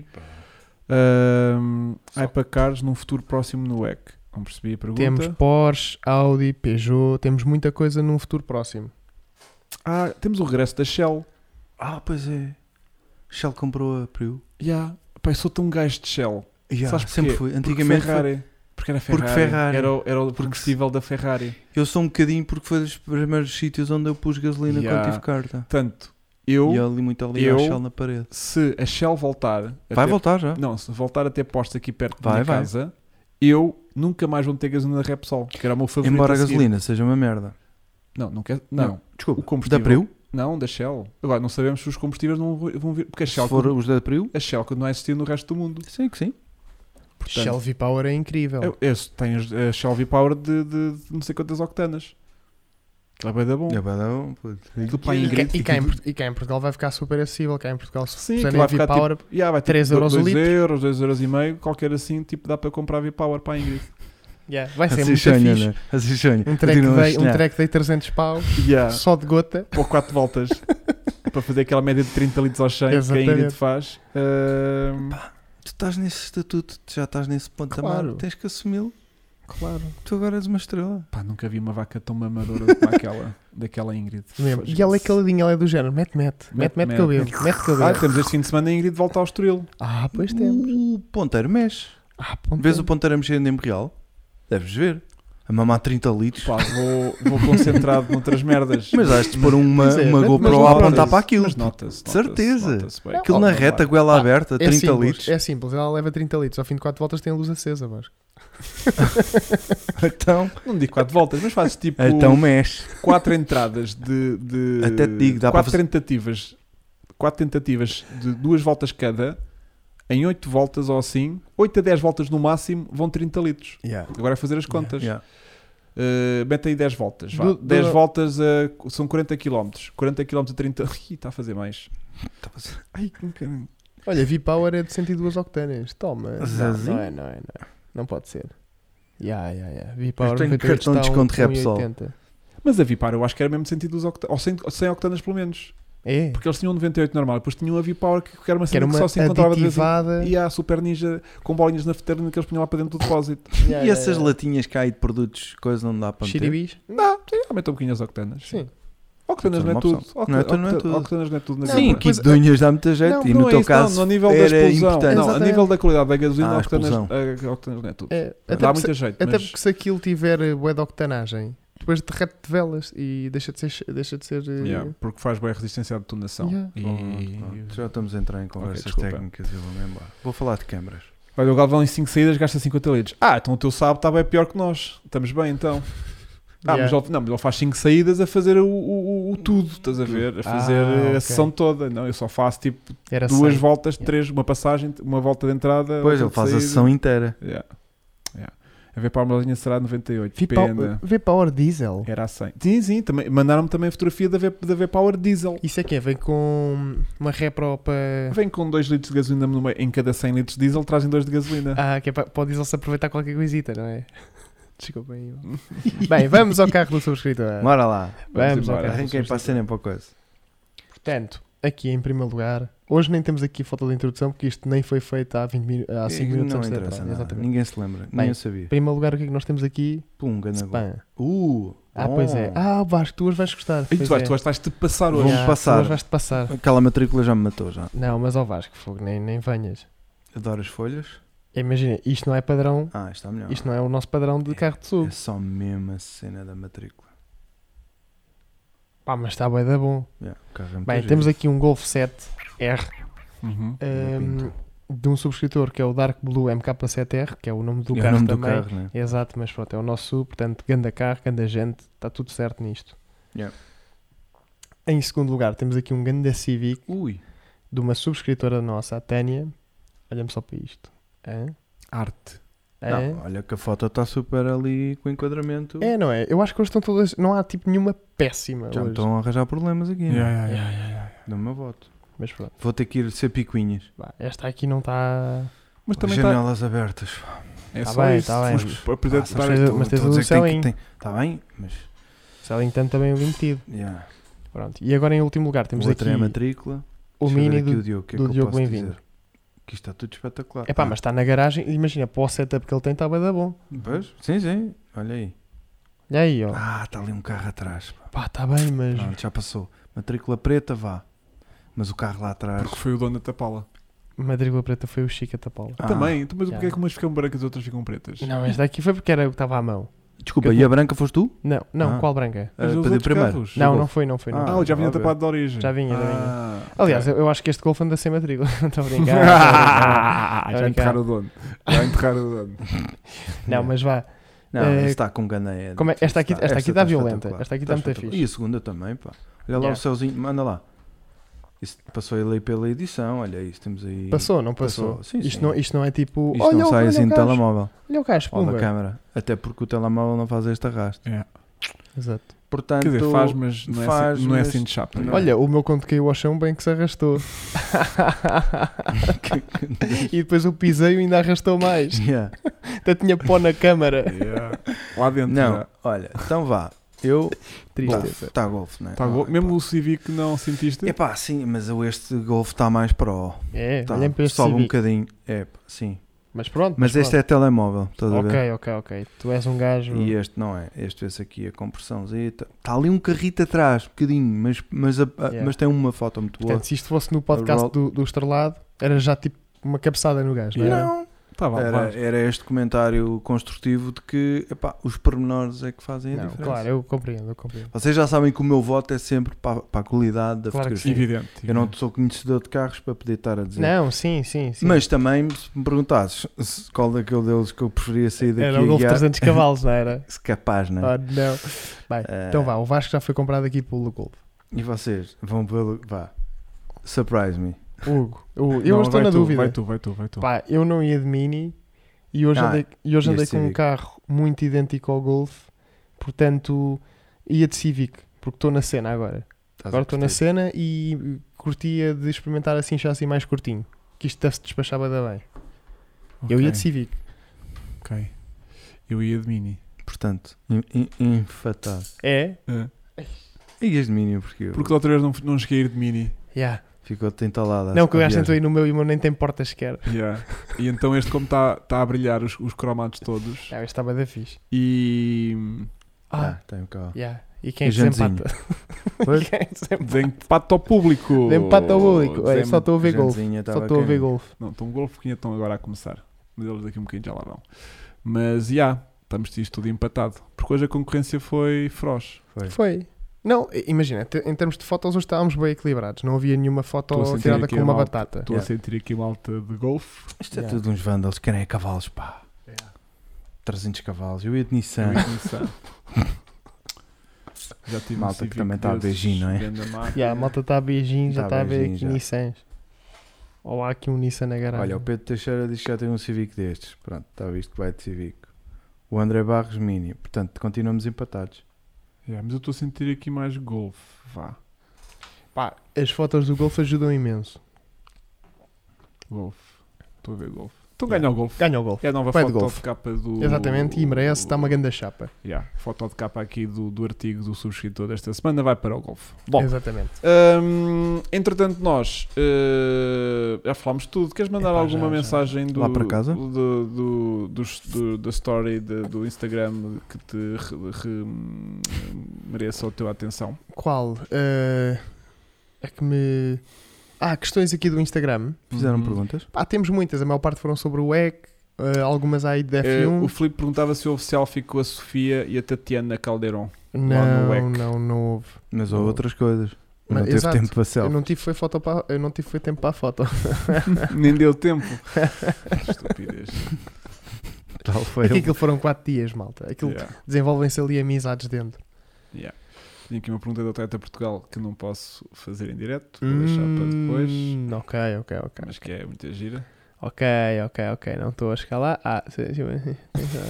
Um, Hypercars num futuro próximo no W E C. Não percebi a pergunta. Temos Porsche, Audi, Peugeot, temos muita coisa num futuro próximo. Ah, temos o regresso da Shell. Ah, pois é. Shell comprou a Priu. Yeah. Pá, eu sou tão gajo de Shell. Yeah, Sabes sempre porquê? foi. Antigamente Porque Ferrari. Porque era Porque Ferrari. Ferrari. Era, o- era o combustível da Ferrari. foi. Eu sou um bocadinho porque foi dos primeiros sítios onde eu pus gasolina Yeah. quando tive carta. Portanto, eu, E ali muito ali eu- a Shell na parede. se a Shell voltar... Vai até- voltar já. Não, se voltar a ter postos aqui perto da Vai, minha vai. casa, eu nunca mais vou ter gasolina da Repsol, que era o meu favorito. Embora a seguir. gasolina seja uma merda. Não, não quer. Não. Desculpa. O combustível. Da Priu? Não, da Shell. Agora, não sabemos se os combustíveis não vão vir. Porque a Shell, Se for os da Priu? a Shell continua a existir no resto do mundo. Sim, que sim. Portanto, Shell V-Power é incrível. eu, eu tenho a Shell V-Power de, de, de não sei quantas octanas. Aquilo é bem da bom. É bué da bom, puto. Aquilo para a E, Ingrid. cá, e, cá em, Port- e cá em Portugal vai ficar super acessível. Cá em Portugal, se Sim, puserem aquilo vai ficar V-Power, tipo, yeah, vai três euros o dois litro. euros, dois euros e meio, qualquer assim, tipo, dá para comprar V-Power para a Ingrid. yeah, vai ser Assim muito sonha, fixe. né? Assim sonha. Um track, Continuam a day, um sonhar. track day trezentos pau, Yeah. só de gota. Por quatro voltas. Para fazer aquela média de trinta litros ao cem que a Exatamente. Ingrid faz. Ahm, Tu estás nesse estatuto, tu já estás nesse patamar, Claro. tens que assumi-lo. Claro. Tu agora és uma estrela. pá, nunca vi uma vaca tão mamadora como aquela daquela Ingrid. Mesmo. E ela é caladinha, ela é do género. Mete, mete. Mete, mete mete. cabelo. Mete Ah, cabelo. temos este fim de semana a Ingrid volta ao Estoril. Ah, pois temos. O ponteiro mexe. Ah, ponto. Vês o ponteiro a mexer em tempo real? Deves ver. A mamar trinta litros. Pá, vou, vou concentrado noutras merdas. Mas has de pôr uma, Mas é, uma mas GoPro não a nota-se, apontar para aquilo. Mas nota-se, nota-se, Certeza. nota-se bem. Aquilo Oh, na não reta, vai. goela Ah, aberta, É trinta simples, litros. é simples, ela leva trinta litros, ao fim de quatro voltas tem a luz acesa, Vasco. Então, Não digo quatro voltas, mas fazes tipo então mexe. quatro entradas de, de Até te digo, dá para quatro fazer- tentativas, quatro tentativas de duas voltas cada, em oito voltas ou assim, oito a dez voltas no máximo, vão trinta litros. Agora é fazer as contas. Yeah. Uh, mete aí dez voltas. Vá. Do- do- dez voltas a, são quarenta quilómetros. quarenta quilómetros a trinta. Ih, está a fazer mais. Tá a fazer- Ai, que caralho. Olha, V-Power é de cento e duas octanas. Toma. Não, Zazinho? não é, não é, não é. Não pode ser. Ya, ya, ya. V-Power Eu tenho noventa e oito cartão de está a desconto um- Repsol. um e oitenta. Mas a V-Power eu acho que era mesmo cento e doze octanas, ou cem, cem octanas pelo menos. É. Porque eles tinham um noventa e oito normal, depois tinham a V-Power que, que era uma Que cena era que, uma só se encontrava de vez em aditivada. E há a Super Ninja com bolinhas na veterina que eles punham lá para dentro do depósito. Yeah, E yeah, essas yeah. latinhas que há aí de produtos, coisa não dá para meter? Xiribis? Não, sim, aumentam um bocadinho as octanas. Sim. Octanas não é Uma tudo. opção. Octa- Não é tudo, não é octa- tudo. Octanas não é tudo. Na Não, vida. Sim, porque kit de unhas dá muita jeito. Não, e não no é teu isso, caso não, no nível da era explosão. importante. Não, a Exatamente. nível da qualidade da gasolina, Ah, a octanas, explosão. a- octanas não é tudo. É, até Dá porque muito se- jeito, Até mas porque se aquilo tiver bué de octanagem, depois derrete de velas e deixa de ser. Deixa de ser eh, Yeah, porque faz bem a resistência à detonação. Yeah. E... Pronto, pronto. Já estamos a entrar em conversas desculpa. técnicas e vou-me embora. Vou falar de câmaras. Olha, o Galvão em cinco saídas gasta cinquenta litros. Ah, então o teu sábado está bem pior que nós. Estamos bem então. Ah, Yeah. mas ele, não, mas ele faz cinco saídas a fazer o, o, o- o tudo, estás a ver? A fazer Ah, a ok. sessão toda. Não, eu só faço tipo Era duas cem. voltas, Yeah. três, uma passagem, uma volta de entrada. Pois, outra ele de faz a saída. sessão inteira. Yeah. Yeah. A ver para a Marlinha será noventa e oito. V-Power, Pena. V-Power Diesel. Era a cem. Sim, sim. Também, mandaram-me também a fotografia da V- da V-Power Diesel. Isso é que é? Vem com uma repro para. Vem com dois litros de gasolina no meio. Em cada cem litros de diesel trazem dois de gasolina. Ah, que é para, para o diesel se aproveitar qualquer coisita, não é? Desculpem. Bem, vamos ao carro do subscritor. Bora lá. Vamos ao embora. carro do Arranquem para a subscritor. cena para a coisa. Portanto, aqui em primeiro lugar, hoje nem temos aqui foto de introdução porque isto nem foi feito há, vinte minu- há cinco minutos não antes de interessa entrar. nada. Exatamente. Ninguém se lembra. Bem, Nem eu sabia. Em primeiro lugar, o que é que nós temos aqui? Pum, ganda gol. Spam. Uh, Ah, bom. pois é. Ah, Vasco, tu hoje vais gostar. E tu Pois vais, é. tu vais, vais-te passar hoje. Vamos Yeah, tu passar. Hoje vais-te passar. Aquela matrícula já me matou já. Não, mas ao Vasco, fogo, nem, nem venhas. Adoro as folhas. Imagina, isto não é padrão, Ah, está melhor. isto não é o nosso padrão de carro de É sub. só mesmo a cena da matrícula. Pá, mas está bem da bom. Yeah, o carro é muito Bem, giro. temos aqui um Golf sete R Uhum. ehm, de um subscritor que é o Dark Blue M K sete R, que é o nome do É o carro nome do também. carro, né? Exato, mas pronto, é o nosso sub, portanto, ganda carro, ganda gente, está tudo certo nisto. Yeah. Em segundo lugar, temos aqui um ganda Civic Ui. de uma subscritora nossa, a Tânia. Olha-me só para isto. Hã? Arte. Hã? Não, olha que a foto está super ali com o enquadramento. É, não é? Eu acho que hoje estão todas. Não há tipo nenhuma péssima. Já me hoje. estão a arranjar problemas aqui. Yeah, né? yeah, Yeah, yeah, yeah. Dou-me meu voto. Mas pronto. Vou ter que ir ser picuinhas. Vá, esta aqui não está. Mas também está. Janelas abertas. É Tá só bem, isso. tá bem. Fomos para poder Ah, estar- sabes, mas- estou- mas tens estou a o dizer que tem que- Celinho. tem- Está bem, mas. Se ela então também o metido. Yeah. Pronto. E agora em último lugar temos o outro aqui é a matrícula. o Deixa eu ver Mini aqui do. o Diogo, o que é do que eu Diogo posso Bem-vindo. dizer? Que isto está tudo espetacular. É pá, Ah, mas está na garagem. Imagina, para o setup que ele tem, está bem da bom. Pois? Sim, sim. Olha aí. E aí, ó. Ah, está ali um carro atrás. pá. Pá, está bem, mas. Pronto, já passou. Matrícula preta, vá. Mas o carro lá atrás. Porque foi o dono da Tapala. Matrícula preta foi o Chico a tapá-la. Ah. Também. Então, mas Já. porquê é que umas ficam brancas e outras ficam pretas? Não, esta aqui foi porque era o que estava à mão. Desculpa, e a branca foste tu? Não, não, Ah. qual branca? Mas Uh, os para outros primeiro. carros? Não, Golf. não foi, não foi. Não. Ah, Ah, eu já vinha ok. tapado de origem. Já vinha, já vinha. Ah, Aliás, ok. eu, eu acho que este Golf anda sem matrícula. Estou a brincar. Ah, Estou a já brincar. enterrar o dono. Já enterrar o dono. Não, mas vá. Não, Eh, esse está com gana. como é- esta aqui- esta aqui está violenta. espetacular. Esta aqui está muito espetacular. fixe. E a segunda também, pá. Olha lá Yeah. o céuzinho, manda lá. Isso passou ele aí pela edição, olha isso, temos aí. Passou, não passou? Passou, sim, isto, sim. Não, isto não é tipo. Isto olha, não o- sai olha assim o de gajo, telemóvel. Olha o gajo, Ou da pumba. câmara. Até porque o telemóvel não faz este arrasto. É. Exato. Portanto, Quer dizer, faz, mas não é, faz, assim, não é mas- assim de chapa. não. Olha, o meu conto caiu ao chão bem que se arrastou. E depois eu pisei e ainda arrastou mais. Yeah. Até tinha pó na câmara. Yeah. Lá dentro. Não, já. olha, então vá. Eu. Tristeza. Está Golf, não é? Tá Ah, go- pá. Mesmo o Civic não sentiste? É pá, sim, mas eu este Golf está mais pro. É, Tá, olhem para este sobe um Civic. bocadinho. É, pá, sim. Mas pronto. Mas este é telemóvel, estás a ver? Ok, ok, ok. Tu és um gajo. E este não é. Este esse aqui, a compressãozita. Está ali um carrito atrás, um bocadinho, mas, mas, a- a- Yeah. mas tem uma foto muito boa. Portanto, se isto fosse no podcast roll- do, do Estrelado, era já tipo uma cabeçada no gajo, não era? Não, Tá, vá, era, vá. era este comentário construtivo de que epá, os pormenores é que fazem a Não, diferença. claro, eu compreendo, eu compreendo. Vocês já sabem que o meu voto é sempre para, para a qualidade da Claro que fotografia. Evidente. Eu não evidente. sou conhecedor de carros para poder estar a dizer. Não, sim, sim, sim. Mas também, se me perguntasses se- qual daquele deles que eu preferia sair daqui era o a Golf guiar, trezentos cavalos, não era? se capaz, não é? Ah, não. Bem, Eh, então vá, o Vasco já foi comprado aqui pelo Golf. E vocês vão pelo. Vá. Surprise me. Hugo, Hugo, eu Não, estou vai na tu, dúvida. Vai tu, vai tu, vai tu. Pá, eu não ia de Mini e hoje Ah, andei, e hoje e andei este com um Civic? carro muito idêntico ao Golf, portanto ia de Civic, porque estou na cena agora. Estás Agora a estou na curtir? cena e curtia de experimentar assim chassi mais curtinho, que isto deve-se despachar bem. Eu ia de Civic. Ok. Eu ia de Mini. Portanto, portanto, in- in- enfatado. É? É. E as de Mini, porque, Porque da outra vez não, não cheguei a ir de Mini. Yeah. ficou entalada. Não, que o a gajo tentou viagem. ir no meu e o meu nem tem portas sequer. Yeah. E então este, como está tá a brilhar os, os cromados todos, Já, este estava da fixe. e Ah, Ah, tem o carro. yeah. E quem é E que jantezinho. desempata? Pois? Quem é que desempata? desempate ao público. Desempata ao público. Olha, Desem- só estou a ver golfe. Jantezinha Só estava estou a ver quente. golfe. Não, então o golfe que estão agora a começar. Mas eles daqui a um bocadinho já lá vão. Mas, já, yeah, estamos isto tudo empatado. Porque hoje a concorrência foi feroz. Foi. Foi. Não, imagina, te- em termos de fotos hoje estávamos bem equilibrados. Não havia nenhuma foto Estou a sentir tirada aqui com a uma malta. batata. Estou Yeah. a sentir aqui malta de golfe. Isto é Yeah. tudo uns vândalos, querem é cavalos, pá. trezentos cavalos. Eu ia de Nissan. Já tive Malta um que Civic também está a desses, beijinho, não é? ganda marca. Yeah, a malta está a beijinho, já Tá está a a ver beijinho, aqui já. Nissans. Ou há aqui um Nissan na garagem. Olha, o Pedro Teixeira diz que já tem um Civic destes. Pronto, está visto que vai de Civic. O André Barros Mini. Portanto, continuamos empatados. Yeah, mas eu estou a sentir aqui mais golfe. Vá, Pá, as fotos do Golf ajudam imenso. golfe. Estou a ver golfe. Então ganha o golfe. Ganha o Golf. É a nova Vai de foto golfe. de capa do... Exatamente, e merece, está uma grande chapa. Yeah, foto de capa aqui do, do artigo do subscritor desta semana vai para o golfe. Bom, Exatamente. hum, entretanto nós uh, já falámos de tudo. Queres mandar Epá, alguma já, já. mensagem do, Lá para casa? do, do, do, do- da story de- do Instagram que te re- re- mereça a tua atenção? Qual? Eh, é que me... Ah, questões aqui do Instagram. Fizeram Uhum. perguntas? Pá, temos muitas. A maior parte foram sobre o E C. eh, algumas aí de F Eh, um. o Filipe perguntava se houve selfie com a Sofia e a Tatiana Caldeirão. lá no Não, E C. não, não houve. Mas houve outras coisas. Mas, Não teve exato. tempo para Eu selfie. não tive foi foto para, eu não tive foi tempo para a foto. Nem deu tempo. Estupidez. Tal foi É que ele. aquilo foram quatro dias, malta. Aquilo Yeah. desenvolvem-se ali amizades dentro. Yeah. Tinha aqui uma pergunta do Atleta Portugal que não posso fazer em direto, vou deixar para depois, Hum, ok, ok, ok. mas que é muita gira. Ok, ok, ok. Não estou a chegar lá. Ah, se- se-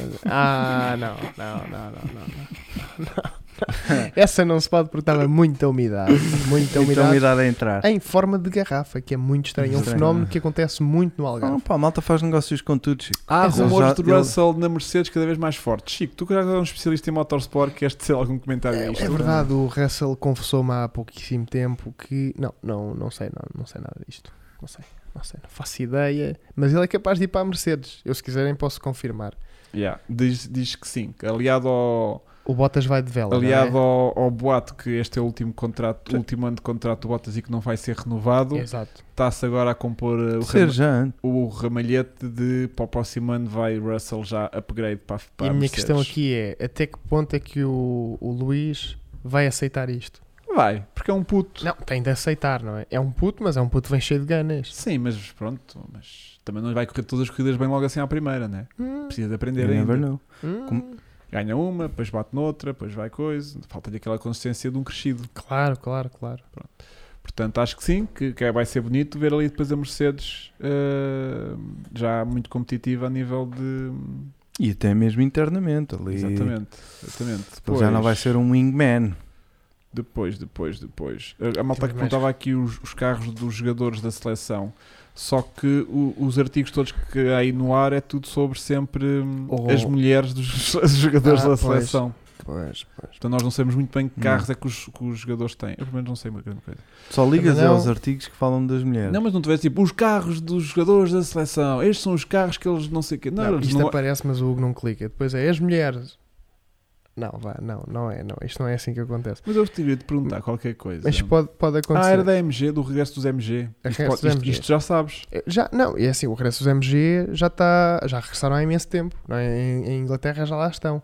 ah não, não, não, não, não, não, não. Essa não se pode porque estava muita umidade. Muita Muita umidade. umidade a entrar. Em forma de garrafa, que é muito estranho. É um Estranho. fenómeno que acontece muito no Não, Algarve. pá, a malta faz negócios com tudo, Chico. Há Eles rumores já- de eles- Russell na Mercedes cada vez mais fortes. Chico, tu que já és um especialista em motorsport, queres tecer algum comentário a É, isto? é verdade, o Russell confessou-me há pouquíssimo tempo que. Não, não, não sei, não, não sei nada disto. Não sei, não sei, não faço ideia. Mas ele é capaz de ir para a Mercedes. Eu, se quiserem, posso confirmar. Yeah. Diz, diz que sim, que aliado ao, O Bottas vai de vela. aliado não ao, ao boato que este é o último, contrato, o último ano de contrato do Bottas e que não vai ser renovado, é? Exato. está-se agora a compor uh, o, Ser rama- já antes. o ramalhete de para o próximo ano vai Russell já upgrade para, para E a minha Mercedes. questão aqui é: até que ponto é que o, o Luís vai aceitar isto? Vai, porque é um puto. Não, tem de aceitar, não é? É um puto, mas é um puto que vem cheio de ganas. Sim, mas pronto, mas também não vai correr todas as corridas bem logo assim à primeira, né? Hum, Precisa de aprender You never ainda. know. hum. Como- Ganha uma, depois bate noutra, depois vai coisa. Falta-lhe aquela consistência de um crescido. Claro, claro, claro. Portanto, acho que sim, que, que vai ser bonito ver ali depois a Mercedes eh, já muito competitiva a nível de... E até mesmo internamente ali. Exatamente, exatamente. Ele já não vai ser um wingman. Depois, depois, depois. A, a malta Temos que mais- perguntava aqui os, os carros dos jogadores da seleção. Só que o- os artigos todos que há aí no ar é tudo sobre sempre hum, Oh. as mulheres dos jogadores Ah, da pois. seleção. Pois, pois. Portanto, nós não sabemos muito bem que Não. carros é que os, que os jogadores têm. Eu, pelo menos, não sei uma grande coisa. Só ligas Também não. aos artigos que falam das mulheres. Não, mas não tivesse tipo os carros dos jogadores da seleção. Estes são os carros que eles não sei o quê. Não, Não, eles isto não... aparece, mas o Hugo não clica. Depois é as mulheres. Não, vá, não, não é, não. Isto não é assim que acontece. Mas eu gostaria de perguntar qualquer coisa. Mas pode, pode acontecer. Ah, era da M G, do regresso dos M G. A Isto, regresso pode- dos isto- M G. isto já sabes. Já, não, é assim, o regresso dos M G já está, já regressaram há imenso tempo, não é? em, em Inglaterra já lá estão,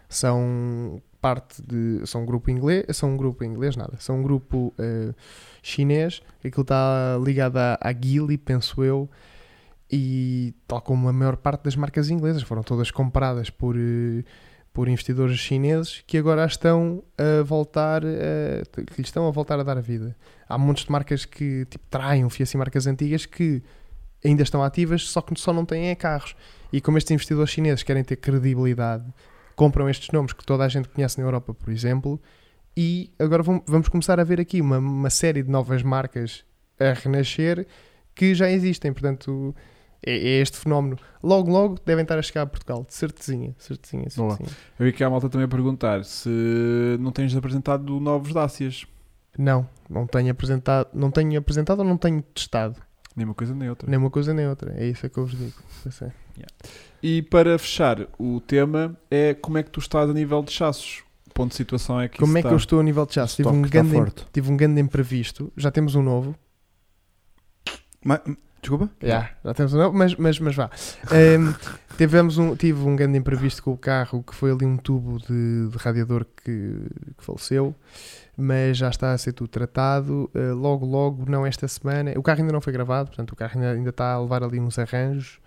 são parte de, são um grupo inglês, são um grupo inglês nada, são um grupo eh, chinês, aquilo está ligado à, à Geely, penso eu, e tal como a maior parte das marcas inglesas, foram todas compradas por, eh, por investidores chineses que agora estão a voltar, eh, que lhes estão a voltar a dar a vida. Há montes de marcas que, tipo Triumph e assim, marcas antigas que ainda estão ativas, só que só não têm é carros. E como estes investidores chineses querem ter credibilidade, compram estes nomes que toda a gente conhece na Europa, por exemplo, e agora vamos, vamos começar a ver aqui uma, uma série de novas marcas a renascer que já existem. Portanto, é, é este fenómeno. Logo, logo devem estar a chegar a Portugal, de certezinha, certezinha, Boa. certezinha. Eu vi que há a malta também a perguntar se não tens apresentado novos Dacias. Não, não tenho apresentado, não tenho apresentado ou não tenho testado. Nem uma coisa nem outra. Nem uma coisa nem outra. É isso que eu vos digo. Pois é. E para fechar o tema é como é que tu estás a nível de chassos. O ponto de situação é que Como isso é que está... eu estou a nível de chassi? Tive estoque um, está grande, forte. tive um grande imprevisto. Já temos um novo. Mas, desculpa? Já, já temos um novo, mas, mas, mas vá. Ehm, tivemos um, tive um grande imprevisto com o carro, que foi ali um tubo de, de radiador que, que faleceu, mas já está a ser tudo tratado. Uh, logo, logo, não esta semana. O carro ainda não foi gravado, portanto o carro ainda, ainda está a levar ali uns arranjos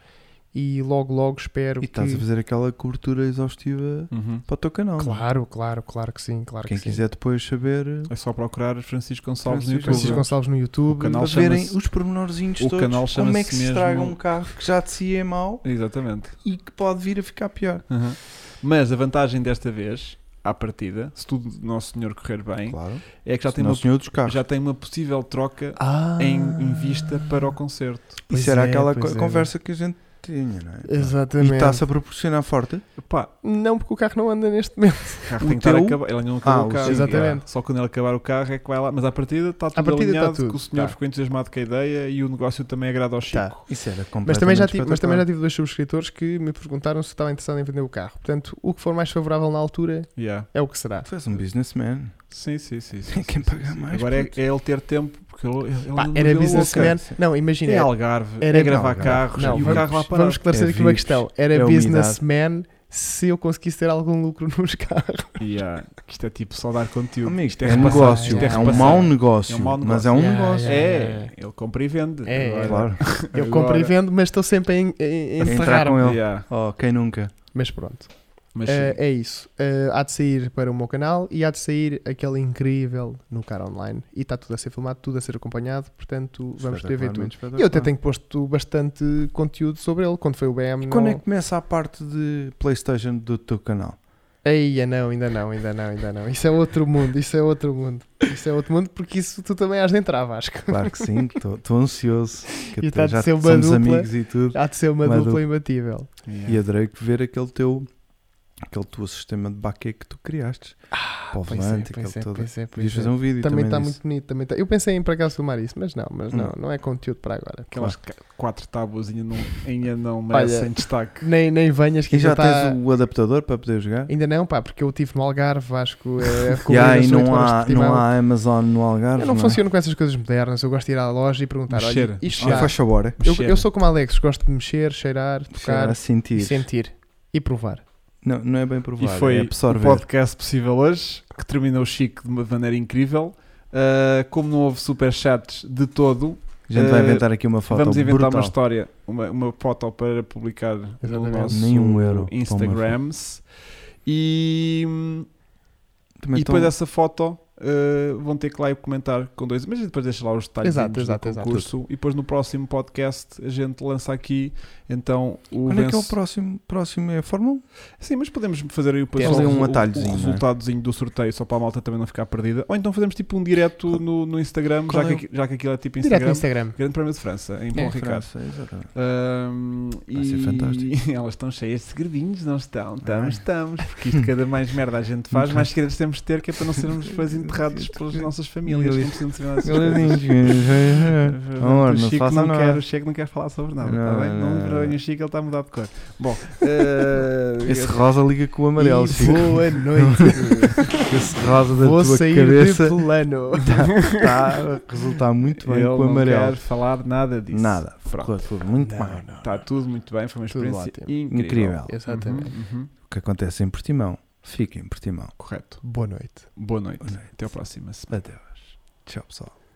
e logo, logo espero E que... estás a fazer aquela cobertura exaustiva Uhum. para o teu canal. Claro, claro, claro que sim, claro Quem que sim. quiser depois saber, É só procurar Francisco Gonçalves no Francisco YouTube. Francisco Gonçalves no YouTube. O canal para verem chama-se- os pormenorzinhos o todos, canal como chama-se é que se estraga mesmo- um carro que já de si é mau Exatamente. e que pode vir a ficar pior. Uhum. Mas a vantagem desta vez, à partida, se tudo Nosso Senhor correr bem, Claro. é que já tem, Senão uma, o senhor dos carros. já tem uma possível troca Ah, em, em vista para o concerto. Pois Isso era é, aquela pois co- é. conversa que a gente tinha, não é? Exatamente. E está-se a proporcionar forte? Pá, Não, porque o carro não anda neste momento. o carro O tem que estar a teu? acabar. Ele ainda não acabou Ah, o o carro. seu. Exatamente. Yeah. Só quando ele acabar o carro é que vai lá. Mas à partida está tudo partida está alinhado, tudo. que o senhor Tá. ficou entusiasmado com a ideia e o negócio também agrada ao Chico. Tá. Isso era Mas completamente também, já tive, mas também já espetacular. tive dois subscritores que me perguntaram se estava interessado em vender o carro. Portanto, o que for mais favorável na altura Yeah. é o que será. Tu és um businessman. Sim, sim, sim. sim, Tem sim, quem sim, pagar sim. mais, Agora é, puto. é ele ter tempo, porque ele, ele Pá, não era viu businessman. louca. Não, imagina. É era- Algarve, era- é gravar Algarve. carros Não, e o vamos- carro lá parado. Vamos esclarecer É aqui uma vipes, questão. Era é umidade. businessman se eu conseguisse ter algum lucro nos carros. Yeah. Isto é tipo só dar conteúdo. Amigo, Isto é, repassar, negócio. isto É, é um repassar. mau negócio. É um mau Mas é um negócio. negócio. Yeah, É, yeah. ele compra e vende. É, Agora- Claro. Eu agora- compro e vendo, mas estou sempre a en- a- a Entrar enterrar-me. com ele. Yeah. Oh, quem nunca? Mas pronto. Mas Eh, sim. é isso. Eh, há de sair para o meu canal e há de sair aquele incrível no Car Online. E está tudo a ser filmado, tudo a ser acompanhado. Portanto, vamos poder ver tudo. Espetacularmente E eu até espetacular. tenho posto bastante conteúdo sobre ele. Quando foi o B M, E não... quando é que começa a parte de PlayStation do teu canal? Eia, não, ainda não, ainda não, ainda não. Isso é outro mundo, isso é outro mundo. Isso é outro mundo porque isso tu também has de entrar, Vasco. Claro que sim, estou ansioso. Que E até tá de já ser uma somos dupla. amigos e tudo. Há de ser uma, Uma dupla dupla. imbatível. Yeah. E adorei ver aquele teu aquele teu sistema de baquê que tu criaste. Para o Pois volante, é, pois aquele é, todo. pois é, pois Podias é. fazer um vídeo Também está também muito disso. bonito. Também tá... Eu pensei em para cá filmar isso, mas não, mas não, Hum. não é conteúdo para agora. Aquelas ca- quatro tábuas ainda não, ainda não merecem destaque. Nem, nem venhas que E já ainda tá... tens o adaptador para poder jogar? Ainda não, pá, porque eu estive no Algarve, Vasco. É, E aí não não há, não há Amazon no Algarve? Eu não é? funciono com essas coisas modernas. Eu gosto de ir à loja e perguntar: Mexer. olha, isto Ah, já. faz favor, é? Eu, Mexer. eu sou como Alex, gosto de mexer, cheirar, Chegar tocar a sentir. e sentir e provar. Não, não é bem E provar, foi é o absorver. podcast possível hoje, que terminou Chico de uma maneira incrível. Uh, como não houve superchats de todo, A gente vai Eh, inventar aqui uma foto vamos inventar brutal. uma história, uma, uma foto para publicar no Exatamente. nosso Nenhum euro para uma Instagrams. E, Também e depois estão- dessa foto uh, vão ter que lá ir comentar com dois. Mas depois deixa lá os detalhes Exato, do exato, exato. concurso. E depois no próximo podcast a gente lança aqui então o Quando é que é o venço- próximo? Próximo é a Fórmula um? Sim, mas podemos fazer aí o, Fazer pessoal, um o- atalhozinho, o, não é? resultadozinho do sorteio só para a malta também não ficar perdida. Ou então fazemos tipo um direto no, no Instagram, Qual já, é que, aqui- já que aquilo é tipo Direto no Instagram. Instagram. Grande Prémio de França, em Bom É, Ricardo. França, exatamente. Ahm, Vai ser e fantástico. elas estão cheias de segredinhos, não estão? Estamos, Ai. estamos. Porque isto, cada mais merda a gente faz, mais segredos temos de ter, que é para não sermos depois enterrados pelas nossas famílias. que não precisam de saber nada dessas coisas. Amor, o não Chico faça não nada. quer, o Chico não quer falar sobre nada, Não, está bem? Não não, envergonhe não. o Chico, ele está a mudar de cor. Bom, eh, Esse rosa liga com o amarelo, E Chico. boa noite. Esse rosa da Vou tua sair cabeça de plano. está a resultar muito bem ele com o não amarelo. quer falar nada disso. Nada. Pronto. Ficou tudo muito Não, bem. não. Está tudo muito bem, foi uma Tudo experiência ótimo. incrível. Incrível. Exatamente. Uhum, uhum. O que acontece em Portimão, fica em Portimão. Correto. Boa noite. Boa noite. Boa noite. Até a próxima semana. Adeus. Tchau, pessoal.